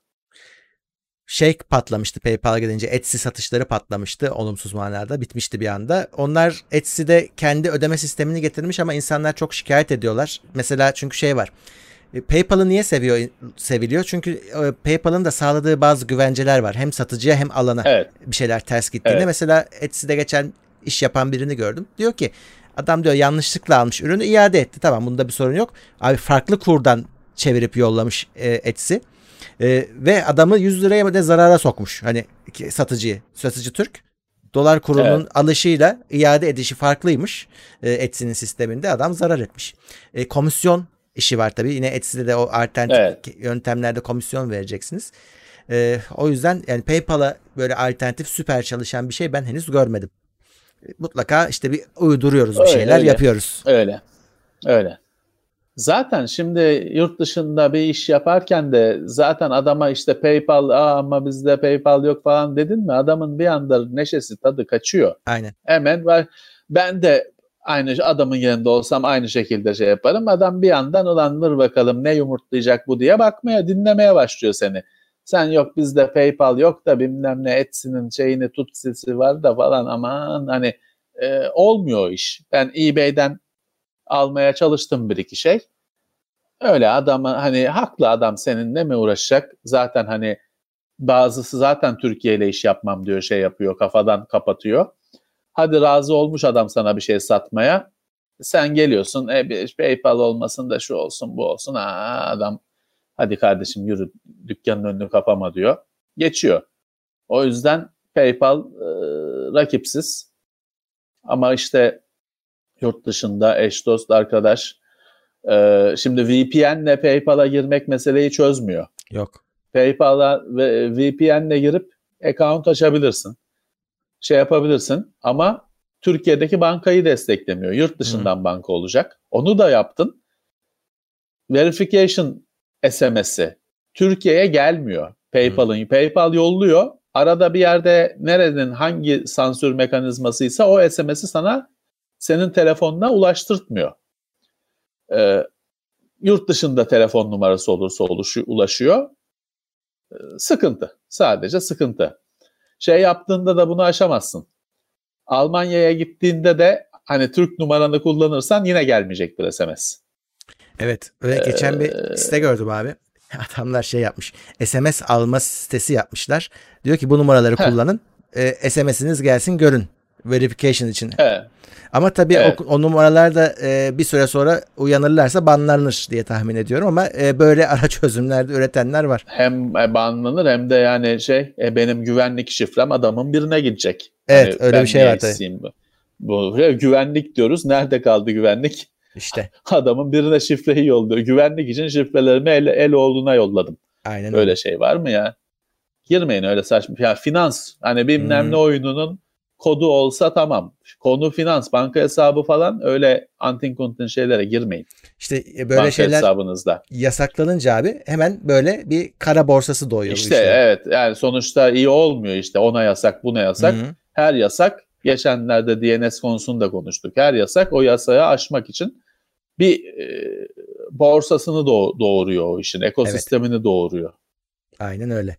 [SPEAKER 1] Şey patlamıştı PayPal'a gidince, Etsy satışları patlamıştı olumsuz manada, bitmişti bir anda. Onlar Etsy'de kendi ödeme sistemini getirmiş ama insanlar çok şikayet ediyorlar. Mesela çünkü şey var. PayPal'ı niye seviyor seviliyor? Çünkü PayPal'ın da sağladığı bazı güvenceler var. Hem satıcıya hem alana
[SPEAKER 2] Evet.
[SPEAKER 1] bir şeyler ters gittiğinde.
[SPEAKER 2] Evet.
[SPEAKER 1] Mesela Etsy'de geçen iş yapan birini gördüm. Diyor ki adam diyor yanlışlıkla almış ürünü, iade etti. Tamam, bunda bir sorun yok. Abi farklı kurdan çevirip yollamış e, Etsy. Ee, ve adamı yüz liraya da zarara sokmuş. Hani satıcıyı. Satıcı Türk. Dolar kurunun
[SPEAKER 2] Evet.
[SPEAKER 1] alışıyla iade edişi farklıymış. E, Etsy'nin sisteminde adam zarar etmiş. E, komisyon işi var tabii. Yine Etsy'de de o alternatif
[SPEAKER 2] Evet.
[SPEAKER 1] yöntemlerde komisyon vereceksiniz. E, o yüzden yani PayPal'a böyle alternatif süper çalışan bir şey ben henüz görmedim. E, mutlaka işte bir uyduruyoruz, bir
[SPEAKER 2] Öyle,
[SPEAKER 1] şeyler
[SPEAKER 2] öyle.
[SPEAKER 1] yapıyoruz.
[SPEAKER 2] Öyle. Öyle. Zaten şimdi yurt dışında bir iş yaparken de zaten adama işte PayPal, Aa, ama bizde PayPal yok falan dedin mi, adamın bir anda neşesi, tadı kaçıyor.
[SPEAKER 1] Aynen.
[SPEAKER 2] Hemen var. Ben de aynı adamın yanında olsam aynı şekilde şey yaparım. Adam bir yandan ulan dur bakalım ne yumurtlayacak bu diye bakmaya, dinlemeye başlıyor seni. Sen yok bizde PayPal yok da bilmem ne Etsy'nin şeyini tutsisi var da falan, aman hani e, olmuyor o iş. Ben eBay'den almaya çalıştım bir iki şey. Öyle adamı hani haklı adam, seninle mi uğraşacak? Zaten hani bazısı zaten Türkiye ile iş yapmam diyor, şey yapıyor, kafadan kapatıyor. Hadi razı olmuş adam sana bir şey satmaya. Sen geliyorsun e, bir PayPal olmasın da şu olsun bu olsun. Aa, adam hadi kardeşim yürü dükkanın önünü kapama diyor. Geçiyor. O yüzden PayPal e, rakipsiz. Ama işte yurt dışında eş dost arkadaş, e, şimdi V P N ile PayPal'a girmek meseleyi çözmüyor.
[SPEAKER 1] Yok.
[SPEAKER 2] PayPal'a ve V P N ile girip account açabilirsin. Şey yapabilirsin ama Türkiye'deki bankayı desteklemiyor. Yurt dışından Hı. banka olacak. Onu da yaptın. Verification S M S'i Türkiye'ye gelmiyor. PayPal'ın. Hı. PayPal yolluyor. Arada bir yerde nerenin hangi sansür mekanizmasıysa o S M S'i sana, senin telefonuna ulaştırtmıyor. Ee, yurt dışında telefon numarası olursa oluşu, ulaşıyor. Ee, sıkıntı. Sadece sıkıntı. Şey yaptığında da bunu aşamazsın. Almanya'ya gittiğinde de hani Türk numaranı kullanırsan yine gelmeyecektir S M S.
[SPEAKER 1] Evet. Öyle ee... geçen bir site gördüm abi. Adamlar şey yapmış. S M S alma sitesi yapmışlar. Diyor ki bu numaraları Heh. kullanın. E, S M S'iniz gelsin görün. verification için.
[SPEAKER 2] Evet.
[SPEAKER 1] Ama tabii
[SPEAKER 2] Evet.
[SPEAKER 1] o, o numaralar da e, bir süre sonra uyanırlarsa banlanır diye tahmin ediyorum ama e, böyle ara çözümlerde üretenler var.
[SPEAKER 2] Hem banlanır hem de yani şey e, benim güvenlik şifrem adamın birine gidecek.
[SPEAKER 1] Evet,
[SPEAKER 2] Hani
[SPEAKER 1] öyle
[SPEAKER 2] ben
[SPEAKER 1] bir şey
[SPEAKER 2] niye
[SPEAKER 1] var tabii.
[SPEAKER 2] isteyeyim bu? Bu güvenlik diyoruz. Nerede kaldı güvenlik?
[SPEAKER 1] İşte.
[SPEAKER 2] Adamın birine şifreyi yolluyor. Güvenlik için şifrelerimi el, el oğluna yolladım.
[SPEAKER 1] Aynen
[SPEAKER 2] Böyle
[SPEAKER 1] öyle.
[SPEAKER 2] şey var mı ya? Girmeyin öyle saçma. Ya finans hani bilmem
[SPEAKER 1] Hmm.
[SPEAKER 2] ne oyununun kodu olsa tamam. Konu finans, banka hesabı falan öyle antin kuntin şeylere girmeyin.
[SPEAKER 1] İşte böyle
[SPEAKER 2] Banka
[SPEAKER 1] şeyler
[SPEAKER 2] hesabınızda.
[SPEAKER 1] yasaklanınca abi hemen böyle bir kara borsası doğuyor
[SPEAKER 2] İşte
[SPEAKER 1] bu işlerin.
[SPEAKER 2] evet yani sonuçta iyi olmuyor işte ona yasak buna yasak.
[SPEAKER 1] Hı-hı.
[SPEAKER 2] Her yasak geçenlerde D N S konusunu da konuştuk. Her yasak o yasaya aşmak için bir e, borsasını doğ- doğuruyor o işin. Ekosistemini evet. doğuruyor.
[SPEAKER 1] Aynen öyle.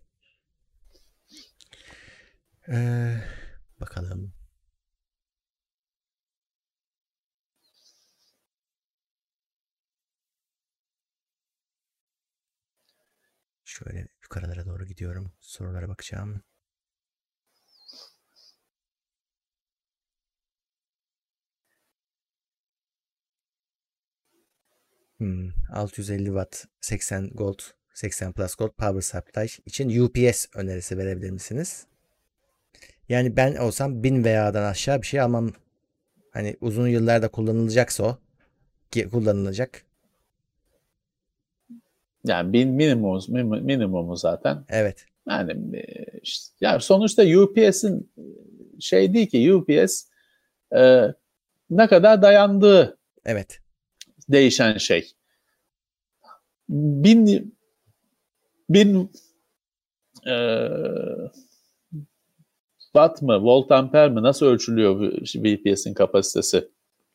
[SPEAKER 1] Ee, bakalım. Şöyle yukarılara doğru gidiyorum. Sorulara bakacağım. Hmm, altı yüz elli watt seksen volt seksen plus gold power supply için U P S önerisi verebilir misiniz? Yani ben olsam bin V'den aşağı bir şey almam. Hani uzun yıllarda kullanılacaksa o ki kullanılacak.
[SPEAKER 2] Yani bin minimumu, minimumu zaten.
[SPEAKER 1] Evet.
[SPEAKER 2] Yani işte, yani sonuçta U P S'in şey değil ki U P S e, ne kadar dayandığı
[SPEAKER 1] Evet.
[SPEAKER 2] değişen şey. Bin bin e, watt mı, volt amper mi nasıl ölçülüyor U P S'in kapasitesi?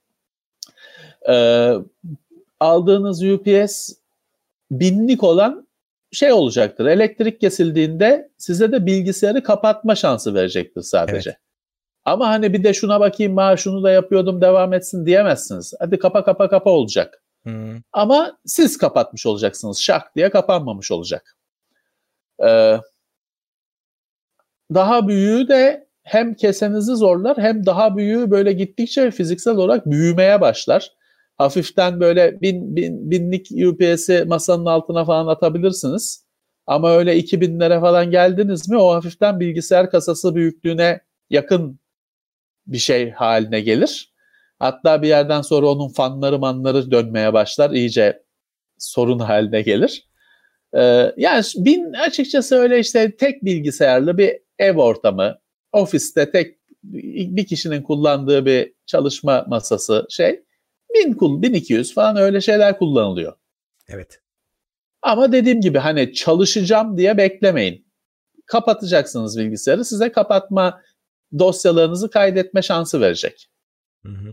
[SPEAKER 2] E, aldığınız U P S binlik olan şey olacaktır. Elektrik kesildiğinde size de bilgisayarı kapatma şansı verecektir sadece. Evet. Ama hani bir de şuna bakayım, ha şunu da yapıyordum devam etsin diyemezsiniz. Hadi kapa kapa kapa olacak. Hmm. Ama siz kapatmış olacaksınız. Şak diye kapanmamış olacak. Ee, daha büyüğü de hem kesenizi zorlar hem daha büyüğü böyle gittikçe fiziksel olarak büyümeye başlar. Hafiften böyle bin, bin, binlik U P S'i masanın altına falan atabilirsiniz. Ama öyle iki binlere falan geldiniz mi o hafiften bilgisayar kasası büyüklüğüne yakın bir şey haline gelir. Hatta bir yerden sonra onun fanları manları dönmeye başlar. İyice sorun haline gelir. Ee, yani bin açıkçası öyle işte tek bilgisayarlı bir ev ortamı, ofiste tek bir kişinin kullandığı bir çalışma masası şey bin, bin iki yüz falan öyle şeyler kullanılıyor.
[SPEAKER 1] Evet.
[SPEAKER 2] Ama dediğim gibi hani çalışacağım diye beklemeyin. Kapatacaksınız bilgisayarı, size kapatma dosyalarınızı kaydetme şansı verecek.
[SPEAKER 1] Hı hı.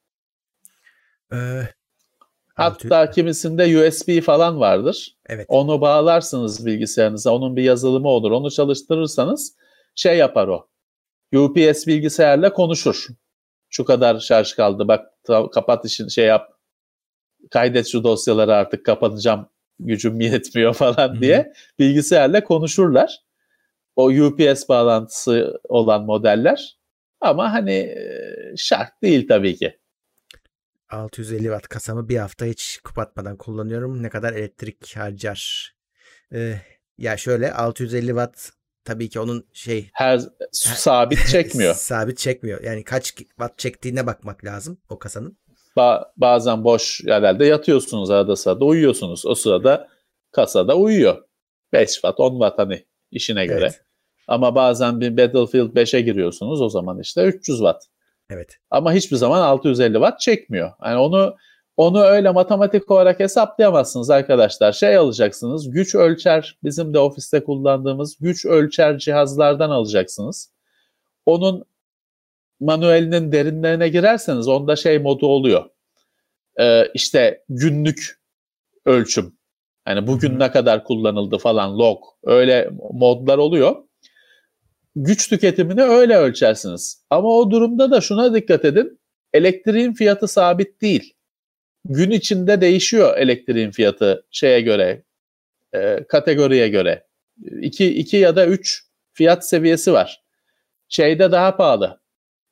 [SPEAKER 1] Ee,
[SPEAKER 2] Hatta altı... kimisinde U S B falan vardır.
[SPEAKER 1] Evet.
[SPEAKER 2] Onu bağlarsınız bilgisayarınıza. Onun bir yazılımı olur. Onu çalıştırırsanız şey yapar o. U P S bilgisayarla konuşur. Şu kadar şarj kaldı. Bak kapat işini şey yap. Kaydet şu dosyaları artık kapatacağım. Gücüm yetmiyor falan Hı-hı. diye bilgisayarla konuşurlar. O U P S bağlantısı olan modeller. Ama hani şart değil tabii ki.
[SPEAKER 1] altı yüz elli watt kasamı bir hafta hiç kapatmadan kullanıyorum. Ne kadar elektrik harcar? Ee, ya şöyle altı yüz elli watt tabii ki onun şey
[SPEAKER 2] her sabit çekmiyor.
[SPEAKER 1] sabit çekmiyor. Yani kaç watt çektiğine bakmak lazım o kasanın.
[SPEAKER 2] Ba- bazen boş yerlerde yatıyorsunuz arada sırada uyuyorsunuz. O sırada kasada uyuyor. beş watt on watt hani işine göre. Evet. Ama bazen bir Battlefield beşe giriyorsunuz o zaman işte üç yüz watt.
[SPEAKER 1] Evet.
[SPEAKER 2] Ama hiçbir zaman altı yüz elli watt çekmiyor. Yani onu onu öyle matematik olarak hesaplayamazsınız arkadaşlar. Şey alacaksınız, güç ölçer, bizim de ofiste kullandığımız güç ölçer cihazlardan alacaksınız. Onun manuelinin derinlerine girerseniz onda şey modu oluyor. Ee, işte günlük ölçüm. Yani bugün Hı-hı. ne kadar kullanıldı falan log. Öyle modlar oluyor. Güç tüketimini öyle ölçersiniz. Ama o durumda da şuna dikkat edin. Elektriğin fiyatı sabit değil. Gün içinde değişiyor elektriğin fiyatı şeye göre, e, kategoriye göre. iki, iki ya da üç fiyat seviyesi var. Şeyde daha pahalı.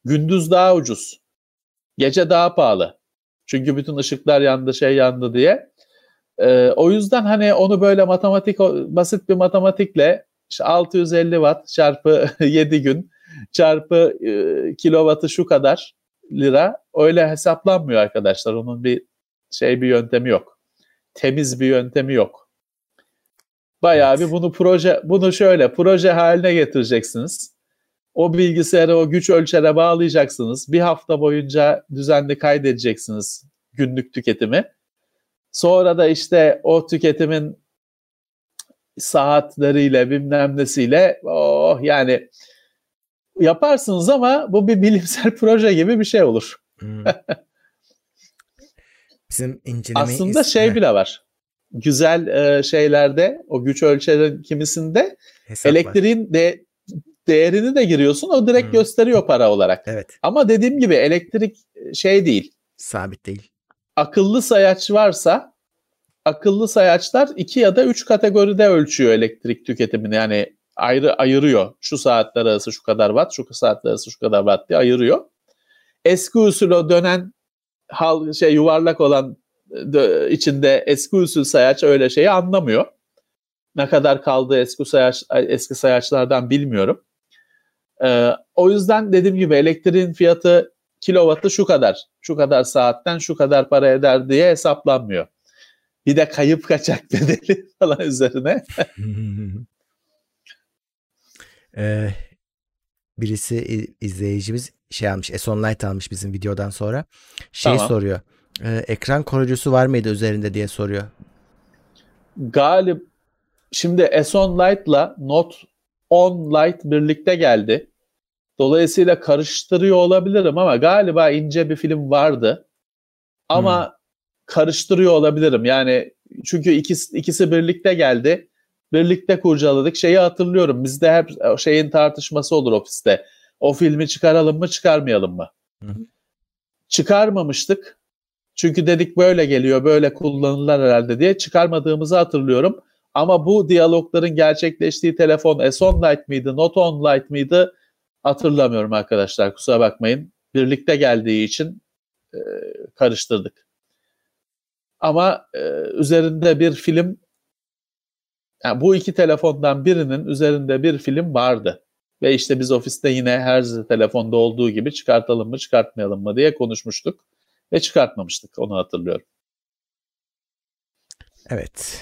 [SPEAKER 2] Gündüz daha ucuz. Gece daha pahalı. Çünkü bütün ışıklar yandı, şey yandı diye. Ee, o yüzden hani onu böyle matematik, basit bir matematikle işte altı yüz elli watt çarpı yedi gün çarpı e, kilovatı şu kadar lira, öyle hesaplanmıyor arkadaşlar. Onun bir şey bir yöntemi yok. Temiz bir yöntemi yok. Bayağı evet. bir bunu proje bunu şöyle proje haline getireceksiniz. O bilgisayarı o güç ölçere bağlayacaksınız. Bir hafta boyunca düzenli kaydedeceksiniz günlük tüketimi. Sonra da işte o tüketimin saatleriyle bilmem nesiyle oh yani yaparsınız ama bu bir bilimsel proje gibi bir şey olur. Hmm.
[SPEAKER 1] Bizim incelemeyi
[SPEAKER 2] aslında is- şey bile var. Güzel e, şeylerde o güç ölçerin kimisinde hesap elektriğin de değerini de giriyorsun. O direkt hmm. gösteriyor para olarak.
[SPEAKER 1] Evet.
[SPEAKER 2] Ama dediğim gibi elektrik şey değil.
[SPEAKER 1] Sabit değil.
[SPEAKER 2] Akıllı sayaç varsa akıllı sayaçlar iki ya da üç kategoride ölçüyor elektrik tüketimini. Yani ayrı ayırıyor. Şu saatler arası şu kadar watt, şu saatler arası şu kadar watt diye ayırıyor. Eski usul o dönen hal şey yuvarlak olan dö- içinde eski usul sayaç öyle şeyi anlamıyor. Ne kadar kaldığı eski sayaç eski sayaçlardan bilmiyorum. Ee, o yüzden dediğim gibi elektriğin fiyatı kilovatı şu kadar, şu kadar saatten şu kadar para eder diye hesaplanmıyor. Bir de kayıp kaçak bedeli falan üzerine.
[SPEAKER 1] ee, birisi izleyicimiz şey almış, Esonlight almış bizim videodan sonra. Şey tamam. soruyor. E, ekran koruyucusu var mıydı üzerinde diye soruyor.
[SPEAKER 2] Galip şimdi Esonlight'la Note on Lite birlikte geldi. Dolayısıyla karıştırıyor olabilirim ama galiba ince bir film vardı. Ama hmm. karıştırıyor olabilirim. Yani çünkü ikisi, ikisi birlikte geldi. Birlikte kurcaladık. Şeyi hatırlıyorum. Bizde hep şeyin tartışması olur ofiste. O filmi çıkaralım mı, çıkarmayalım mı? Hı. Çıkarmamıştık. Çünkü dedik böyle geliyor, böyle kullanırlar herhalde diye çıkarmadığımızı hatırlıyorum. Ama bu diyalogların gerçekleştiği telefon Esonlight mıydı, Note on Lite mıydı hatırlamıyorum arkadaşlar. Kusura bakmayın. Birlikte geldiği için e, karıştırdık. Ama e, üzerinde bir film, yani bu iki telefondan birinin üzerinde bir film vardı. Ve işte biz ofiste yine her telefonda olduğu gibi çıkartalım mı çıkartmayalım mı diye konuşmuştuk. Ve çıkartmamıştık, onu hatırlıyorum.
[SPEAKER 1] Evet.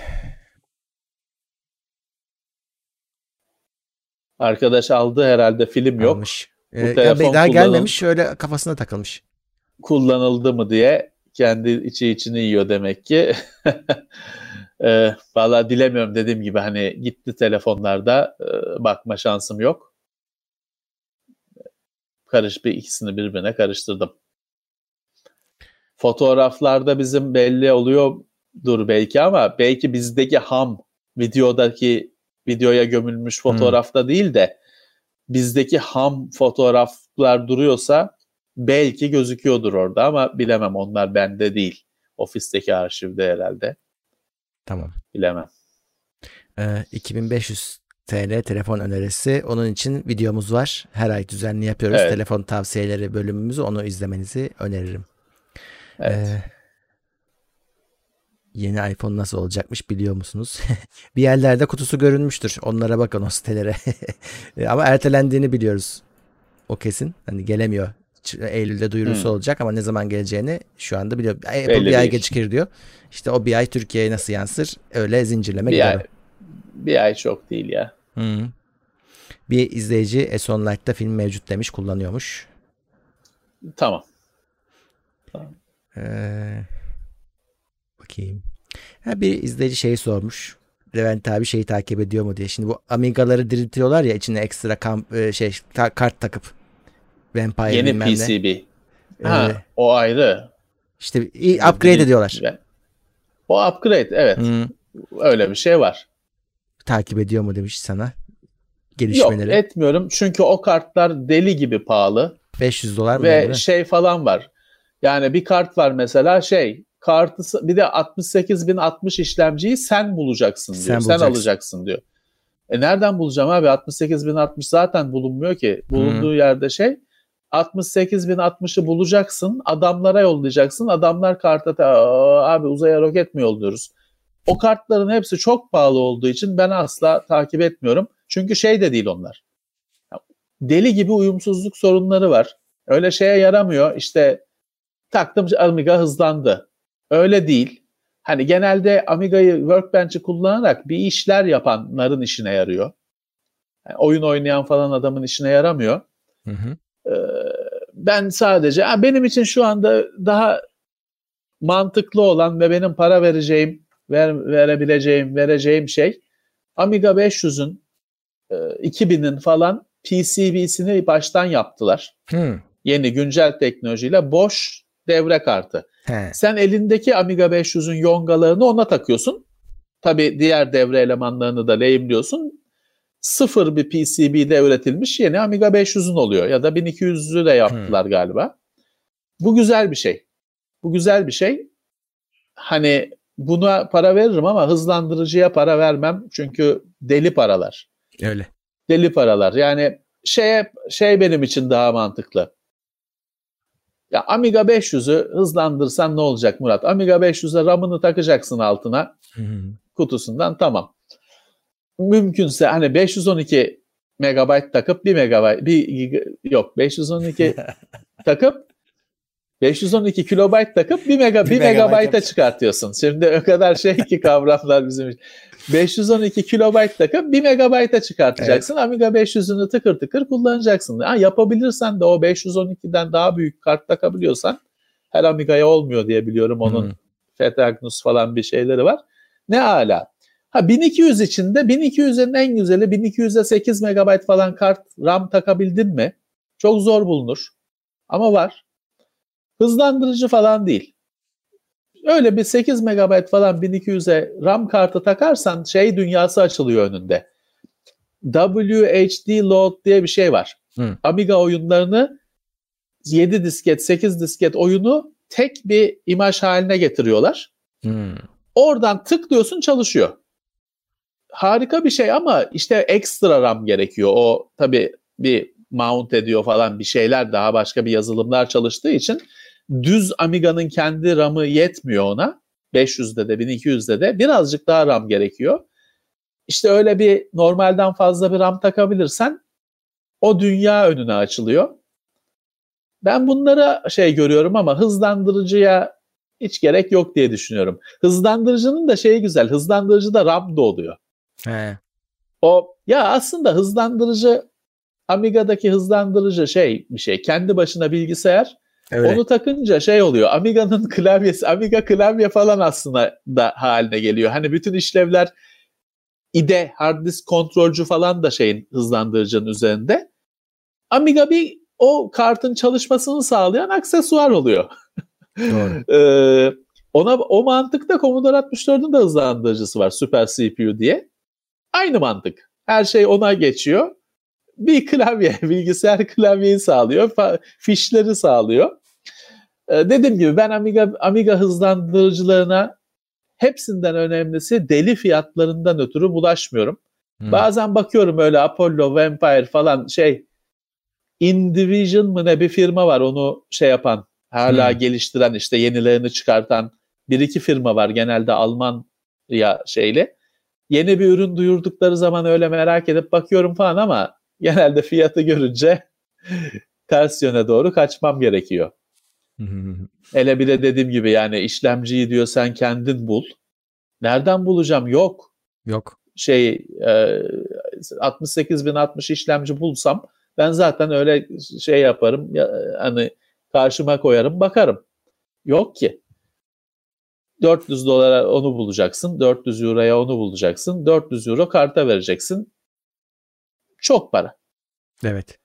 [SPEAKER 2] Arkadaş aldı herhalde, film yok.
[SPEAKER 1] Almış. Ee, bu telefon daha gelmemiş, şöyle kafasına takılmış.
[SPEAKER 2] Kullanıldı mı diye kendi içi içini yiyor demek ki. e, Vallahi dilemiyorum, dediğim gibi hani gitti telefonlarda e, bakma şansım yok. Karış bir ikisini birbirine karıştırdım. Fotoğraflarda bizim belli oluyordur belki ama belki bizdeki ham videodaki videoya gömülmüş fotoğrafta hmm. değil de bizdeki ham fotoğraflar duruyorsa belki gözüküyordur orada ama bilemem, onlar bende değil. Ofisteki arşivde herhalde.
[SPEAKER 1] Tamam.
[SPEAKER 2] Bilemem.
[SPEAKER 1] Ee, iki bin beş yüz T L telefon önerisi. Onun için videomuz var. Her ay düzenli yapıyoruz. Evet. Telefon tavsiyeleri bölümümüzü, onu izlemenizi öneririm.
[SPEAKER 2] Evet.
[SPEAKER 1] Ee, yeni iPhone nasıl olacakmış biliyor musunuz? Bir yerlerde kutusu görünmüştür. Onlara bakın, o sitelere. Ama ertelendiğini biliyoruz. O kesin. Hani gelemiyor. Eylül'de duyurusu hmm. olacak ama ne zaman geleceğini şu anda biliyor. Apple Belli bir ay gecikir diyor. İşte o bir ay Türkiye'ye nasıl yansır? Öyle zincirleme
[SPEAKER 2] bir
[SPEAKER 1] gider.
[SPEAKER 2] Ay, bir ay çok değil ya.
[SPEAKER 1] Hmm. Bir izleyici Esonlight'ta film mevcut demiş, kullanıyormuş.
[SPEAKER 2] Tamam. Tamam.
[SPEAKER 1] Ee, bakayım. Ha, bir izleyici şeyi sormuş. Levent abi şeyi takip ediyor mu diye. Şimdi bu Amiga'ları diriltiyorlar ya, içine ekstra kamp, şey ta, kart takıp. Vampire
[SPEAKER 2] yeni P C B. Ha, ee, o ayrı.
[SPEAKER 1] İşte upgrade ediyorlar.
[SPEAKER 2] O upgrade, evet. Hmm. Öyle bir şey var.
[SPEAKER 1] Takip ediyor mu demiş sana gelişmeleri.
[SPEAKER 2] Yok, etmiyorum. Çünkü o kartlar deli gibi pahalı.
[SPEAKER 1] beş yüz dolar mı?
[SPEAKER 2] Ve şey falan var. Yani bir kart var mesela, şey kartı, bir de altmış sekiz bin altmış işlemciyi sen bulacaksın diyor. Sen, sen alacaksın diyor. E nereden bulacağım abi? altmış sekiz bin altmış zaten bulunmuyor ki. Bulunduğu hmm. yerde şey. altmış sekiz bin altmışı bulacaksın, adamlara yollayacaksın. Adamlar karta abi uzaya roket mi yolluyoruz? O kartların hepsi çok pahalı olduğu için ben asla takip etmiyorum. Çünkü şey de değil onlar. Deli gibi uyumsuzluk sorunları var. Öyle şeye yaramıyor. İşte taktım Amiga hızlandı. Öyle değil. Hani genelde Amiga'yı Workbench'i kullanarak bir işler yapanların işine yarıyor. Yani oyun oynayan falan adamın işine yaramıyor.
[SPEAKER 1] Hı hı.
[SPEAKER 2] Ee, ben sadece benim için şu anda daha mantıklı olan ve benim para vereceğim, ver, verebileceğim, vereceğim şey Amiga beş yüzün iki binin falan P C B'sini baştan yaptılar.
[SPEAKER 1] Hı.
[SPEAKER 2] Yeni güncel teknolojiyle boş devre kartı.
[SPEAKER 1] He.
[SPEAKER 2] Sen elindeki Amiga beş yüzün yongalarını ona takıyorsun. Tabii diğer devre elemanlarını da lehimliyorsun. Sıfır bir P C B'de üretilmiş yeni Amiga beş yüzün oluyor. Ya da bin iki yüzü de yaptılar hmm. galiba. Bu güzel bir şey. Bu güzel bir şey. Hani buna para veririm ama hızlandırıcıya para vermem. Çünkü deli paralar.
[SPEAKER 1] Öyle.
[SPEAKER 2] Deli paralar. Yani şeye, şey benim için daha mantıklı. Ya Amiga beş yüzü hızlandırsan ne olacak Murat? Amiga beş yüze RAM'ını takacaksın altına. Hmm. Kutusundan tamam. Mümkünse hani beş yüz on iki megabayt takıp bir megabayt bir yok beş yüz on iki takıp beş yüz on iki kilobayt takıp bir mega bir megabayta çıkartıyorsun. Şimdi o kadar şey ki kavramlar bizim için. beş yüz on iki kilobayt takıp bir megabayta çıkartacaksın. Evet. Amiga beş yüzünü tıkır tıkır kullanacaksın. Ha, yapabilirsen de o beş yüz on ikiden daha büyük kart takabiliyorsan, her Amiga'ya olmuyor diye biliyorum, onun hmm. Fetagnus falan bir şeyleri var. Ne ala. Ha bin iki yüz içinde bin iki yüzün en güzeli bin iki yüze sekiz megabayt falan kart RAM takabildin mi? Çok zor bulunur. Ama var. Hızlandırıcı falan değil. Öyle bir sekiz megabayt falan bin iki yüze RAM kartı takarsan şey dünyası açılıyor önünde. W H D Load diye bir şey var. Hmm. Amiga oyunlarını yedi disket, sekiz disket oyunu tek bir imaj haline getiriyorlar. Hmm. Oradan tıklıyorsun, çalışıyor. Harika bir şey ama işte ekstra RAM gerekiyor. O tabii bir mount ediyor falan bir şeyler, daha başka bir yazılımlar çalıştığı için düz Amiga'nın kendi RAM'ı yetmiyor ona. beş yüzde de bin iki yüzde de birazcık daha RAM gerekiyor. İşte öyle bir normalden fazla bir RAM takabilirsen o dünya önüne açılıyor. Ben bunlara şey görüyorum ama hızlandırıcıya hiç gerek yok diye düşünüyorum. Hızlandırıcının da şeyi güzel. Hızlandırıcıda RAM da oluyor.
[SPEAKER 1] He.
[SPEAKER 2] O ya aslında hızlandırıcı, Amiga'daki hızlandırıcı şey bir şey. Kendi başına bilgisayar. Öyle. Onu takınca şey oluyor. Amiga'nın klavyesi, Amiga klavye falan aslında da haline geliyor. Hani bütün işlevler I D E, hard disk kontrolcü falan da şeyin, hızlandırıcının üzerinde. Amiga bir o kartın çalışmasını sağlayan aksesuar oluyor.
[SPEAKER 1] Doğru.
[SPEAKER 2] ee, ona o mantıkta Commodore altmış dördün de hızlandırıcısı var, Super C P U diye. Aynı mantık. Her şey ona geçiyor. Bir klavye, bilgisayar klavyeyi sağlıyor, fişleri sağlıyor. Ee, dediğim gibi ben Amiga Amiga hızlandırıcılarına hepsinden önemlisi deli fiyatlarından ötürü bulaşmıyorum. Hmm. Bazen bakıyorum öyle Apollo, Vampire falan şey, Indivision mı ne bir firma var, onu şey yapan, hala hmm. geliştiren, işte yenilerini çıkartan bir iki firma var, genelde Alman ya şeyli. Yeni bir ürün duyurdukları zaman öyle merak edip bakıyorum falan ama genelde fiyatı görünce ters yöne doğru kaçmam gerekiyor. Hele bir de dediğim gibi yani işlemciyi diyor sen kendin bul. Nereden bulacağım? Yok.
[SPEAKER 1] Yok.
[SPEAKER 2] Şey e, altmış sekiz bin altmış işlemci bulsam ben zaten öyle şey yaparım. Ya, hani karşıma koyarım bakarım. Yok ki. dört yüz dolara onu bulacaksın. dört yüz euroya onu bulacaksın. dört yüz euro karta vereceksin. Çok para.
[SPEAKER 1] Evet.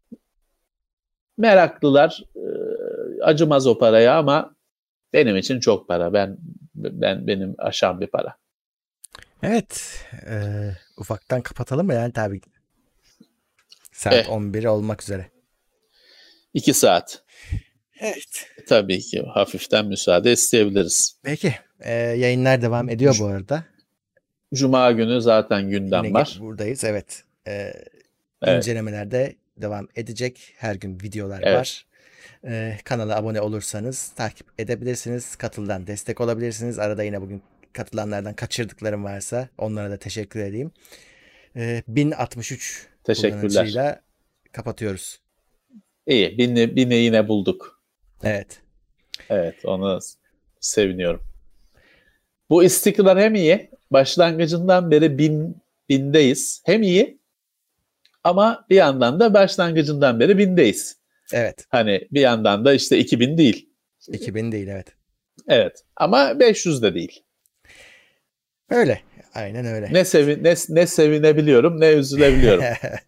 [SPEAKER 2] Meraklılar acımaz o paraya ama benim için çok para. Ben ben benim aşan bir para.
[SPEAKER 1] Evet. E, ufaktan kapatalım mı yani tabii. Saat eh. on bir olmak üzere.
[SPEAKER 2] iki saat.
[SPEAKER 1] Evet.
[SPEAKER 2] Tabii ki hafiften müsaade isteyebiliriz.
[SPEAKER 1] Peki. E, yayınlar devam ediyor bu arada.
[SPEAKER 2] Cuma günü zaten gündem
[SPEAKER 1] Yine
[SPEAKER 2] var.
[SPEAKER 1] Buradayız evet. E, evet. İncelemelerde devam edecek. Her gün videolar
[SPEAKER 2] Evet.
[SPEAKER 1] var. Ee, kanala abone olursanız takip edebilirsiniz. Katıldan destek olabilirsiniz. Arada yine bugün katılanlardan kaçırdıklarım varsa onlara da teşekkür edeyim. Ee, bin altmış üç
[SPEAKER 2] Teşekkürler.
[SPEAKER 1] kullanıcıyla kapatıyoruz.
[SPEAKER 2] İyi. Bini, bini yine bulduk.
[SPEAKER 1] Evet.
[SPEAKER 2] Evet. Onu seviniyorum. Bu istikrar hem iyi. Başlangıcından beri bin, bindeyiz. Hem iyi. Ama bir yandan da başlangıcından beri bindeyiz.
[SPEAKER 1] Evet.
[SPEAKER 2] Hani bir yandan da işte iki bin değil.
[SPEAKER 1] iki bin değil, evet.
[SPEAKER 2] Evet. Ama beş yüz de değil.
[SPEAKER 1] Öyle. Aynen öyle.
[SPEAKER 2] Ne, sevi ne, ne sevinebiliyorum ne üzülebiliyorum.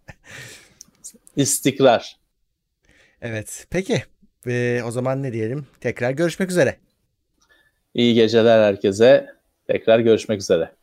[SPEAKER 2] İstikrar.
[SPEAKER 1] Evet. Peki. Ee, o zaman ne diyelim? Tekrar görüşmek üzere.
[SPEAKER 2] İyi geceler herkese. Tekrar görüşmek üzere.